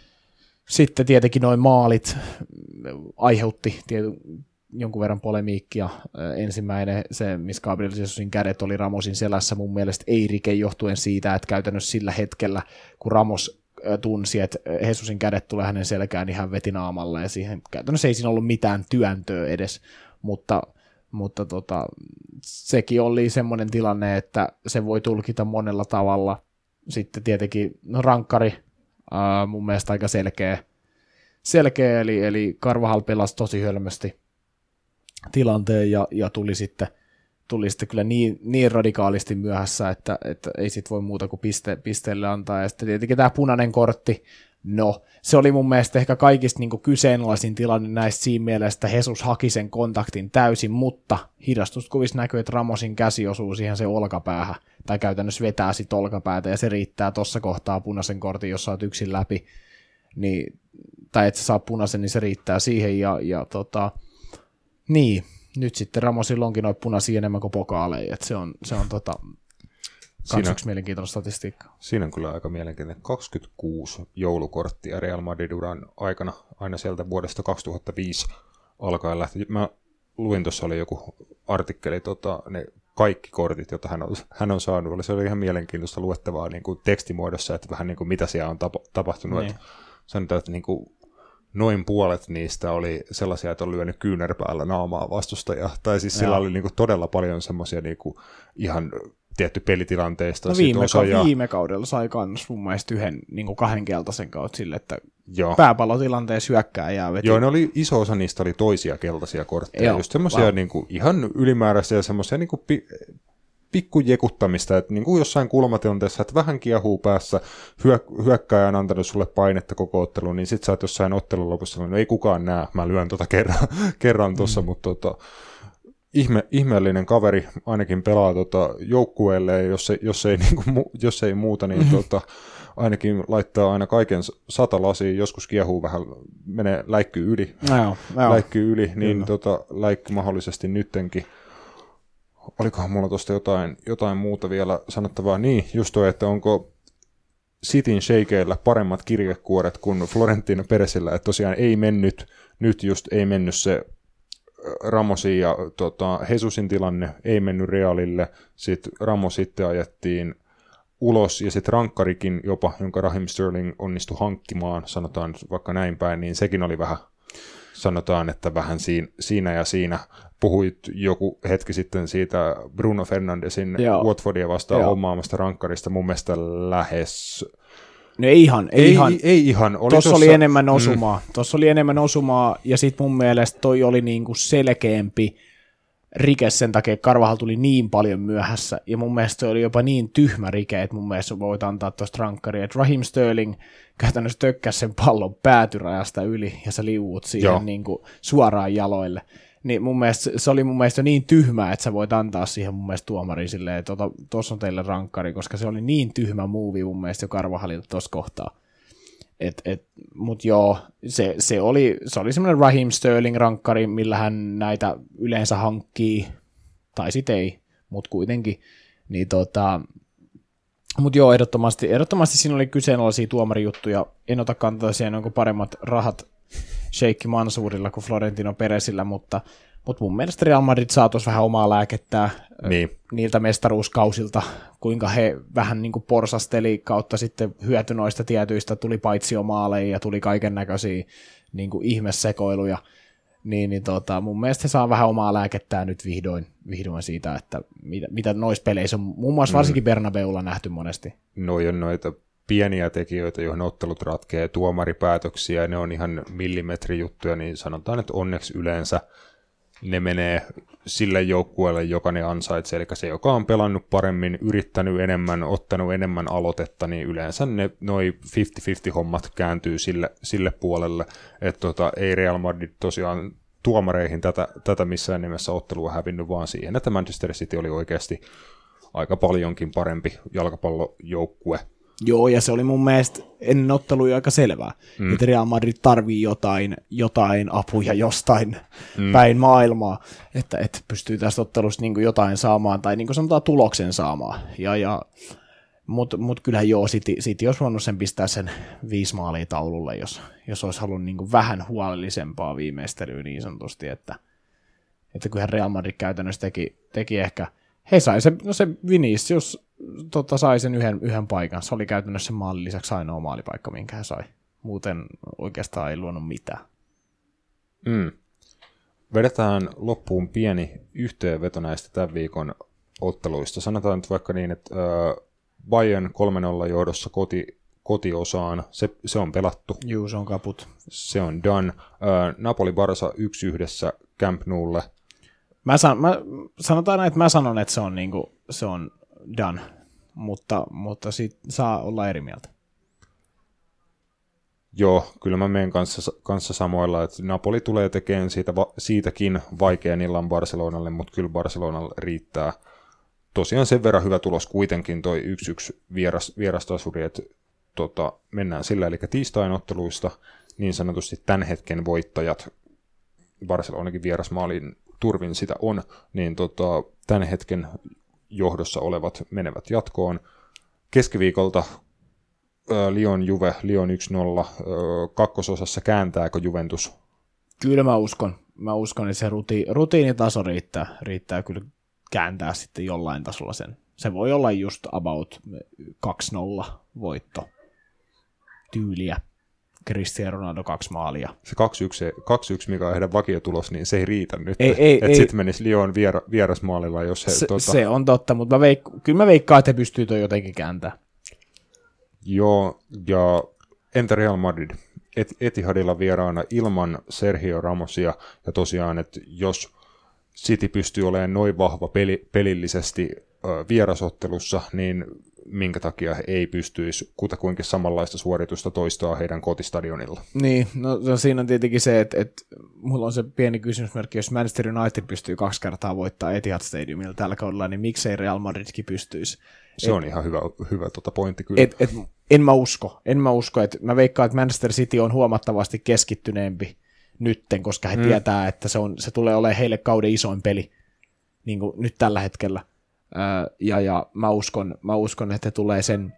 Sitten tietenkin noin maalit aiheutti tiety, jonkun verran polemiikkia. Ensimmäinen, se missä Gabriel Jesusin kädet oli Ramosin selässä, mun mielestä ei rike johtuen siitä, että käytännössä sillä hetkellä, kun Ramos tunsi, että Jesusin kädet tulee hänen selkään, niin hän veti naamalle, ja siihen käytännössä ei siinä ollut mitään työntöä edes, mutta, mutta tota, sekin oli semmoinen tilanne, että se voi tulkita monella tavalla. Sitten tietenkin no, rankkari, Uh, mun mielestä aika selkeä, selkeä eli, eli Carvajal pelasi tosi hölmösti tilanteen ja, ja tuli, sitten, tuli sitten kyllä niin, niin radikaalisti myöhässä, että, että ei sit voi muuta kuin piste, pisteelle antaa. Ja sitten tietenkin tämä punainen kortti, no se oli mun mielestä ehkä kaikista niin kuin kyseenalaisin tilanne näistä siinä mielessä, että Jesus haki sen kontaktin täysin, mutta hidastuskuvissa näkyy, että Ramosin käsi osuu siihen se olkapäähän, tai käytännössä vetää sit olkapäätä, ja se riittää tuossa kohtaa punaisen kortin, jos sä oot yksin läpi, niin, tai et sä saa punaisen, niin se riittää siihen, ja, ja tota, niin, nyt sitten Ramosilla onkin noin punaisia enemmän kuin pokaaleja, että se on, se on tota, kans yksi mielenkiintoinen statistiikka. Siinä on kyllä aika mielenkiintoinen. kaksikymmentäkuusi joulukorttia Real Madrid-uran aikana, aina sieltä vuodesta kaksituhattaviisi alkaen lähti. Mä luin, tuossa oli joku artikkeli, tota, ne kaikki kortit, joita hän on, hän on saanut, oli, se oli ihan mielenkiintoista luettavaa niin kuin tekstimuodossa, että vähän niin kuin mitä siellä on tapa, tapahtunut. Niin. Että sanotaan, että niin kuin noin puolet niistä oli sellaisia, että on lyönyt kyynärpäällä naamaa vastustajaa, tai siis sillä oli niin kuin todella paljon semmoisia niin kuin ihan tietty pelitilanteista. No viime, ka- ja... viime kaudella sai kans mun mielestä yhden niin kuin kahden keltaisen kautta sille, että Joo. pääpallotilanteessa hyökkää ja veti. Joo, ne oli, iso osa niistä oli toisia keltaisia kortteja, Joo. just semmoisia wow. niin kuin ihan ylimääräisiä semmoisia niin kuin pi- pikkujekuttamista, että niin kuin jossain kulmatilanteessa, että vähän kiehuu päässä, hyö- hyökkääjä on antanut sulle painetta koko otteluun, niin sit sä oot jossain ottelun lopussa, no ei kukaan näe, mä lyön tota kerran, kerran tuossa, mm. mutta tota, ihme, ihmeellinen kaveri ainakin pelaa tota joukkueelle, jos ei, jos ei, niin kuin, jos ei muuta, niin mm-hmm. tota, ainakin laittaa aina kaiken sata lasiin, joskus kiehuu vähän, menee läikkyy yli, no, no. läikkyy yli, niin tota, läikky mahdollisesti nyttenkin. Olikohan mulla tuosta jotain, jotain muuta vielä sanottavaa? Niin, just toi, että onko Cityn shakeillä paremmat kirjekuoret kuin Florentino Perezillä, että tosiaan ei mennyt, nyt just ei mennyt se Ramosin ja tota, Jesusin tilanne, ei mennyt Realille, sitten Ramos sitten ajettiin ulos, ja sitten rankkarikin jopa, jonka Raheem Sterling onnistui hankkimaan, sanotaan vaikka näin päin, niin sekin oli vähän, sanotaan, että vähän siinä, siinä ja siinä. Puhuit joku hetki sitten siitä Bruno Fernandesin Joo. Watfordia vastaan Joo. omaamasta rankkarista, mun mielestä lähes... No ei ihan, ei, ei ihan. Ei ihan. Oli tossa, tossa oli enemmän osumaa, mm. tossa oli enemmän osumaa, ja sit mun mielestä toi oli niinku selkeämpi rike sen takia, että Carvajal tuli niin paljon myöhässä, ja mun mielestä se oli jopa niin tyhmä rike, että mun mielestä voit antaa tuosta rankkaria, että Raheem Sterling käytännössä tökkäsi sen pallon päätyrajasta yli, ja sä liuut siihen niin kuin suoraan jaloille. Niin mun mielestä, se oli mun mielestä niin tyhmää, että sä voit antaa siihen mun mielestä tuomariin silleen, että tuossa on teille rankkari, koska se oli niin tyhmä muuvi mun mielestä jo Carvajalilta tuossa kohtaa. Et, et, mut joo, se, se oli, se oli semmoinen Raheem Sterling-rankkari, millä hän näitä yleensä hankkii, tai sit ei, mut kuitenkin. Niin tota, mut joo, ehdottomasti, ehdottomasti siinä oli kyseenalaisia tuomarijuttuja. En ota kantaa siihen, onko paremmat rahat Sheikh Mansourilla kuin Florentino Perezillä, mutta, mutta mun mielestä Real Madrid saa tuossa vähän omaa lääkettää niin. niiltä mestaruuskausilta, kuinka he vähän niin kuin porsasteli kautta sitten hyöty noista tietyistä, tuli paitsiomaaleja ja tuli kaiken näköisiä niin kuin ihmesekoiluja. niin, niin tota, mun mielestä se saa vähän omaa lääkettää nyt vihdoin, vihdoin siitä, että mitä, mitä noissa peleissä on muun muassa varsinkin Bernabeulla nähty monesti. Noi on noita pieniä tekijöitä, joihin ottelut ratkee, tuomaripäätöksiä, ne on ihan millimetrijuttuja, niin sanotaan, että onneksi yleensä ne menee sille joukkueelle, joka ne ansaitsee, eli se, joka on pelannut paremmin, yrittänyt enemmän, ottanut enemmän aloitetta, niin yleensä ne noi viisikymmentä viisikymmentä hommat kääntyy sille, sille puolelle, että tota, ei Real Madrid tosiaan tuomareihin tätä, tätä missään nimessä ottelua hävinnyt, vaan siihen, että Manchester City oli oikeasti aika paljonkin parempi jalkapallojoukkue. Joo, ja se oli mun mielestä ennen ottelua aika selvää, mm. että Real Madrid tarvii jotain, jotain apuja jostain mm. päin maailmaa, että, että pystyy tästä ottelusta niin kuin jotain saamaan, tai niin kuin sanotaan tuloksen saamaan. Ja, ja, Mutta mut kyllähän joo, City, City olisi voinut sen pistää sen viisi maalia taululle, jos, jos olisi halunnut niin kuin vähän huolellisempaa viimeistelyä niin sanotusti, että, että kyllähän Real Madrid käytännössä teki, teki ehkä, he sai se, no se Vinicius tota, sai sen yhden, yhden paikan, se oli käytännössä sen maalin lisäksi ainoa maalipaikka, minkä he sai, muuten oikeastaan ei luonut mitään. Mm. Vedetään loppuun pieni yhteenveto näistä tämän viikon otteluista. Sanotaan nyt vaikka niin, että äh, Bayern kolme nolla johdossa koti, kotiosaan, se, se on pelattu. Juu, se on kaput. Se on done. Äh, Napoli-Barsa yksi yhdessä Camp Noulle. Mä, san, mä sanotaan näin, että mä sanon, että se on, niinku, se on done, mutta, mutta siitä saa olla eri mieltä. Joo, kyllä mä menen kanssa, kanssa samoilla, että Napoli tulee tekemään siitä, siitäkin vaikean illan Barcelonalle, mutta kyllä Barcelonalle riittää. Tosiaan sen verran hyvä tulos kuitenkin toi yksi yksi vieras, vierastasuri, että tota, mennään sillä, eli tiistain otteluista niin sanotusti tämän hetken voittajat, Barcelonakin vierasmaalin turvin sitä on, niin tota, tämän hetken johdossa olevat menevät jatkoon. Keskiviikolta äh, Lyon Juve, Lyon yksi nolla, äh, kakkososassa kääntääkö Juventus? Kyllä mä uskon, mä uskon, että se ruti, rutiinitaso riittää, riittää kyllä kääntää sitten jollain tasolla sen. Se voi olla just about kaksi nolla voitto tyyliä. Cristiano Ronaldo kaksi maalia. Se kaksi yksi, mikä on heidän vakiotulos, niin se ei riitä nyt. Että sitten menisi Lyon viera, vierasmaalilla, jos he... Se, tuota... se on totta, mutta mä veik- kyllä mä veikkaan, että he pystyy toi jotenkin kääntämään. Joo, ja entä Real Madrid? Et, Etihadilla vieraana ilman Sergio Ramosia, ja tosiaan, että jos City pystyy olemaan noin vahva peli, pelillisesti ö, vierasottelussa, niin minkä takia he ei pystyisi kutakuinkin samanlaista suoritusta toistaa heidän kotistadionilla. Niin, no siinä on tietenkin se, että, että mulla on se pieni kysymysmerkki, jos Manchester United pystyy kaksi kertaa voittaa Etihad Stadiumilla tällä kaudella, niin miksei Real Madridkin pystyisi? Se et, on ihan hyvä, hyvä tota pointti kyllä. Et, et, en mä usko, en mä usko, että mä veikkaan, että Manchester City on huomattavasti keskittyneempi nytten, koska he hmm. tietää, että se, on, se tulee olemaan heille kauden isoin peli niin kuin nyt tällä hetkellä. Ja, ja mä, uskon, mä uskon, että he tulee sen,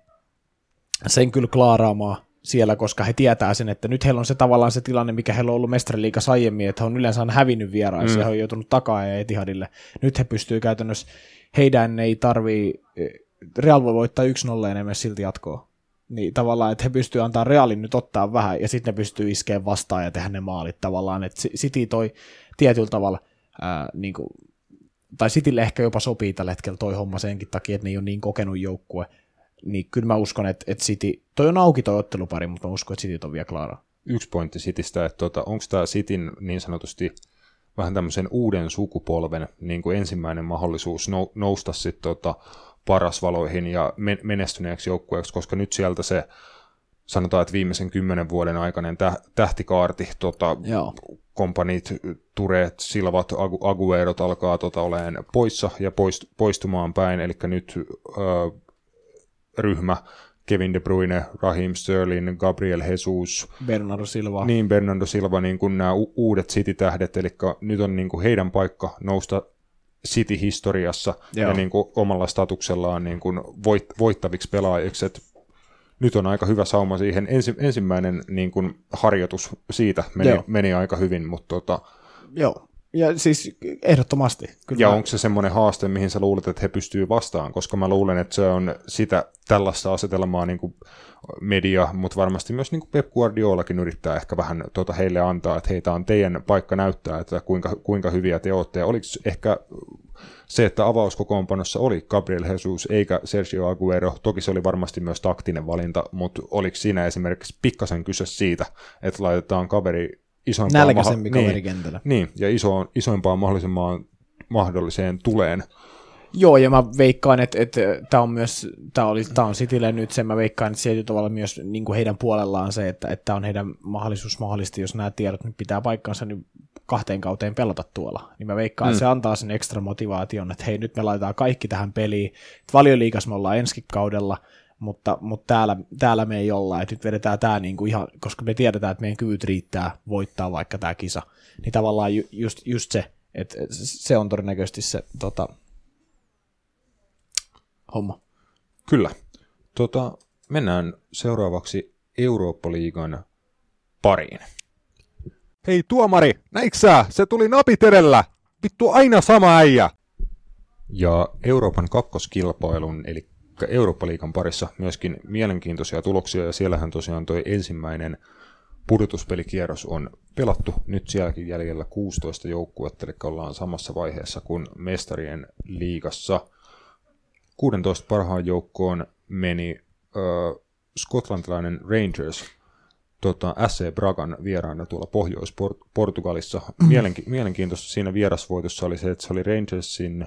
sen kyllä klaaraamaan siellä, koska he tietää sen, että nyt heillä on se tavallaan se tilanne, mikä heillä on ollut mestariliigassa aiemmin, että he on yleensä hävinnyt vieraissa mm. ja he on joutunut takaa ja Etihadille. Nyt he pystyy käytännössä, heidän ei tarvii, Real voi voittaa yksi nolla enemmän silti jatkoa. Niin tavallaan, että he pystyy antaa Realin nyt ottaa vähän ja sitten ne pystyy iskeä vastaan ja tehdä ne maalit tavallaan, että City toi tietyllä tavalla ää, niin kuin tai Citylle ehkä jopa sopii tällä hetkellä toi homma senkin takia, että ne ei ole niin kokenut joukkue, niin kyllä mä uskon, että, että City, toi on auki toi ottelupari, mutta mä uskon, että City on vielä klaara. Yksi pointti Citystä, että tuota, onko tämä Cityn niin sanotusti vähän tämmöisen uuden sukupolven niin kuin ensimmäinen mahdollisuus nou, nousta sitten tota, parasvaloihin ja menestyneeksi joukkueeksi, koska nyt sieltä se sanotaan, että viimeisen kymmenen vuoden aikainen tähtikaarti, tota, kompanit, Tureet, Silvat, Agu, Aguerot alkaa tota, olemaan poissa ja poist, poistumaan päin, eli nyt ö, ryhmä Kevin De Bruyne, Raheem Sterling, Gabriel Jesus, Bernardo Silva, niin Bernardo Silva, niin kuin nämä u- uudet City-tähdet, eli nyt on niin kuin heidän paikka nousta City-historiassa Joo. ja niin kuin omalla statuksellaan niin kuin voit, voittaviksi pelaajiksi, että nyt on aika hyvä sauma siihen. Ensi, ensimmäinen niin kuin harjoitus siitä meni, meni aika hyvin, mutta tota, Joo. Ja siis ehdottomasti. Kyllä. Ja onko se semmoinen haaste, mihin sä luulet, että he pystyy vastaan? Koska mä luulen, että se on sitä tällaista asetelmaa niin kuin media, mutta varmasti myös niin kuin Pep Guardiolakin yrittää ehkä vähän tuota heille antaa, että heitä on teidän paikka näyttää, että kuinka, kuinka hyviä te olette. Ja oliko ehkä se, että avauskokoonpanossa oli Gabriel Jesus eikä Sergio Aguero, toki se oli varmasti myös taktinen valinta, mutta oliko siinä esimerkiksi pikkasen kyse siitä, että laitetaan kaveri isoimpaan nälkäisempi maha- kaveri kentällä. Niin, ja iso, isoimpaan mahdollisimman mahdolliseen tuleen. Joo, ja mä veikkaan, että, että tämä on myös, tämä oli, tämä on Citylle nyt se, mä veikkaan, että sieltä tavalla myös niin kuin heidän puolellaan se, että, että tämä on heidän mahdollisuus mahdollisesti, jos nämä tiedot nyt pitää paikkansa, niin kahteen kauteen pelata tuolla. Niin mä veikkaan, mm. että se antaa sen ekstra motivaation, että hei, nyt me laitetaan kaikki tähän peliin. Että Valioliigassa me ollaan ensi kaudella, mutta, mutta täällä, täällä me ei olla, että nyt vedetään tämä niin kuin ihan, koska me tiedetään, että meidän kyvyt riittää voittaa vaikka tämä kisa. Niin tavallaan ju, just, just se, että se on todennäköisesti se tota, homma. Kyllä. Tota, mennään seuraavaksi Eurooppa-liigan pariin. Hei tuomari, näitkö sä? Se tuli napit edellä. Vittu aina sama äijä. Ja Euroopan kakkoskilpailun, eli Eurooppa-liigan parissa myöskin mielenkiintoisia tuloksia, ja siellähän tosiaan toi ensimmäinen pudotuspelikierros on pelattu. Nyt sielläkin jäljellä kuusitoista joukkuetta, eli ollaan samassa vaiheessa kuin mestarien liigassa. kuusitoista parhaan joukkoon meni ö, skotlantilainen Rangers tota, S C Bragan vieraana tuolla Pohjois-Portugalissa. Mielenki- mielenkiintoista siinä vierasvoitossa oli se, että se oli Rangersin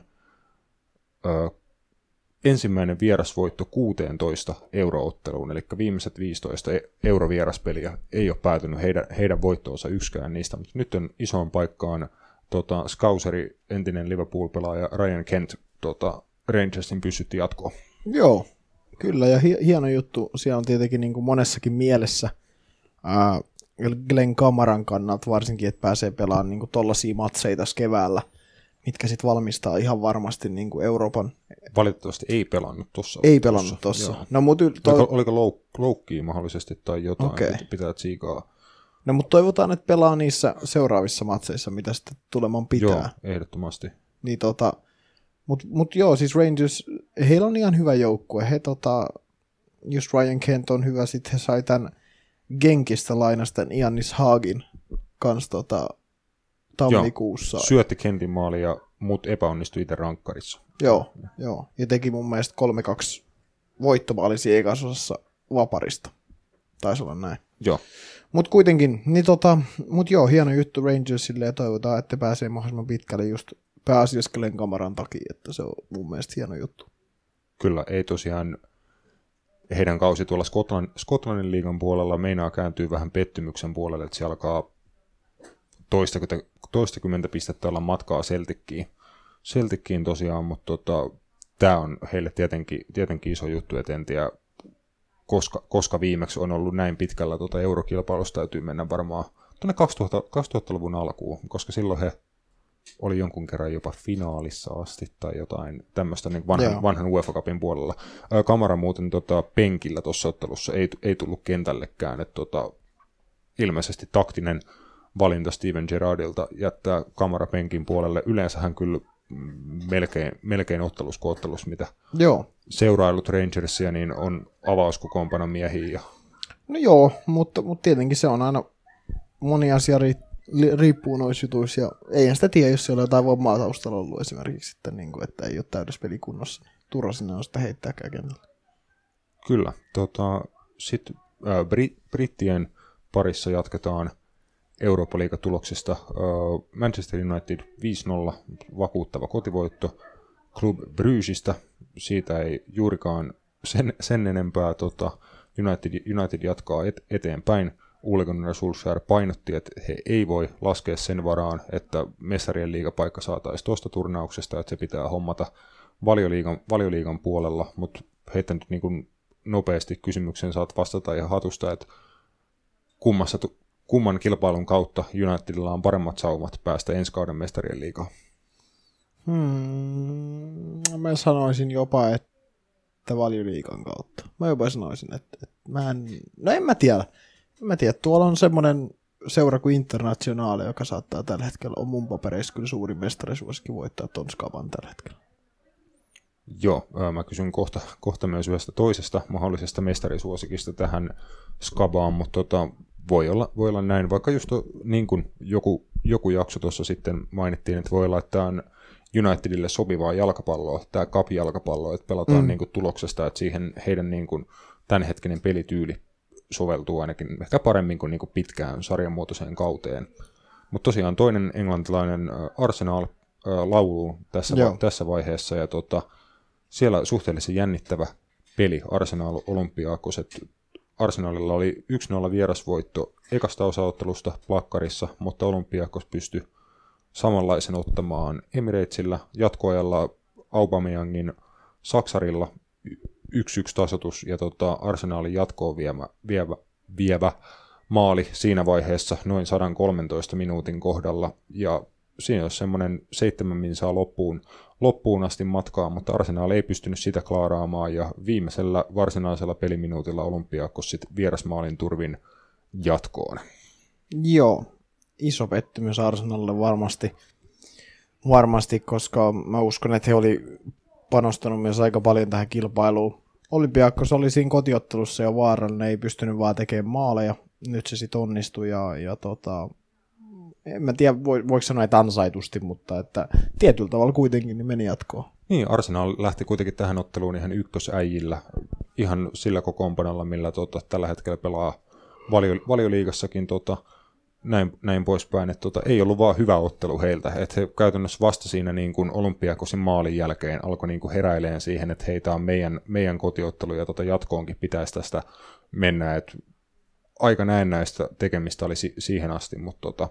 ö, ensimmäinen vierasvoitto kuusitoista eurootteluun, eli viimeiset viisitoista eurovieraspeliä ei ole päätynyt heidän, heidän voittoonsa yksikään niistä, mutta nyt on isoon paikkaan tota, Scouseri, entinen Liverpool-pelaaja Ryan Kent, tota, Rangersin pystytti jatkoon. Joo, kyllä, ja hi- hieno juttu. Siellä on tietenkin niin kuin monessakin mielessä ää, Glenn Kamaran kannalta varsinkin, että pääsee pelaamaan niin kuin tollaisia matseja tässä keväällä, mitkä sitten valmistaa ihan varmasti niin kuin Euroopan. Valitettavasti ei pelannut tuossa. Ei pelannut tuossa. No, mut yl- toi... Oliko, oliko louk- loukkiä mahdollisesti tai jotain, okay. pitää tsiikaa? No mutta toivotaan, että pelaa niissä seuraavissa matseissa, mitä sitten tuleman pitää. Joo, ehdottomasti. Niin tota... Mutta mut joo, siis Rangers, heillä on ihan hyvä joukkue. He tota, just Ryan Kent on hyvä, sitten he sai tämän Genkistä lainasta Ianis Haagin kanssa tota, tammikuussa. Joo, syötti Kentin maalia, mutta epäonnistui itse rankkarissa. Joo, joo, ja teki mun mielestä kolme kaksi voittomaali siinä ekasosassa Vaparista. Taisi olla näin. Joo. Mutta kuitenkin, niin tota, mut joo, hieno juttu Rangersille ja toivotaan, että pääsee mahdollisimman pitkälle just pääasiassa Glenn Kamaran takia, että se on mun mielestä hieno juttu. Kyllä, ei tosiaan heidän kausi tuolla Skotlannin, Skotlannin liigan puolella meinaa kääntyy vähän pettymyksen puolelle, että se alkaa toistakymmentä, toistakymmentä pistettä olla matkaa Celtickiin. Celtickiin tosiaan, mutta tota, tämä on heille tietenkin, tietenkin iso juttu, et en tiedä, koska, koska viimeksi on ollut näin pitkällä tota eurokilpailusta, täytyy mennä varmaan tuonne kaksituhatta, kaksituhattaluvun alkuun, koska silloin he oli jonkun kerran jopa finaalissa asti tai jotain tämmöistä niin vanhan, vanhan UEFA Cupin puolella. Kamara muuten tota, penkillä tuossa ottelussa ei, ei tullut kentällekään, että tota, ilmeisesti taktinen valinta Steven Gerrardilta jättää Kamara penkin puolelle. Yleensä hän kyllä melkein, melkein ottelus kuin ottelus, mitä joo. seurailut Rangersia, niin on avauskokoonpanon miehiä. Ja... No joo, mutta, mutta tietenkin se on aina moni asia riittää. Riippuu noissa jutuissa, ja eihän sitä tiedä, jos siellä on jotain vammaa taustalla ollut esimerkiksi, sitten, niin kuin, että ei ole täydessä pelikunnossa, niin turha sinne on sitä heittääkään kentällä. Kyllä. Tota, sitten äh, Brit- Brittien parissa jatketaan Eurooppa-liigatuloksista. Äh, Manchester United viisi nolla, vakuuttava kotivoitto. Club Brugesta, siitä ei juurikaan sen, sen enempää. Tota, United, United jatkaa et, eteenpäin. Ole Gunnar Solskjaer painotti, että he ei voi laskea sen varaan, että mestarien liigapaikka saataisiin tuosta turnauksesta, että se pitää hommata valioliigan, valioliigan puolella, mutta heitä nyt niin kuin nopeasti kysymykseen saat vastata ihan hatusta, että kummassa, kumman kilpailun kautta Unitedilla on paremmat saumat päästä ensi kauden mestarien liigaan? Hmm, mä sanoisin jopa, että valioliigan kautta. Mä jopa sanoisin, että, että mä en, no en mä tiedä. Mä tiedän, tuolla on semmoinen seura kuin Internazionale, joka saattaa tällä hetkellä on mun papereissa kyllä suurin mestarisuosikki voittaa ton Skaban tällä hetkellä. Joo, mä kysyn kohta, kohta myös yhdestä toisesta mahdollisesta mestarisuosikista tähän Skabaan, mutta tota, voi, olla, voi olla näin, vaikka just to, niin kuin joku, joku jakso tuossa sitten mainittiin, että voi olla, että tämä on Unitedille sopivaa jalkapalloa, tämä cup-jalkapallo, että pelataan mm. niin kuin tuloksesta, että siihen heidän niin kuin tämänhetkinen pelityyli soveltuu ainakin ehkä paremmin kuin, niin kuin pitkään sarjanmuotoiseen kauteen. Mutta tosiaan toinen englantilainen Arsenal-laulu tässä, va- tässä vaiheessa, ja tota, siellä suhteellisen jännittävä peli Arsenal Olympiakos, että Arsenalilla oli yksi nolla vierasvoitto ekasta osaottelusta plakkarissa, mutta Olympiakos pystyi samanlaisen ottamaan Emiratesillä, jatkoajalla Aubameyangin Saksarilla yksi yksi tasoitus ja tota Arsenalin jatkoon vievä, vievä, vievä maali siinä vaiheessa noin sata kolmetoista minuutin kohdalla, ja siinä olisi semmoinen seitsemän minsaa loppuun, loppuun asti matkaa, mutta Arsenal ei pystynyt sitä klaaraamaan, ja viimeisellä varsinaisella peliminuutilla Olympiakos sitten vierasmaalin turvin jatkoon. Joo, iso pettymys Arsenalille varmasti, varmasti, koska mä uskon, että he oli panostanut myös aika paljon tähän kilpailuun. Olympiakos oli siinä kotiottelussa jo vaarallinen, ei pystynyt vaan tekemään maaleja, nyt se sitten onnistui, ja, ja tota, en mä tiedä, voiko sanoa, että ansaitusti, mutta että tietyllä tavalla kuitenkin niin meni jatkoon. Niin, Arsenal lähti kuitenkin tähän otteluun ihan ykkösäijillä, ihan sillä kokoonpanolla, millä tota, tällä hetkellä pelaa valio, valioliigassakin tota, näin, näin poispäin, että tota, ei ollut vaan hyvä ottelu heiltä, että he käytännössä vasta siinä niin kuin Olympiakosin maalin jälkeen alkoi niin kuin heräileen siihen, että heitä on meidän, meidän kotiottelu ja tota, jatkoonkin pitäisi tästä mennä, että aika näennäistä tekemistä oli si- siihen asti, mutta tota,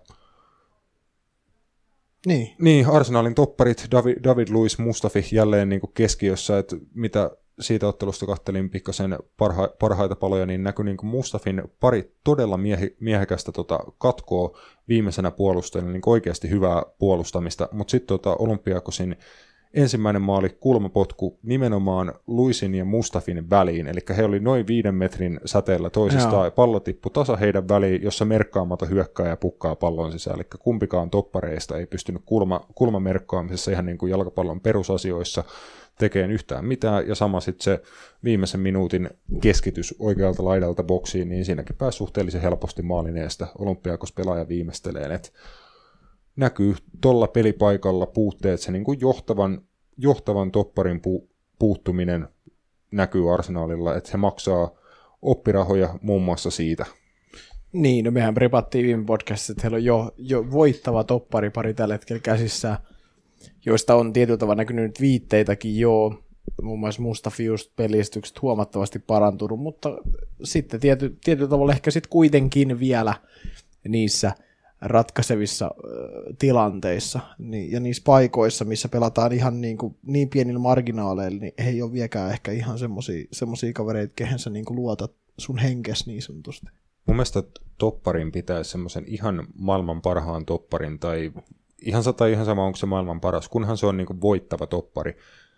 Niin. Niin, Arsenalin topparit, David, David Luiz Mustafi jälleen niin kuin keskiössä, että mitä siitä ottelusta kattelin pikkasen parha, parhaita paloja, niin näkyi niin kuin Mustafin pari todella miehi, miehekästä tota, katkoa viimeisenä puolustajana, niin oikeasti hyvää puolustamista, mutta sitten tota, Olympiakosin ensimmäinen maali kulmapotku nimenomaan Luisin ja Mustafin väliin, eli he oli noin viiden metrin säteellä toisistaan, ja pallo tippui tasa heidän väliin, jossa merkkaamaton hyökkääjä pukkaa pallon sisään, eli kumpikaan toppareista ei pystynyt kulma, kulmamerkkaamisessa ihan niin kuin jalkapallon perusasioissa tekemään yhtään mitään, ja sama sitten se viimeisen minuutin keskitys oikealta laidalta boksiin, niin siinäkin pääsi suhteellisen helposti maalin eestä Olympiakos pelaaja viimeisteleen, että näkyy tuolla pelipaikalla puutteet, se niin kuin johtavan, johtavan topparin pu, puuttuminen näkyy Arsenalilla, että he maksaa oppirahoja muun muassa siitä. Niin, no mehän prepattiin viime podcastissa, että heillä on jo, jo voittava topparipari tällä hetkellä käsissä, joista on tietyllä tavalla näkynyt nyt viitteitäkin jo, muun muassa Mustafi just pelistykset huomattavasti parantunut, mutta sitten tiety, tietyllä tavalla ehkä sitten kuitenkin vielä niissä ratkaisevissa äh, tilanteissa niin, ja niissä paikoissa, missä pelataan ihan niin, kuin, niin pienillä marginaaleilla, niin he ei ole vieläkään ehkä ihan semmoisia kavereita, kehen sä niin kuin luotat sun henkes niin sanotusti. Mun mielestä topparin pitäisi semmoisen ihan maailman parhaan topparin, tai ihan, tai ihan sama, onko se maailman paras, kunhan se on niin kuin voittava toppari,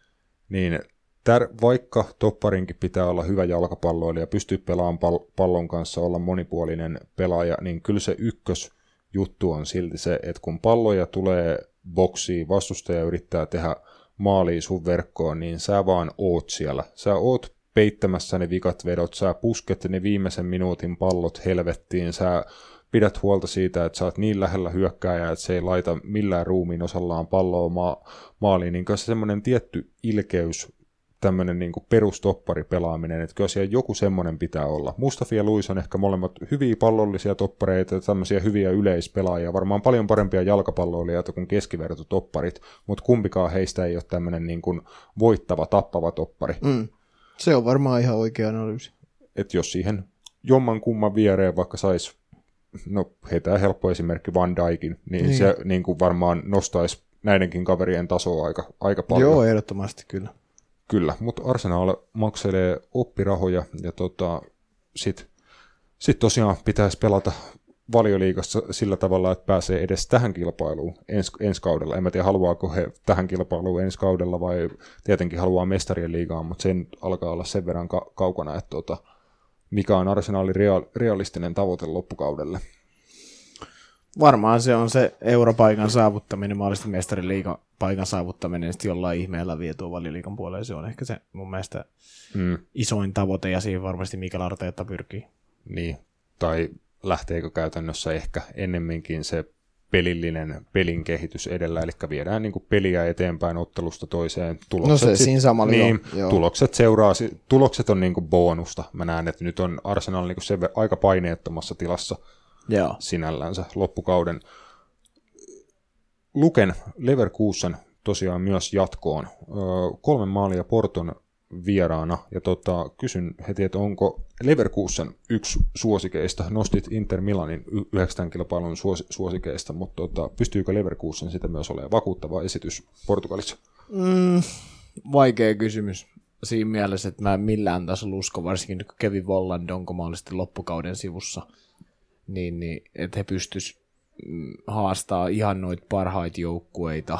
niin tär, vaikka topparinkin pitää olla hyvä jalkapalloilija ja pystyy pelaamaan pal- pallon kanssa, olla monipuolinen pelaaja, niin kyllä se ykkös juttu on silti se, että kun palloja tulee boksiin, vastustaja yrittää tehdä maalia sun verkkoon, niin sä vaan oot siellä. Sä oot peittämässä ne vikat vedot, sä pusket ne viimeisen minuutin pallot helvettiin, sä pidät huolta siitä, että sä oot niin lähellä hyökkääjää, että se ei laita millään ruumiin osallaan palloa ma- maaliin, niin kyllä se semmoinen tietty ilkeys, tämmöinen niin kuin perustopparipelaaminen, että kyllä siellä joku semmoinen pitää olla. Mustafi ja Luis on ehkä molemmat hyviä pallollisia toppareita, tämmöisiä hyviä yleispelaajia, varmaan paljon parempia jalkapalloilijoita kuin keskivertotopparit, mutta kumpikaan heistä ei ole tämmöinen niin kuin voittava, tappava toppari. Mm. Se on varmaan ihan oikea analyysi. Että jos siihen jomman kumman viereen vaikka saisi, no heitä helppo esimerkki Van Dijkin, niin, niin. se niin kuin varmaan nostaisi näidenkin kaverien tasoa aika, aika paljon. Joo, ehdottomasti kyllä. Kyllä, mutta Arsenal makselee oppirahoja ja tota, sitten sit tosiaan pitäisi pelata Valioliigassa sillä tavalla, että pääsee edes tähän kilpailuun ens, ensi kaudella. En mä tiedä, haluaako he tähän kilpailuun ensi kaudella vai tietenkin haluaa mestarien liigaan, mutta sen alkaa olla sen verran ka- kaukana, että tota, mikä on Arsenalin real, realistinen tavoite loppukaudelle. Varmaan se on se europaikan saavuttaminen, mahdollisesti mestariliigan paikan saavuttaminen, sitten jollain ihmeellä vie tuo Valioliigan puolelle. Se on ehkä se mun mielestä mm. isoin tavoite, ja siihen varmasti Mikel Arteetta pyrkii. Niin, tai lähteekö käytännössä ehkä ennemminkin se pelillinen pelin kehitys edellä, eli viedään niin kuin peliä eteenpäin ottelusta toiseen. Tulokset no se sit, siinä samalla niin, jo. tulokset seuraa, tulokset on niin kuin bonusta. Mä näen, että nyt on Arsenal niin kuin se aika paineettomassa tilassa Joo. sinällänsä loppukauden. Luken Leverkusen tosiaan myös jatkoon. Kolme maalia Porton vieraana, ja tota, kysyn heti, että onko Leverkusen yksi suosikeista, nostit Inter Milanin yhdeksän kilpailun suos, suosikeista, mutta tota, pystyykö Leverkusen sitä myös olemaan vakuuttava esitys Portugalissa? Mm, vaikea kysymys siinä mielessä, että mä en millään tasolla usko, varsinkin nyt kun Kevin Volland onko mahdollisesti loppukauden sivussa, niin, niin että he pystyisivät haastaa ihan noita parhaita joukkueita.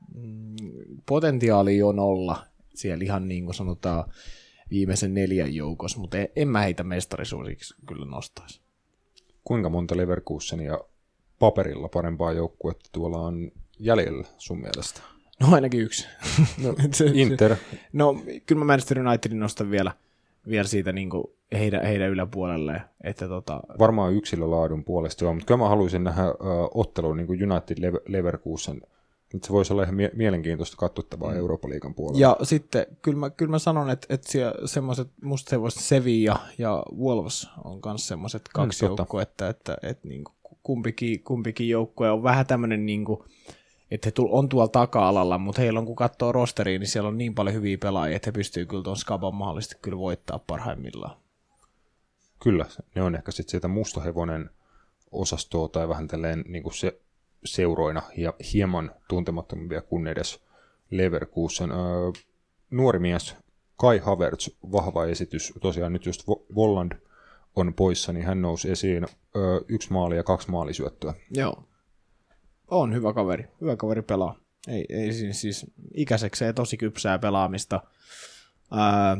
Potentiaali on olla siellä ihan niin kuin sanotaan viimeisen neljän joukossa, mutta en mä heitä mestarisuosiksi kyllä nostaisi. Kuinka monta Leverkusenia paperilla parempaa joukkuetta tuolla on jäljellä sun mielestä? No ainakin yksi. No, Inter. No kyllä mä Manchester Unitedin nostan vielä, vielä siitä niin kuin heidän, heidän yläpuolelleen. Että tota... Varmaan yksilölaadun puolesta joo, mutta kyllä mä haluaisin nähdä uh, ottelun niin kuin United Leverkusen. Nyt se voisi olla ihan mie- mielenkiintoista katsottavaa mm. Eurooppa-liigan puolella. Ja sitten kyllä mä, kyllä mä sanon, että, että semmoiset, musta se voisi Sevilla ja Wolves on myös semmoiset kaksi mm, joukkoa, että, että, että, että niin kumpikin, kumpikin joukkue on vähän tämmöinen, niin kuin, että he on tuolla taka-alalla, mutta heillä on, kun katsoo rosteriin, niin siellä on niin paljon hyviä pelaajia, että he pystyy kyllä tuon Skaban mahdollisesti kyllä voittaa parhaimmillaan. Kyllä, ne on ehkä sitten sieltä mustahevonen osastoa tai vähän tälleen niin kuin se seuroina ja hieman tuntemattomampia kuin edes Leverkusen. Öö, nuori mies Kai Havertz, vahva esitys. Tosiaan nyt just Volland on poissa, niin hän nousi esiin öö, yksi maali ja kaksi maalisyöttöä. Joo. On hyvä kaveri. Hyvä kaveri pelaa. Ei, ei siis, siis ikäisekseen tosi kypsää pelaamista. Ää,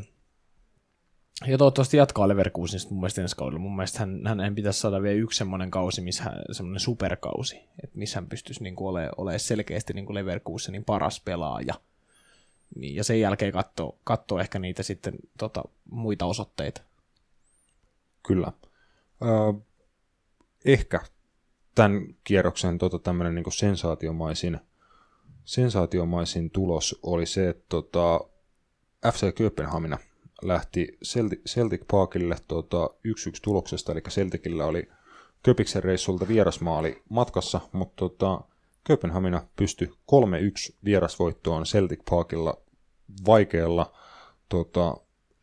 ja toivottavasti jatkaa Leverkusenista mun mielestä ensi kaudella. Mun mielestä hän, hän pitäisi saada vielä yksi semmoinen kausi, missä hän, semmoinen superkausi, että missä hän pystyisi niin kuin olemaan, olemaan selkeästi niin kuin Leverkusenin paras pelaaja. Niin, ja sen jälkeen katsoo, katsoo ehkä niitä sitten tota, muita osoitteita. Kyllä. Ö, ehkä tämän kierroksen tota, tämmöinen niin kuin sensaatiomaisin, sensaatiomaisin tulos oli se, että tota, F C Kööpenhamina lähti Celtic Parkille tota, yksi yksi tuloksesta, eli Celticillä oli Köpiksen reissulta vierasmaali matkassa, mutta tota, Kööpenhamina pystyi kolme yksi vierasvoittoon Celtic Parkilla vaikealla, tota,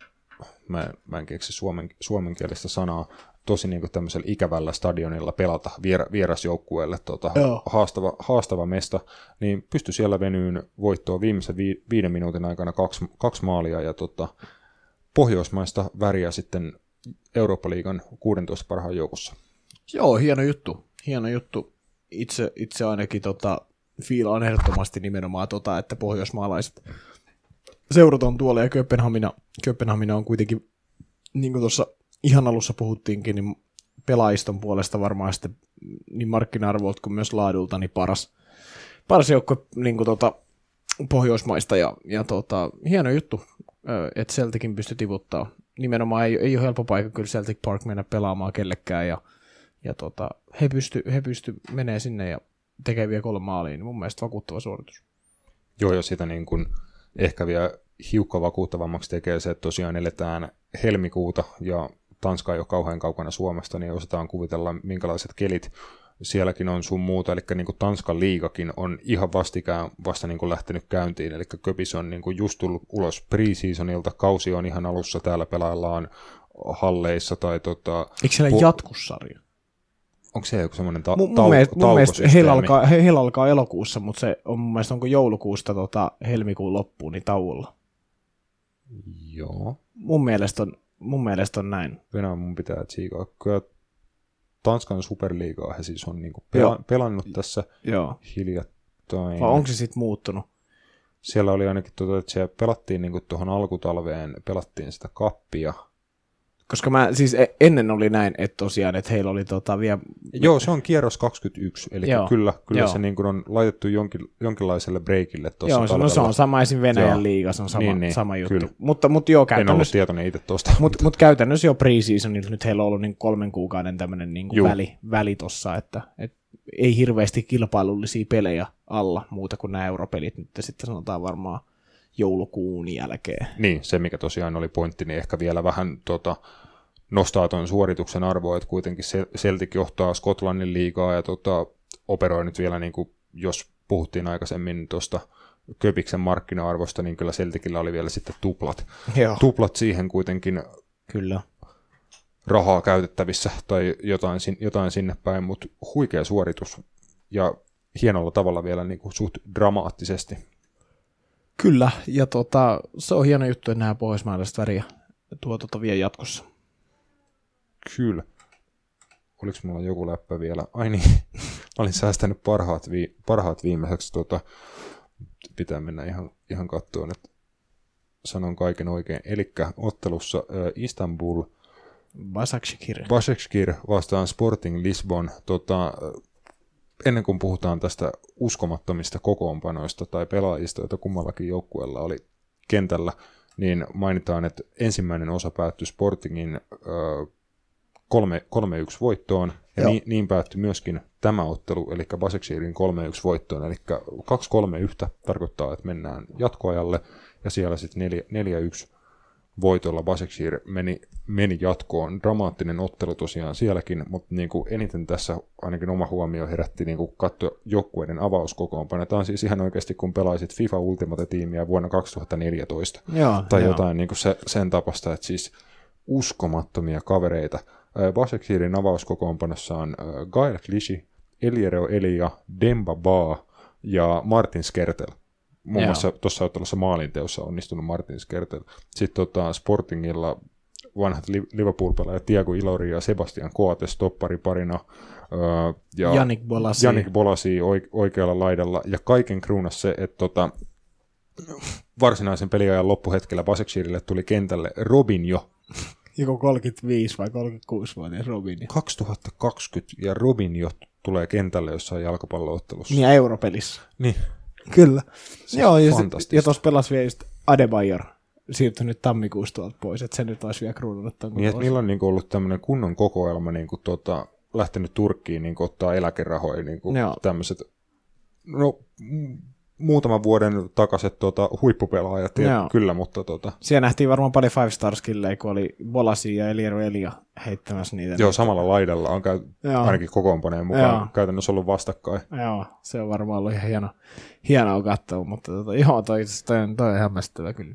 mä, mä en keksi suomen, suomenkielistä sanaa, tosi niin kuin tämmöisellä ikävällä stadionilla pelata vier, vierasjoukkueelle tota, haastava, haastava mesta, niin pystyi siellä venyyn voittoon viimeisen vi, viiden minuutin aikana kaksi, kaksi maalia, ja tota, pohjoismaista väriä sitten Eurooppa-liigan kuusitoista parhaan joukossa. Joo, hieno juttu. Hieno juttu. Itse, itse ainakin tota, fiilaan ehdottomasti nimenomaan, tota, että pohjoismaalaiset seurat on tuolla, ja Kööpenhamina, Kööpenhamina on kuitenkin, niin kuin tuossa ihan alussa puhuttiinkin, niin pelaajiston puolesta varmaan sitten niin markkina-arvolta kuin myös laadulta niin paras, paras joukkue niin kuin tota, Pohjoismaista, ja, ja tota, hieno juttu, että Celticin pystyi tivuttaa. Nimenomaan ei, ei ole helppo paikka kyllä Celtic Park mennä pelaamaan kellekään, ja, ja tota, he pysty, he pysty menee sinne ja tekee vielä kolme maalia, niin mun mielestä vakuuttava suoritus. Joo, ja sitä niin kuin ehkä vielä hiukka vakuuttavammaksi tekee se, että tosiaan eletään helmikuuta, ja Tanska ei ole kauhean kaukana Suomesta, niin osataan kuvitella, minkälaiset kelit sielläkin on sun muuta, eli niin kuin Tanskan liigakin on ihan vastikään vasta niin kuin lähtenyt käyntiin, eli Köpis on niin kuin just tullut ulos pre-seasonilta, kausi on ihan alussa, täällä pelaillaan halleissa tai tota... Eikö siellä pu- jatkussarja? Onko se joku semmoinen ta- mun, tau- mielestä, mun mielestä heillä alkaa, he, heillä alkaa elokuussa, mutta se on mun mielestä onko joulukuusta tota, helmikuun loppuun niin tauolla. Joo. Mun mielestä on, mun mielestä on näin. Venäjä mun pitää tsiikaa. Kyllä Tanskan superliigaa he siis on niinku pela- pelannut tässä Joo. hiljattain. Vai onko se sitten muuttunut? Siellä oli ainakin, tuota, että siellä pelattiin niinku tuohon alkutalveen, pelattiin sitä kappia. Koska mä siis ennen oli näin, että tosiaan, että heillä oli tota vielä... Joo, se on kierros kaksikymmentäyksi, eli Joo. kyllä, kyllä Joo. se niin kuin on laitettu jonkin, jonkinlaiselle breakille tuossa Joo, talvella. no se on sama esim. Venäjän Joo. liiga, se on sama, Niin, niin, sama juttu. kyllä. Mutta, mutta joo, En ollut käytännössä... tietoinen itse tuosta. Mutta mut käytännössä jo pre-seasonilla nyt heillä on ollut niin kolmen kuukauden tämmöinen niin väli, väli tossa, että et ei hirveästi kilpailullisia pelejä alla muuta kuin nämä europelit nyt sitten sanotaan varmaan joulukuun jälkeen. Niin, se mikä tosiaan oli pointti, niin ehkä vielä vähän tota, nostaa tuon suorituksen arvoa, että kuitenkin Celtic johtaa Skotlannin liigaa ja tota, operoi nyt vielä, niin kuin, jos puhuttiin aikaisemmin tuosta Köpiksen markkina-arvosta, niin kyllä Celticillä oli vielä sitten tuplat. Joo. Tuplat siihen kuitenkin Kyllä. rahaa käytettävissä tai jotain, jotain sinne päin, mutta huikea suoritus ja hienolla tavalla vielä niin kuin suht dramaattisesti. Kyllä, ja tota, se on hieno juttu, että nämä pohjoismaalaiset väriä tuo tota vielä jatkossa. Kyllä. Oliko mulla joku läppä vielä? Ai niin, mä olin säästänyt parhaat, vi- parhaat viimeiseksi. Tota, pitää mennä ihan, ihan kattoon, että sanon kaiken oikein. Elikkä ottelussa äh, Istanbul Başakşehir. Başakşehir vastaan Sporting Lisbon. Tota, ennen kuin puhutaan tästä uskomattomista kokoonpanoista tai pelaajista, joita kummallakin joukkueella oli kentällä, niin mainitaan, että ensimmäinen osa päättyi Sportingin äh, kolme yksi voittoon, ja niin, niin päättyi myöskin tämä ottelu, eli Başakşehir'in kolme yksi voittoon, eli kaksi kolme yksi tarkoittaa, että mennään jatkoajalle, ja siellä sitten neljä yksi voitolla Başakşehir meni, meni jatkoon. Dramaattinen ottelu tosiaan sielläkin, mutta niin kuin eniten tässä ainakin oma huomio herätti niin kuin katsoa joukkueiden avauskokoonpano. Tämä on siis ihan oikeasti, kun pelaisit FIFA Ultimate-tiimiä vuonna kaksituhattaneljätoista, Joo, tai joo. jotain niin kuin se, sen tapasta, että siis uskomattomia kavereita. Başakşehir'in avauskokoonpanossa on Gael Clichy, Eliero Elia, Demba Ba ja Martin Skertel. Muun muassa tuossa ottelussa maalinteossa onnistunut Martin Skertel. Sitten tota, Sportingilla vanhat Liverpool-pelaajat Thiago Ilori ja Sebastian Coates toppariparina. Ja Yannick Bolasie. Yannick Bolasie oikealla laidalla. Ja kaiken kruunas se, että tota, varsinaisen peliajan loppuhetkellä Başakşehirille tuli kentälle Robinho. Joku kolmekymmentäviisi vai kolmekymmentäkuusi-vuotias Robinho. kaksituhattakaksikymmentä ja Robinho tulee kentälle jossain jalkapallo-ottelussa. Niin, ja Europelissä. Niin. Kyllä. Siis joo, ja, fantastista. ja tuossa pelasi vielä just Adebayor siirtynyt tammikuussa tuolta pois, että se nyt olisi vielä kruununut tämän Niin, että niillä on niinku ollut tämmöinen kunnon kokoelma, niinku tota, lähtenyt Turkkiin niinku ottaa eläkerahoja, niinku tämmöiset, no m- muutaman vuoden takaiset tota, huippupelaajat, ja, kyllä, mutta tota... Siellä nähtiin varmaan paljon five star skillejä, kun oli Bolasie ja Eliero Elia heittämässä niitä. Joo, samalla laidalla on käy, ainakin kokoonpaneen mukaan Joo. käytännössä ollut vastakkain. Joo, se on varmaan ollut ihan hieno, hienoa katsoa, mutta tota, joo, toi, toi, toi on hämmästyttävä kyllä.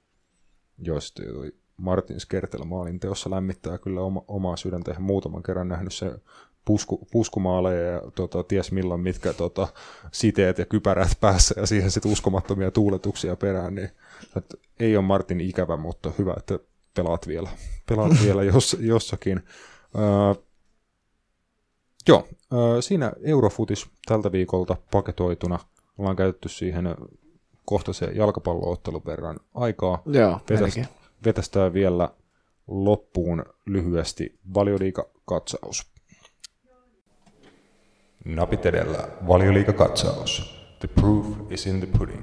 Joo, sitten toi Martin Skertel maalinteossa lämmittää kyllä oma, omaa sydäntä, ihan muutaman kerran nähnyt se pusku, puskumaaleja ja tota, ties milloin mitkä tota, siteet ja kypärät päässä ja siihen sitten uskomattomia tuuletuksia perään, niin että ei ole Martin ikävä, mutta hyvä, että pelaat vielä, pelaat vielä jos, jossakin. Uh, joo, uh, siinä Eurofutis tältä viikolta paketoituna. Ollaan käytetty siihen kohta se jalkapallo-ottelun verran aikaa. Joo, Vetäst, vetästään vielä loppuun lyhyesti Valioliiga-katsaus. Napit edellä Valioliiga-katsaus. The proof is in the pudding.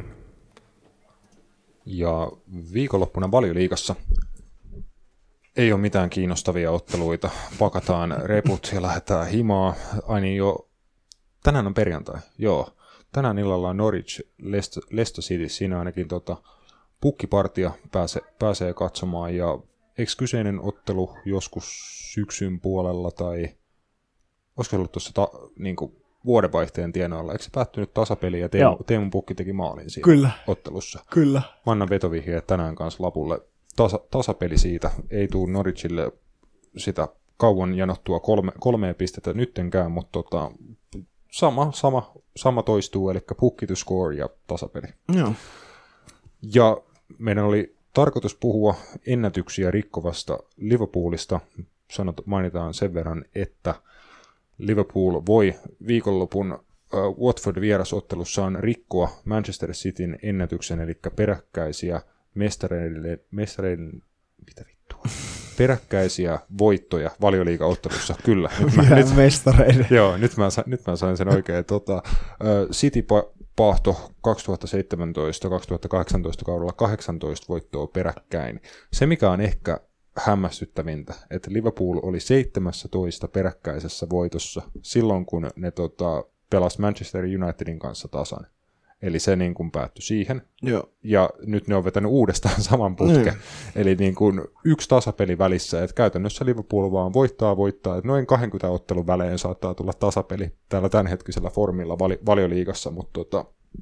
Ja viikonloppuna Valioliigassa ei ole mitään kiinnostavia otteluita. Pakataan reput ja lähdetään himaa. Ai niin jo, tänään on perjantai, joo. Tänään illalla on Norwich, Leicester, Leicester City, siinä ainakin tota, pukkipartia pääse, pääsee katsomaan. Ja eikö kyseinen ottelu joskus syksyn puolella tai olisiko ollut tuossa ta, niin kuin vuodenvaihteen tienoilla, eikö se päättynyt tasapeliin ja Teemu, Teemun Pukki teki maalin siinä Kyllä. ottelussa? Kyllä. Mä annan vetovihjeet tänään kanssa lapulle. Tasa, tasapeli siitä, ei tule Norwichille sitä kauan janottua kolme, kolmea pistettä nyttenkään, mutta tota, sama, sama, sama toistuu, eli Pukki to score ja tasapeli. Joo. Ja meidän oli tarkoitus puhua ennätyksiä rikkovasta Liverpoolista. Sanot, mainitaan sen verran, että Liverpool voi viikonlopun uh, Watford-vierasottelussaan rikkoa Manchester Cityn ennätyksen, eli peräkkäisiä mestareille, mestareille, mitä vittua? peräkkäisiä voittoja Valioliigaottelussa, kyllä. Nyt mä, nyt, mestareiden. Joo, nyt mä, nyt mä sain sen oikein. Tota, City paahto kaksituhattaseitsemäntoista kaksituhattakahdeksantoista kaudella kahdeksantoista voittoa peräkkäin. Se, mikä on ehkä hämmästyttävintä, että Liverpool oli seitsemästoista peräkkäisessä voitossa silloin, kun ne tota, pelasi Manchester Unitedin kanssa tasan. Eli se niin kuin päättyi siihen. Joo. Ja nyt ne on vetänyt uudestaan saman putken. Mm. Eli niin kuin yksi tasapeli välissä, että käytännössä Liverpool vaan voittaa, voittaa. Että noin kaksikymmentä ottelun välein saattaa tulla tasapeli täällä tämänhetkisellä formilla vali- Valioliigassa, mutta tota,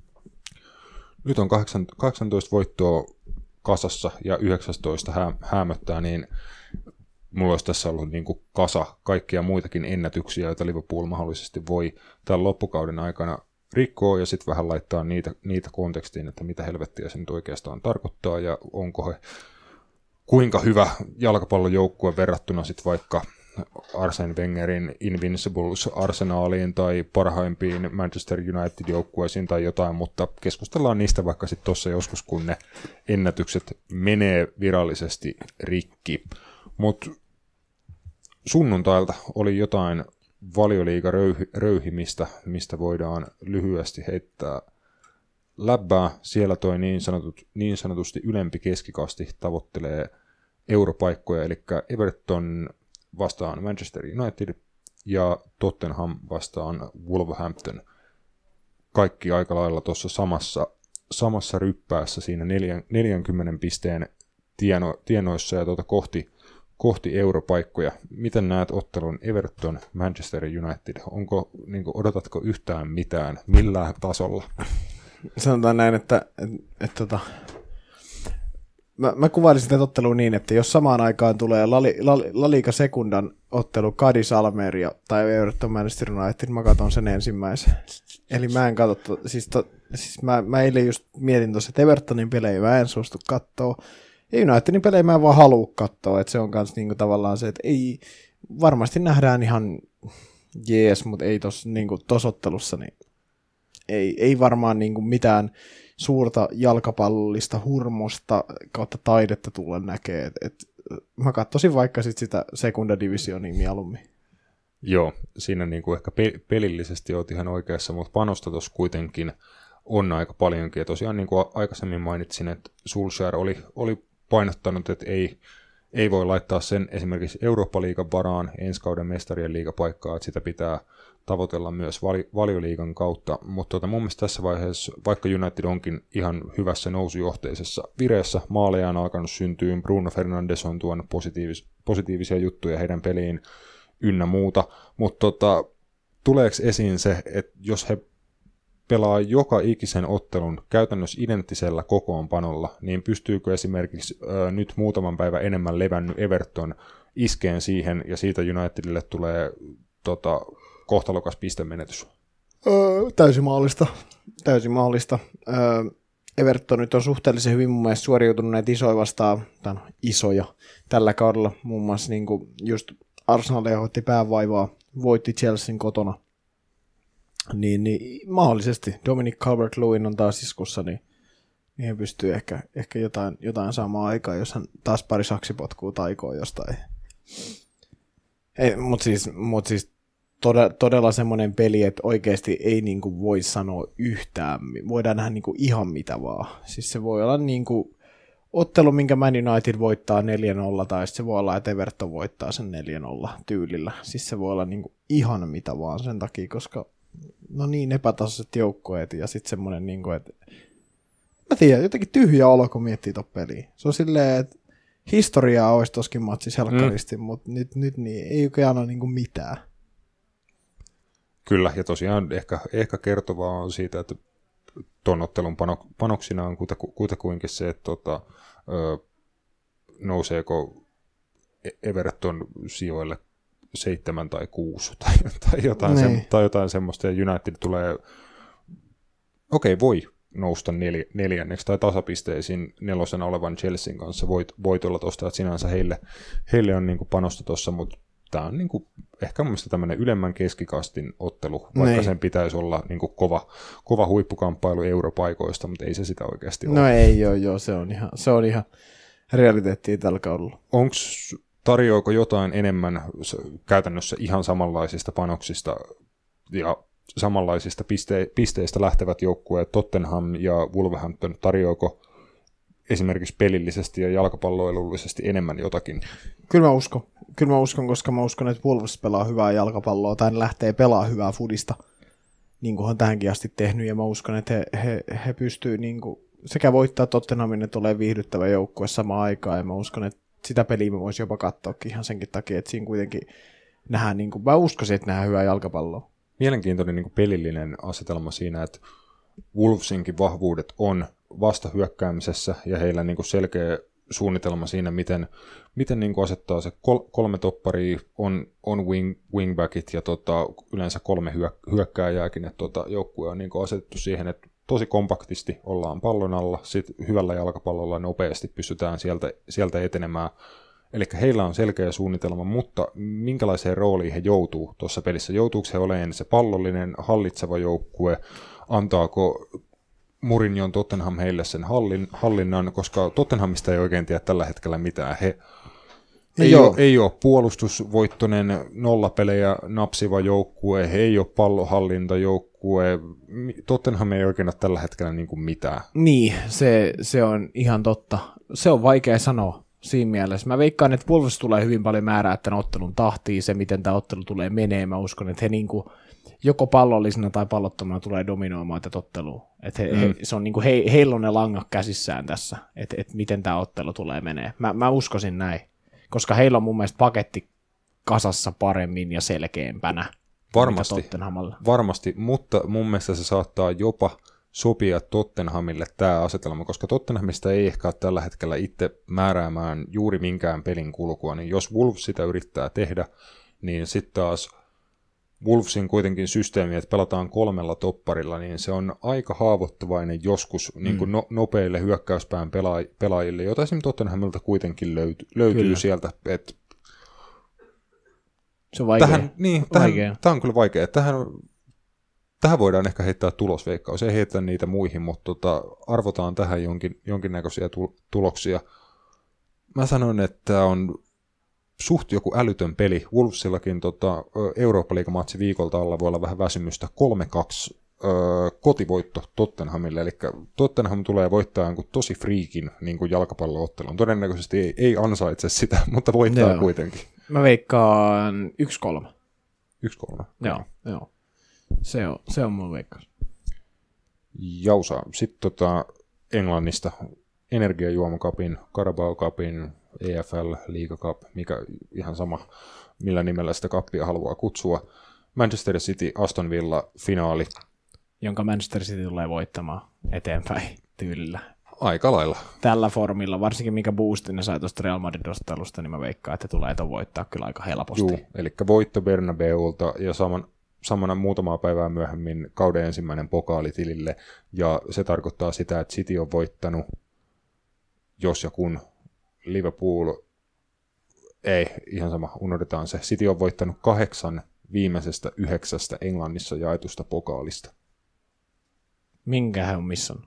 nyt on kahdeksantoista voittoa kasassa ja yhdeksäntoista hää- häämöttää, niin mulla olisi tässä ollut niin kuin kasa kaikkia muitakin ennätyksiä, joita Liverpool mahdollisesti voi tämän loppukauden aikana rikkoo ja sitten vähän laittaa niitä, niitä kontekstiin, että mitä helvettiä se nyt oikeastaan tarkoittaa ja onko he kuinka hyvä jalkapallojoukkue verrattuna sitten vaikka Arsene Wengerin Invincibles Arsenaaliin tai parhaimpiin Manchester United-joukkueisiin tai jotain, mutta keskustellaan niistä vaikka sitten tuossa joskus, kun ne ennätykset menee virallisesti rikki. Mutta sunnuntailta oli jotain Valioliiga-röyhimistä, mistä voidaan lyhyesti heittää läppää. Siellä toi niin, sanotut, niin sanotusti ylempi keskikasti tavoittelee europaikkoja, eli Everton vastaan Manchester United ja Tottenham vastaan Wolverhampton. Kaikki aika lailla tuossa samassa, samassa ryppäässä siinä neljänkymmenen pisteen tieno, tienoissa ja tuota kohti kohti europaikkoja. Miten näet ottelun Everton, Manchester United? Onko, niin kuin, odotatko yhtään mitään? Millään tasolla? Sanotaan näin, että, että, että, että mä, mä kuvailisin tätä ottelua niin, että jos samaan aikaan tulee La, La, La Liga Sekundan ottelu Cadiz Almeria tai Everton Manchester United, mä katson sen ensimmäisen. Eli mä en katso, siis, to, siis mä, mä eilen just mietin tuossa, että Evertonin pelejä mä en suostu katsoa. Ja Unitedin pelejä mä en vaan halua katsoa, että se on kans niinku tavallaan se, että ei, varmasti nähdään ihan jees, mutta ei tossa niinku tosottelussa, niin ei, ei varmaan niinku mitään suurta jalkapallollista hurmosta kautta taidetta tulla näkee, että et, mä katsoisin vaikka sit sitä sekundadivisionia mieluummin. Joo, siinä niinku ehkä pe- pelillisesti oot ihan oikeassa, mutta panosta tuossa kuitenkin on aika paljonkin, ja tosiaan niin kuin aikaisemmin mainitsin, että Solskjaer oli, oli painottanut, että ei, ei voi laittaa sen esimerkiksi Eurooppa-liigan varaan ensi kauden mestarien liigapaikkaa, että sitä pitää tavoitella myös vali, Valioliigan kautta, mutta tota, mun mielestä tässä vaiheessa, vaikka United onkin ihan hyvässä nousujohteisessa vireessä, maaleja on alkanut syntyä, Bruno Fernandes on tuonut positiivis, positiivisia juttuja heidän peliin ynnä muuta, mutta tota, tuleeko esiin se, että jos he pelaa joka ikisen ottelun käytännössä identtisellä kokoonpanolla, niin pystyykö esimerkiksi ö, nyt muutaman päivän enemmän levännyt Everton iskeen siihen, ja siitä Unitedille tulee tota, kohtalokas pistemenetys? Öö, täysin mahdollista. Täysin mahdollista. Öö, Everton nyt on suhteellisen hyvin mun mielestä suoriutunut isoja vastaan, tai isoja tällä kaudella. Muun muassa niin kuin just Arsenal hoitti päävaivaa, voitti Chelsean kotona. Niin, niin mahdollisesti Dominic Calvert-Lewin on taas iskussa, niin, niin he pystyy ehkä, ehkä jotain, jotain saamaan aikaan, jos hän taas pari saksipotkuu taikoo jostain. Mutta siis, mut siis todella, todella semmoinen peli, että oikeasti ei niinku voi sanoa yhtään, voidaan nähdä niinku ihan mitä vaan. Siis se voi olla niinku ottelu, minkä Man United voittaa neljä nolla, tai se voi olla, että Everton voittaa sen neljä nolla tyylillä. Siis se voi olla niinku ihan mitä vaan sen takia, koska no niin epätasaiset joukkueet ja sitten semmoinen, niinku, että mä tiedän, jotenkin tyhjä olo, kun miettii ton peliä. Se on silleen, että historiaa olisi toskin matsissa helkkaristi, mm. mutta nyt, nyt niin, ei oikein anna niinku mitään. Kyllä, ja tosiaan ehkä, ehkä kertovaa on siitä, että ton ottelun pano, panoksina on kutakuinkin se, että tota, ö, nouseeko Everton sijoille seitsemän tai kuusi tai, tai, jotain, se, tai jotain semmoista, ja United tulee, okei, okay, voi nousta neljä, neljänneksi tai tasapisteisiin nelosena olevan Chelsean kanssa voit, voitolla tuosta, että sinänsä heille, heille on niinku panosta tuossa, mutta tämä on niinku ehkä mun mielestä tämmöinen ylemmän keskikastin ottelu, vaikka Nein. sen pitäisi olla niinku kova, kova huippukamppailu europaikoista, mutta ei se sitä oikeasti no ole. No ei joo, joo, se on ihan, se on ihan realiteettia tällä kaudella. Onko tarjoako jotain enemmän käytännössä ihan samanlaisista panoksista ja samanlaisista piste- pisteistä lähtevät joukkueet Tottenham ja Wolverhampton, tarjoako esimerkiksi pelillisesti ja jalkapalloilullisesti enemmän jotakin? Kyllä mä uskon. Kyllä mä uskon, koska mä uskon, että Wolves pelaa hyvää jalkapalloa tai ne lähtee pelaamaan hyvää fudista, niin kuin on tähänkin asti tehnyt, ja mä uskon, että he, he, he pystyy niin kuin sekä voittaa Tottenhamin, että tulee viihdyttävä joukkue samaan aikaan, ja mä uskon, että sitä peliä mä voisin jopa katsoakin ihan senkin takia, että siinä kuitenkin nähdään, niin kuin, mä uskoisin, että nähdään hyvää jalkapalloa. Mielenkiintoinen niin kuin pelillinen asetelma siinä, että Wolvesinkin vahvuudet on vastahyökkäämisessä, ja heillä niin kuin selkeä suunnitelma siinä, miten, miten niin kuin asettaa se kol, kolme topparia, on, on wing, wingbackit ja tota, yleensä kolme hyökkääjääkin, että tota, joukkue on niin kuin asetettu siihen, että tosi kompaktisti ollaan pallon alla, sitten hyvällä jalkapallolla nopeasti pystytään sieltä, sieltä etenemään. Eli heillä on selkeä suunnitelma, mutta minkälaiseen rooliin he joutuu tuossa pelissä? Joutuuko he olemaan se pallollinen, hallitseva joukkue? Antaako Mourinhon Tottenham heille sen hallin, hallinnan, koska Tottenhamista ei oikein tiedä tällä hetkellä mitään. He no ei, ole, ei ole puolustusvoittoinen nollapelejä napsiva joukkue, he ei ole pallohallintajoukkue. Tottenham ei oikein ole tällä hetkellä niin kuin mitään. Niin, se, se on ihan totta. Se on vaikea sanoa siinä mielessä. Mä veikkaan, että Wolves tulee hyvin paljon määrää tämän ottelun tahtiin, se miten tämä ottelu tulee menee. Mä uskon, että he niin kuin joko pallollisena tai pallottomana tulee dominoimaan tätä ottelua. Että he, mm. he, se on niin kuin he, heillä on ne langat käsissään tässä, että, että miten tämä ottelu tulee menee. Mä, mä uskoisin näin, koska heillä on mun mielestä paketti kasassa paremmin ja selkeämpänä. Varmasti, varmasti, mutta mun mielestä se saattaa jopa sopia Tottenhamille tämä asetelma, koska Tottenhamista ei ehkä ole tällä hetkellä itse määräämään juuri minkään pelin kulkua, niin jos Wolves sitä yrittää tehdä, niin sitten taas Wolvesin kuitenkin systeemi, että pelataan kolmella topparilla, niin se on aika haavoittuvainen joskus mm. niin kuin no, nopeille hyökkäyspään pelaa- pelaajille, jota esimerkiksi Tottenhamilta kuitenkin löytyy, löytyy sieltä. Että se on vaikea. Tähän, niin, tähän, tämä on kyllä vaikea. Tähän, tähän voidaan ehkä heittää tulosveikkaus, ei heitä niitä muihin, mutta tota, arvotaan tähän jonkin, jonkinnäköisiä tuloksia. Mä sanon, että tämä on suht joku älytön peli. Wolvesillakin tota, Eurooppa-liigamatsi viikolta alla voi olla vähän väsymystä. kolme kaksi öö, kotivoitto Tottenhamille, eli Tottenham tulee voittaa jonkun tosi friikin niin kuin jalkapallo-ottelun. Todennäköisesti ei, ei ansaitse sitä, mutta voittaa joo. kuitenkin. Mä veikkaan yksi kolme. yksi kolme. Joo, joo. Se on, se on mun veikkaus. Jausa. Sitten tota Englannista Energiajuomakapin, Carabao Cupin, E F L, Liiga Cup, mikä ihan sama, millä nimellä sitä kappia haluaa kutsua. Manchester City, Aston Villa, finaali. Jonka Manchester City tulee voittamaan eteenpäin tyylillä. Aika lailla. Tällä formilla, varsinkin mikä boostin ne sai tuosta Real Madrid-ostelusta, niin mä veikkaan, että tulee ton voittaa kyllä aika helposti. Juu, eli voitto Bernabeulta ja saman, samana muutamaa päivää myöhemmin kauden ensimmäinen pokaali tilille, ja se tarkoittaa sitä, että City on voittanut, jos ja kun Liverpool, ei, ihan sama, unohdetaan se. City on voittanut kahdeksan viimeisestä yhdeksästä Englannissa jaetusta pokaalista. Minkä hän on missannut?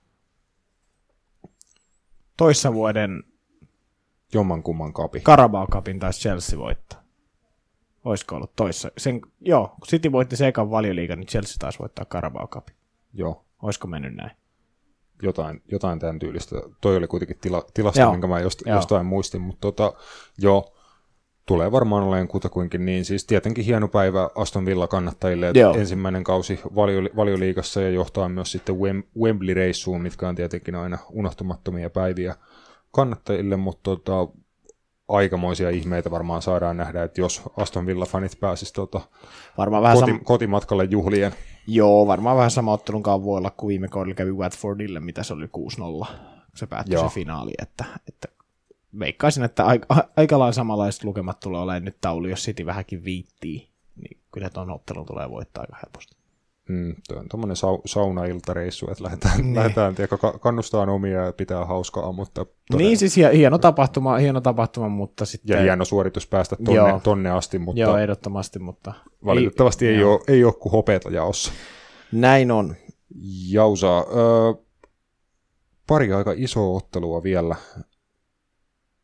Toissa vuoden jommankumman kapi. Carabao Cupin taisi Chelsea voittaa. Olisiko ollut toissa? Sen, joo, kun City voitti se ekan Valioliigan, niin Chelsea taisi voittaa Carabao Cupin. Joo. Olisiko mennyt näin? Jotain, jotain tämän tyylistä. Toi oli kuitenkin tila, tilasta, joo. minkä mä jost, jostain muistin, mutta tota, joo, tulee varmaan olemaan kutakuinkin niin. Siis tietenkin hieno päivä Aston Villa kannattajille, että ensimmäinen kausi valio, Valioliigassa ja johtaa myös sitten Wem, Wembley-reissuun, mitkä on tietenkin aina unohtumattomia päiviä kannattajille, mutta tota, aikamoisia ihmeitä varmaan saadaan nähdä, että jos Aston Villa-fanit pääsisivät tota, koti, sam- kotimatkalle juhlien. Joo, varmaan vähän sama ottelunkaan voi olla kuin viime kaudella kävi Watfordille, mitä se oli kuusi nolla, kun se päättyi se finaali, että, että veikkaisin, että aika, aika lailla samanlaiset lukemat tulee olemaan nyt taulu, jos City vähänkin viittii, niin kyllä tuon ottelun tulee voittaa aika helposti. Mm, tuo on tuommoinen sau- saunailtareissu, että lähdetään, niin. lähdetään tiedä, kannustaa omia ja pitää hauskaa, mutta todella. Niin siis hieno tapahtuma, hieno tapahtuma, mutta sitten... Ja hieno suoritus päästä tonne, tonne asti, mutta... Joo, ehdottomasti, mutta... Valitettavasti ei, ei, ole, ei ole kuin hopeata jaossa. Näin on. Jausa, öö, pari aika isoa ottelua vielä.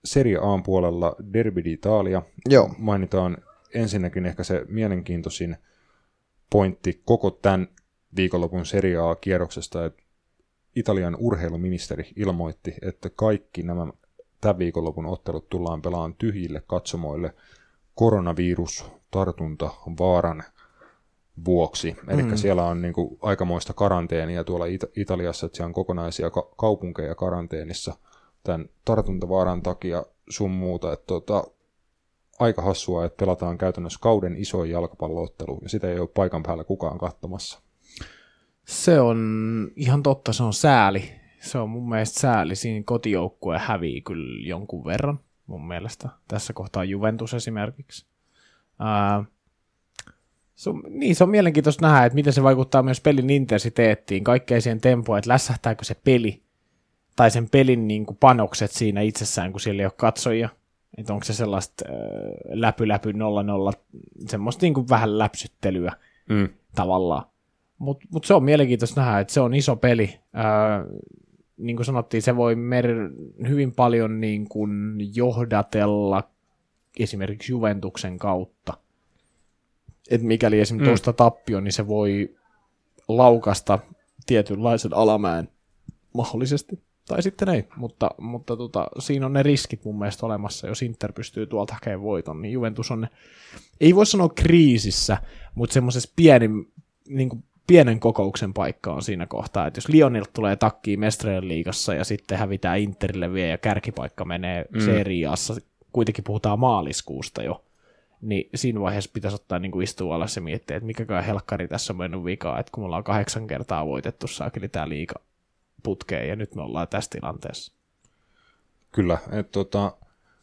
Serie A:n puolella Derby d'Italia. Joo. Mainitaan ensinnäkin ehkä se mielenkiintoisin pointti koko tämän viikonlopun Serie A-kierroksesta, että Italian urheiluministeri ilmoitti, että kaikki nämä tämän viikonlopun ottelut tullaan pelaamaan tyhjille katsomoille koronavirustartunta vaaran vuoksi. Eli mm. siellä on niin kuin aikamoista karanteenia tuolla It- Italiassa, että siellä on kokonaisia ka- kaupunkeja karanteenissa tämän tartuntavaaran takia sun muuta. Että tota, aika hassua, että pelataan käytännössä kauden isoin jalkapalloottelu, ja sitä ei ole paikan päällä kukaan katsomassa. Se on ihan totta, se on sääli. Se on mun mielestä sääli. Siinä kotijoukkue hävii kyllä jonkun verran, mun mielestä. Tässä kohtaa Juventus esimerkiksi. Ää, se on, niin, se on mielenkiintoista nähdä, että miten se vaikuttaa myös pelin intensiteettiin, kaikkeen siihen tempoon, että lässähtääkö se peli, tai sen pelin niin kuin panokset siinä itsessään, kun siellä ei ole katsojia. Että onko se sellaista äh, läpy-läpy nolla nolla, semmoista niin kuin vähän läpsyttelyä mm. tavallaan. Mutta mut se on mielenkiintoista nähdä, että se on iso peli. Äh, niin kuin sanottiin, se voi mer- hyvin paljon niin kuin johdatella esimerkiksi Juventuksen kautta. Että mikäli esimerkiksi mm. tuosta tappio, niin se voi laukasta tietynlaisen alamäen mahdollisesti. Tai sitten ei, mutta, mutta tota, siinä on ne riskit mun mielestä olemassa, jos Inter pystyy tuolta hakemaan voiton, niin Juventus on ne, ei voi sanoa kriisissä, mutta semmoisessa pienin, niin kuin pienen kokouksen paikka on siinä kohtaa, että jos Lyonilta tulee takkiin Mestarien liigassa ja sitten hävitään Interille vielä ja kärkipaikka menee mm. Serie A:ssa, kuitenkin puhutaan maaliskuusta jo, niin siinä vaiheessa pitäisi ottaa niin kuin istua alas ja miettiä, että mikäkään helkkari tässä on mennyt vikaa, että kun me ollaan kahdeksan kertaa voitettu saakeli tää liiga putkeen, ja nyt me ollaan tässä tilanteessa. Kyllä, että tota,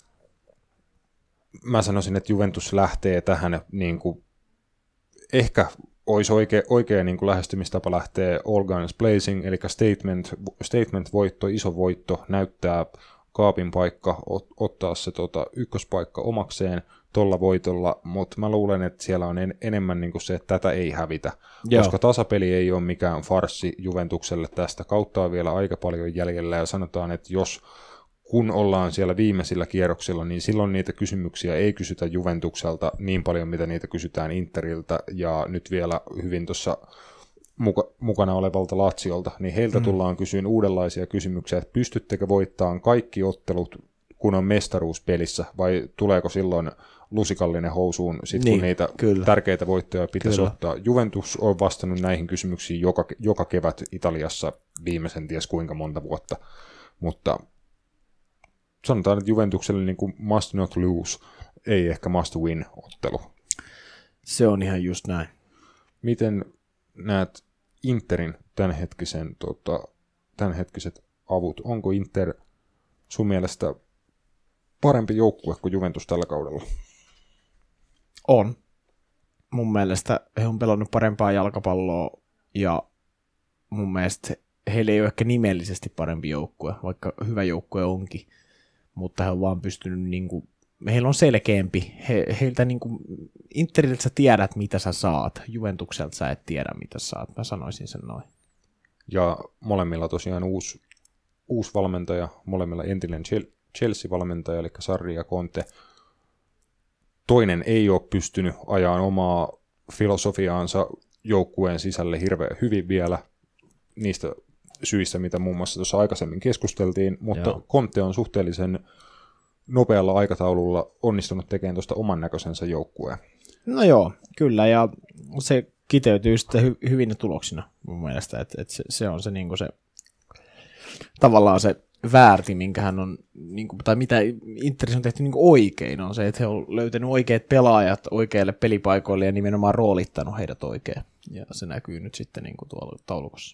mä sanoisin, että Juventus lähtee tähän, niin kuin, ehkä olisi oikea, oikea niin kuin lähestymistapa lähtee all guns blazing, eli statement, statement-voitto, iso voitto, näyttää kaapin paikka, ot, ottaa se tota, ykköspaikka omakseen tuolla voitolla, mutta mä luulen, että siellä on en, enemmän niin kuin se, että tätä ei hävitä, Joo. koska tasapeli ei ole mikään farssi Juventukselle tästä, kautta on vielä aika paljon jäljellä, ja sanotaan, että jos kun ollaan siellä viimeisillä kierroksilla, niin silloin niitä kysymyksiä ei kysytä Juventukselta niin paljon, mitä niitä kysytään Interiltä, ja nyt vielä hyvin tuossa muka, mukana olevalta Laziolta, niin heiltä mm. tullaan kysyyn uudenlaisia kysymyksiä, että pystyttekö voittamaan kaikki ottelut, kun on mestaruus pelissä, vai tuleeko silloin lusikallinen housuun, sit niin, kun niitä kyllä. tärkeitä voittoja pitäisi kyllä. ottaa. Juventus on vastannut näihin kysymyksiin joka, joka kevät Italiassa viimeisen ties kuinka monta vuotta, mutta sanotaan, että Juventukselle niin kuin must not lose, ei ehkä must win ottelu. Se on ihan just näin. Miten näet Interin tämänhetkisen, tota, tämänhetkiset avut? Onko Inter sun mielestä parempi joukkue kuin Juventus tällä kaudella? On. Mun mielestä he on pelannut parempaa jalkapalloa, ja mun mielestä heillä ei ole ehkä nimellisesti parempi joukkue, vaikka hyvä joukkue onkin, mutta he on vaan pystynyt, niin kuin, heillä on selkeämpi, he, heiltä niin kuin, Interiltä sä tiedät, mitä sä saat, Juventukselta sä et tiedä, mitä sä saat, mä sanoisin sen noin. Ja molemmilla tosiaan uusi, uusi valmentaja, molemmilla entinen Chelsea-valmentaja, eli Sarri ja Conte. Toinen ei ole pystynyt ajamaan omaa filosofiaansa joukkueen sisälle hirveän hyvin vielä, niistä syistä, mitä muun muassa tuossa aikaisemmin keskusteltiin, mutta Joo. Conte on suhteellisen nopealla aikataululla onnistunut tekemään tuosta oman näköisensä joukkueen. No joo, kyllä, ja se kiteytyy sitten hy- hyvinä tuloksina mun mielestä, että et se, se on se, niinku se tavallaan se väärti, minkä hän on, niinku, tai mitä Interissä on tehty niinku oikein, on se, että he on löytänyt oikeat pelaajat oikeille pelipaikoille ja nimenomaan roolittanut heidät oikein, ja se näkyy nyt sitten niinku tuolla taulukossa.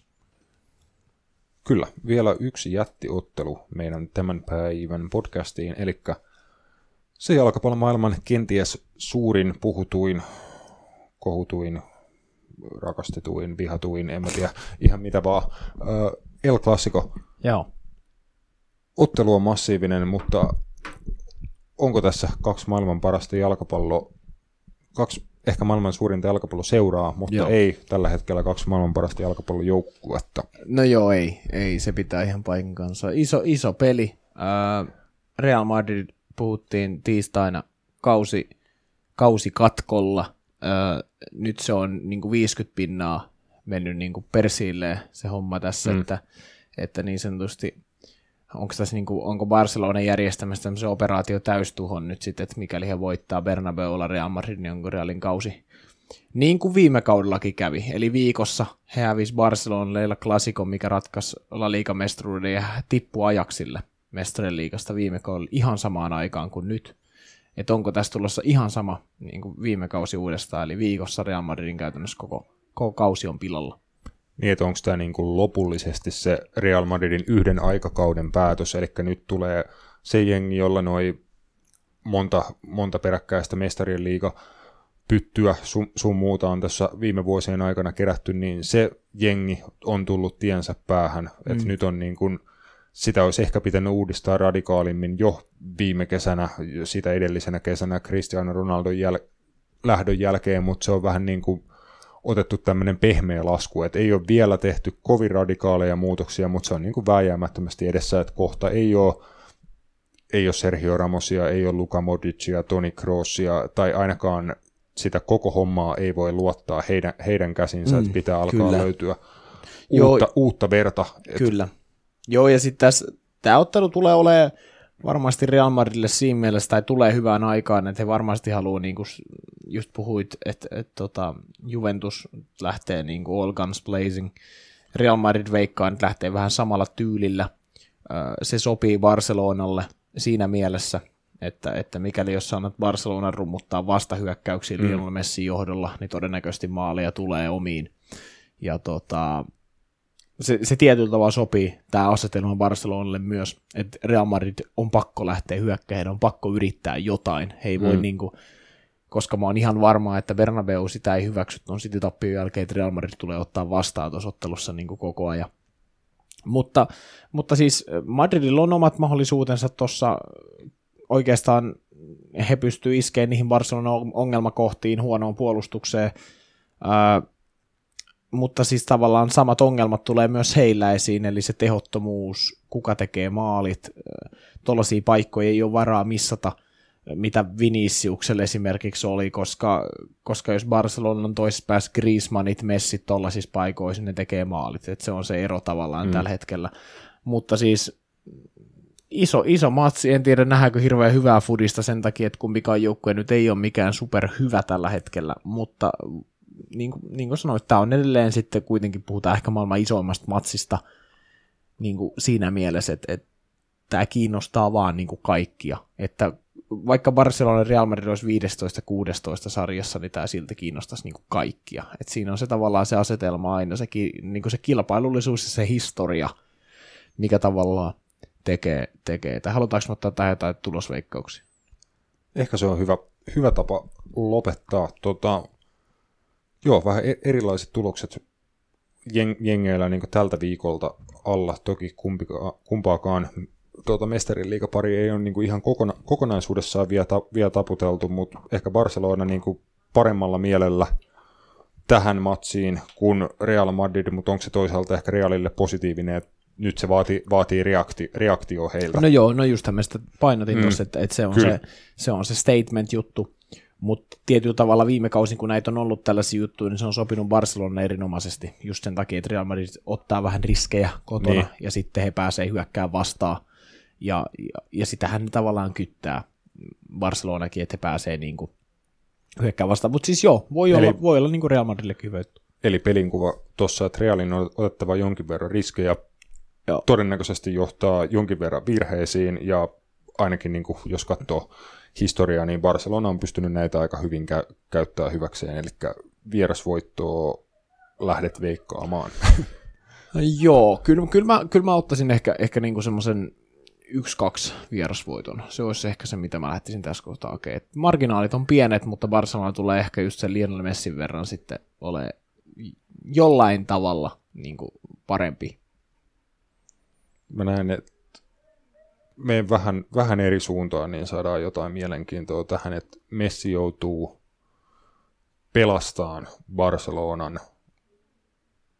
Kyllä, vielä yksi jättiottelu meidän tämän päivän podcastiin, eli se jalkapallomaailman kenties suurin, puhutuin, kohutuin, rakastetuin, vihatuin, en mä tiedä ihan mitä vaan, El Clasico. Joo. Ottelu on massiivinen, mutta onko tässä kaksi maailman parasta jalkapalloa, kaksi ehkä maailman suurinta jalkapalloseuraa, mutta joo. ei tällä hetkellä kaksi maailman parasta jalkapallojoukkuetta. No joo, ei, ei, se pitää ihan paikan kanssa. Iso, iso peli. Ää, Real Madrid puhuttiin tiistaina kausi, kausikatkolla. Öö, nyt se on niin kuin viisikymmentä pinnaa mennyt niin kuin persiilleen se homma tässä, mm. että, että niin sanotusti onko, tässä niin kuin, onko Barcelona järjestämässä tämmöisen operaatio täystuhon nyt sitten, että mikäli he voittaa Bernabeulla Real Madrid, niin onko Realin kausi niin kuin viime kaudellakin kävi. Eli viikossa he hävisi Barcelonalle El Clasico, mikä ratkaisi La Liga-mestaruuden ja tippui Ajaxille mestarien liigasta viime kaudella ihan samaan aikaan kuin nyt. Että onko tässä tulossa ihan sama niin kuin viime kausi uudestaan, eli viikossa Real Madridin käytännössä koko, koko kausi on pilalla. Niin, että onko tämä niin kuin lopullisesti se Real Madridin yhden aikakauden päätös, eli nyt tulee se jengi, jolla noi monta, monta peräkkäistä mestarien liiga pyttyä sun, sun muuta on tässä viime vuosien aikana kerätty, niin se jengi on tullut tiensä päähän, mm. että nyt on niin kuin, sitä olisi ehkä pitänyt uudistaa radikaalimmin jo viime kesänä, sitä edellisenä kesänä Cristiano Ronaldon jäl- lähdön jälkeen, mutta se on vähän niin kuin otettu tämmöinen pehmeä lasku, että ei ole vielä tehty kovin radikaaleja muutoksia, mutta se on niin kuin vääjäämättömästi edessä, että kohta ei ole, ei ole Sergio Ramosia, ei ole Luka Modricia, Toni Kroosia, tai ainakaan sitä koko hommaa ei voi luottaa heidän, heidän käsinsä, mm, että pitää alkaa kyllä. löytyä uutta, uutta verta. Kyllä. Joo, ja sitten tässä tämä ottelu tulee olemaan varmasti Real Madridille siinä mielessä, tai tulee hyvään aikaan, että he varmasti haluaa, niin kuin just puhuit, että, että tota, Juventus lähtee niin kuin all guns blazing. Real Madrid veikkaa, että lähtee vähän samalla tyylillä. Se sopii Barcelonalle siinä mielessä, että, että mikäli jos sanot Barcelonan rummuttaa vastahyökkäyksiä mm. Lionel Messin johdolla, niin todennäköisesti maaleja tulee omiin. Ja tota, se, se tietyllä tavalla sopii tämä asetelma Barcelonalle myös, että Real Madrid on pakko lähteä hyökkäjään, on pakko yrittää jotain. He ei voi mm. niinku, koska mä oon ihan varma, että Bernabeu sitä ei hyväksy on City tappion jälkeen, että Real Madrid tulee ottaa vastaan tuossa ottelussa niinku koko ajan. Mutta, mutta siis Madridilla on omat mahdollisuutensa tuossa. Oikeastaan he pystyvät iskeä niihin Barcelonan ongelmakohtiin, huonoon puolustukseen, ää, mutta siis tavallaan samat ongelmat tulee myös heillä esiin, eli se tehottomuus, kuka tekee maalit, tuollaisia paikkoja ei ole varaa missata, mitä Viniciukselle esimerkiksi oli, koska, koska jos Barcelonan toisessa päässä Griezmannit, Messit tuollaisissa paikoissa, ne tekee maalit, että se on se ero tavallaan mm. tällä hetkellä, mutta siis Iso, iso matsi, en tiedä nähdäänkö hirveän hyvää fudista sen takia, että kumpikaan joukkue nyt ei ole mikään superhyvä tällä hetkellä, mutta niin kuin, niin kuin sanoit, tämä on edelleen sitten kuitenkin, puhutaan ehkä maailman isoimmasta matsista niin kuin siinä mielessä, että, että tämä kiinnostaa vaan niin kuin kaikkia, että vaikka Barcelona ja Real Madrid olisi viisitoista kuusitoista sarjassa, niin tämä silti kiinnostaisi niin kuin kaikkia, että siinä on se tavallaan se asetelma aina, se, niin kuin se kilpailullisuus ja se historia, mikä tavallaan tekee, tekee. Tai halutaanko ottaa tähän jotain tulosveikkauksia? Ehkä se on hyvä, hyvä tapa lopettaa. Tota, joo, vähän erilaiset tulokset jeng, jengeillä niin tältä viikolta alla. Toki kumpika, kumpaakaan tuota mestarin liigapari ei ole niin ihan kokona, kokonaisuudessaan vielä, ta, vielä taputeltu, mutta ehkä Barcelona niin paremmalla mielellä tähän matsiin kuin Real Madrid, mutta onko se toisaalta ehkä Realille positiivinen, että nyt se vaatii, vaatii reakti, reaktio heiltä. No joo, no just tämmöistä painotin mm. tuossa, että, että se, on se, se on se statement-juttu, mutta tietyllä tavalla viime kausin, kun näitä on ollut tällaisia juttuja, niin se on sopinut Barcelona erinomaisesti, just sen takia, että Real Madrid ottaa vähän riskejä kotona, niin. Ja sitten he pääsee hyökkään vastaan, ja, ja, ja sitähän ne tavallaan kyttää Barcelonakin, että he pääsee niin kuin hyökkään vastaan, mutta siis joo, voi Eli, olla, voi olla niin kuin Real Madridillekin hyvä juttu. Eli pelinkuva tuossa, että Realin on otettava jonkin verran riskejä, Joo. todennäköisesti johtaa jonkin verran virheisiin, ja ainakin niin kuin, jos katsoo historiaa, niin Barcelona on pystynyt näitä aika hyvin kä- käyttämään hyväkseen, eli vierasvoittoa lähdet veikkaamaan. Joo, kyllä, kyllä, mä, kyllä mä ottaisin ehkä, ehkä niinku semmoisen yksi kaksi vierasvoiton. Se olisi ehkä se, mitä mä lähtisin tässä kohtaa hakemaan. Okay. Marginaalit on pienet, mutta Barcelona tulee ehkä just sen Lionel Messin verran sitten ole jollain tavalla niinku parempi. Mä näen, että menen vähän, vähän eri suuntaan, niin saadaan jotain mielenkiintoa tähän, että Messi joutuu pelastamaan Barcelonan.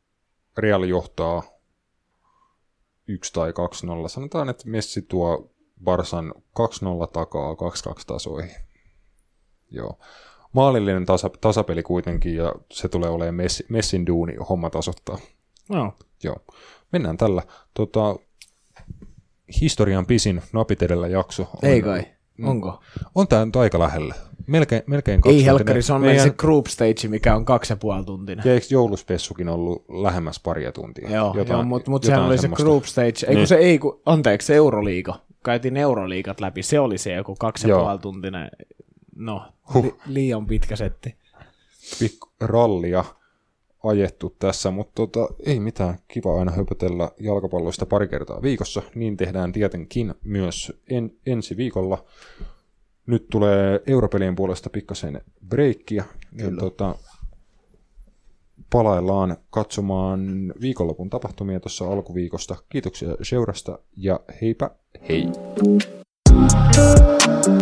Real johtaa yksi tai kaksi nolla. Sanotaan, että Messi tuo Barsan kaksi nolla takaa kaksi kaksi tasoihin. Joo. Maalillinen tasa, tasapeli kuitenkin, ja se tulee olemaan Messi, Messin duuni, homma tasoittaa. No. Joo. Mennään tällä. Tota, historian pisin napit edellä jakso. On, Ei kai. Onko? On tämä nyt aika lähellä. Melkein, melkein kaksi. Ei helkkari, se on meidän se group stage, mikä on kaksi ja puoli tuntinen. Ja eikö jouluspessukin ollut lähemmäs paria tuntia? Joo, jotain, joo mutta mut sehän oli semmoista. Se group stage. Ei, niin. se, ei kun, anteeksi, se Euroliiga. Käytiin Euroliigat läpi. Se oli se joku kaksi ja puoli tuntinen. No, huh. li, liian pitkä setti. Pikku rallia ajettu tässä, mutta tota, ei mitään, kiva aina höpötellä jalkapalloista pari kertaa viikossa. Niin tehdään tietenkin myös en, ensi viikolla. Nyt tulee Europelien puolesta pikkasen breikkiä. Ja tota, palaillaan katsomaan viikonlopun tapahtumia tuossa alkuviikosta. Kiitoksia seurasta ja heipä hei!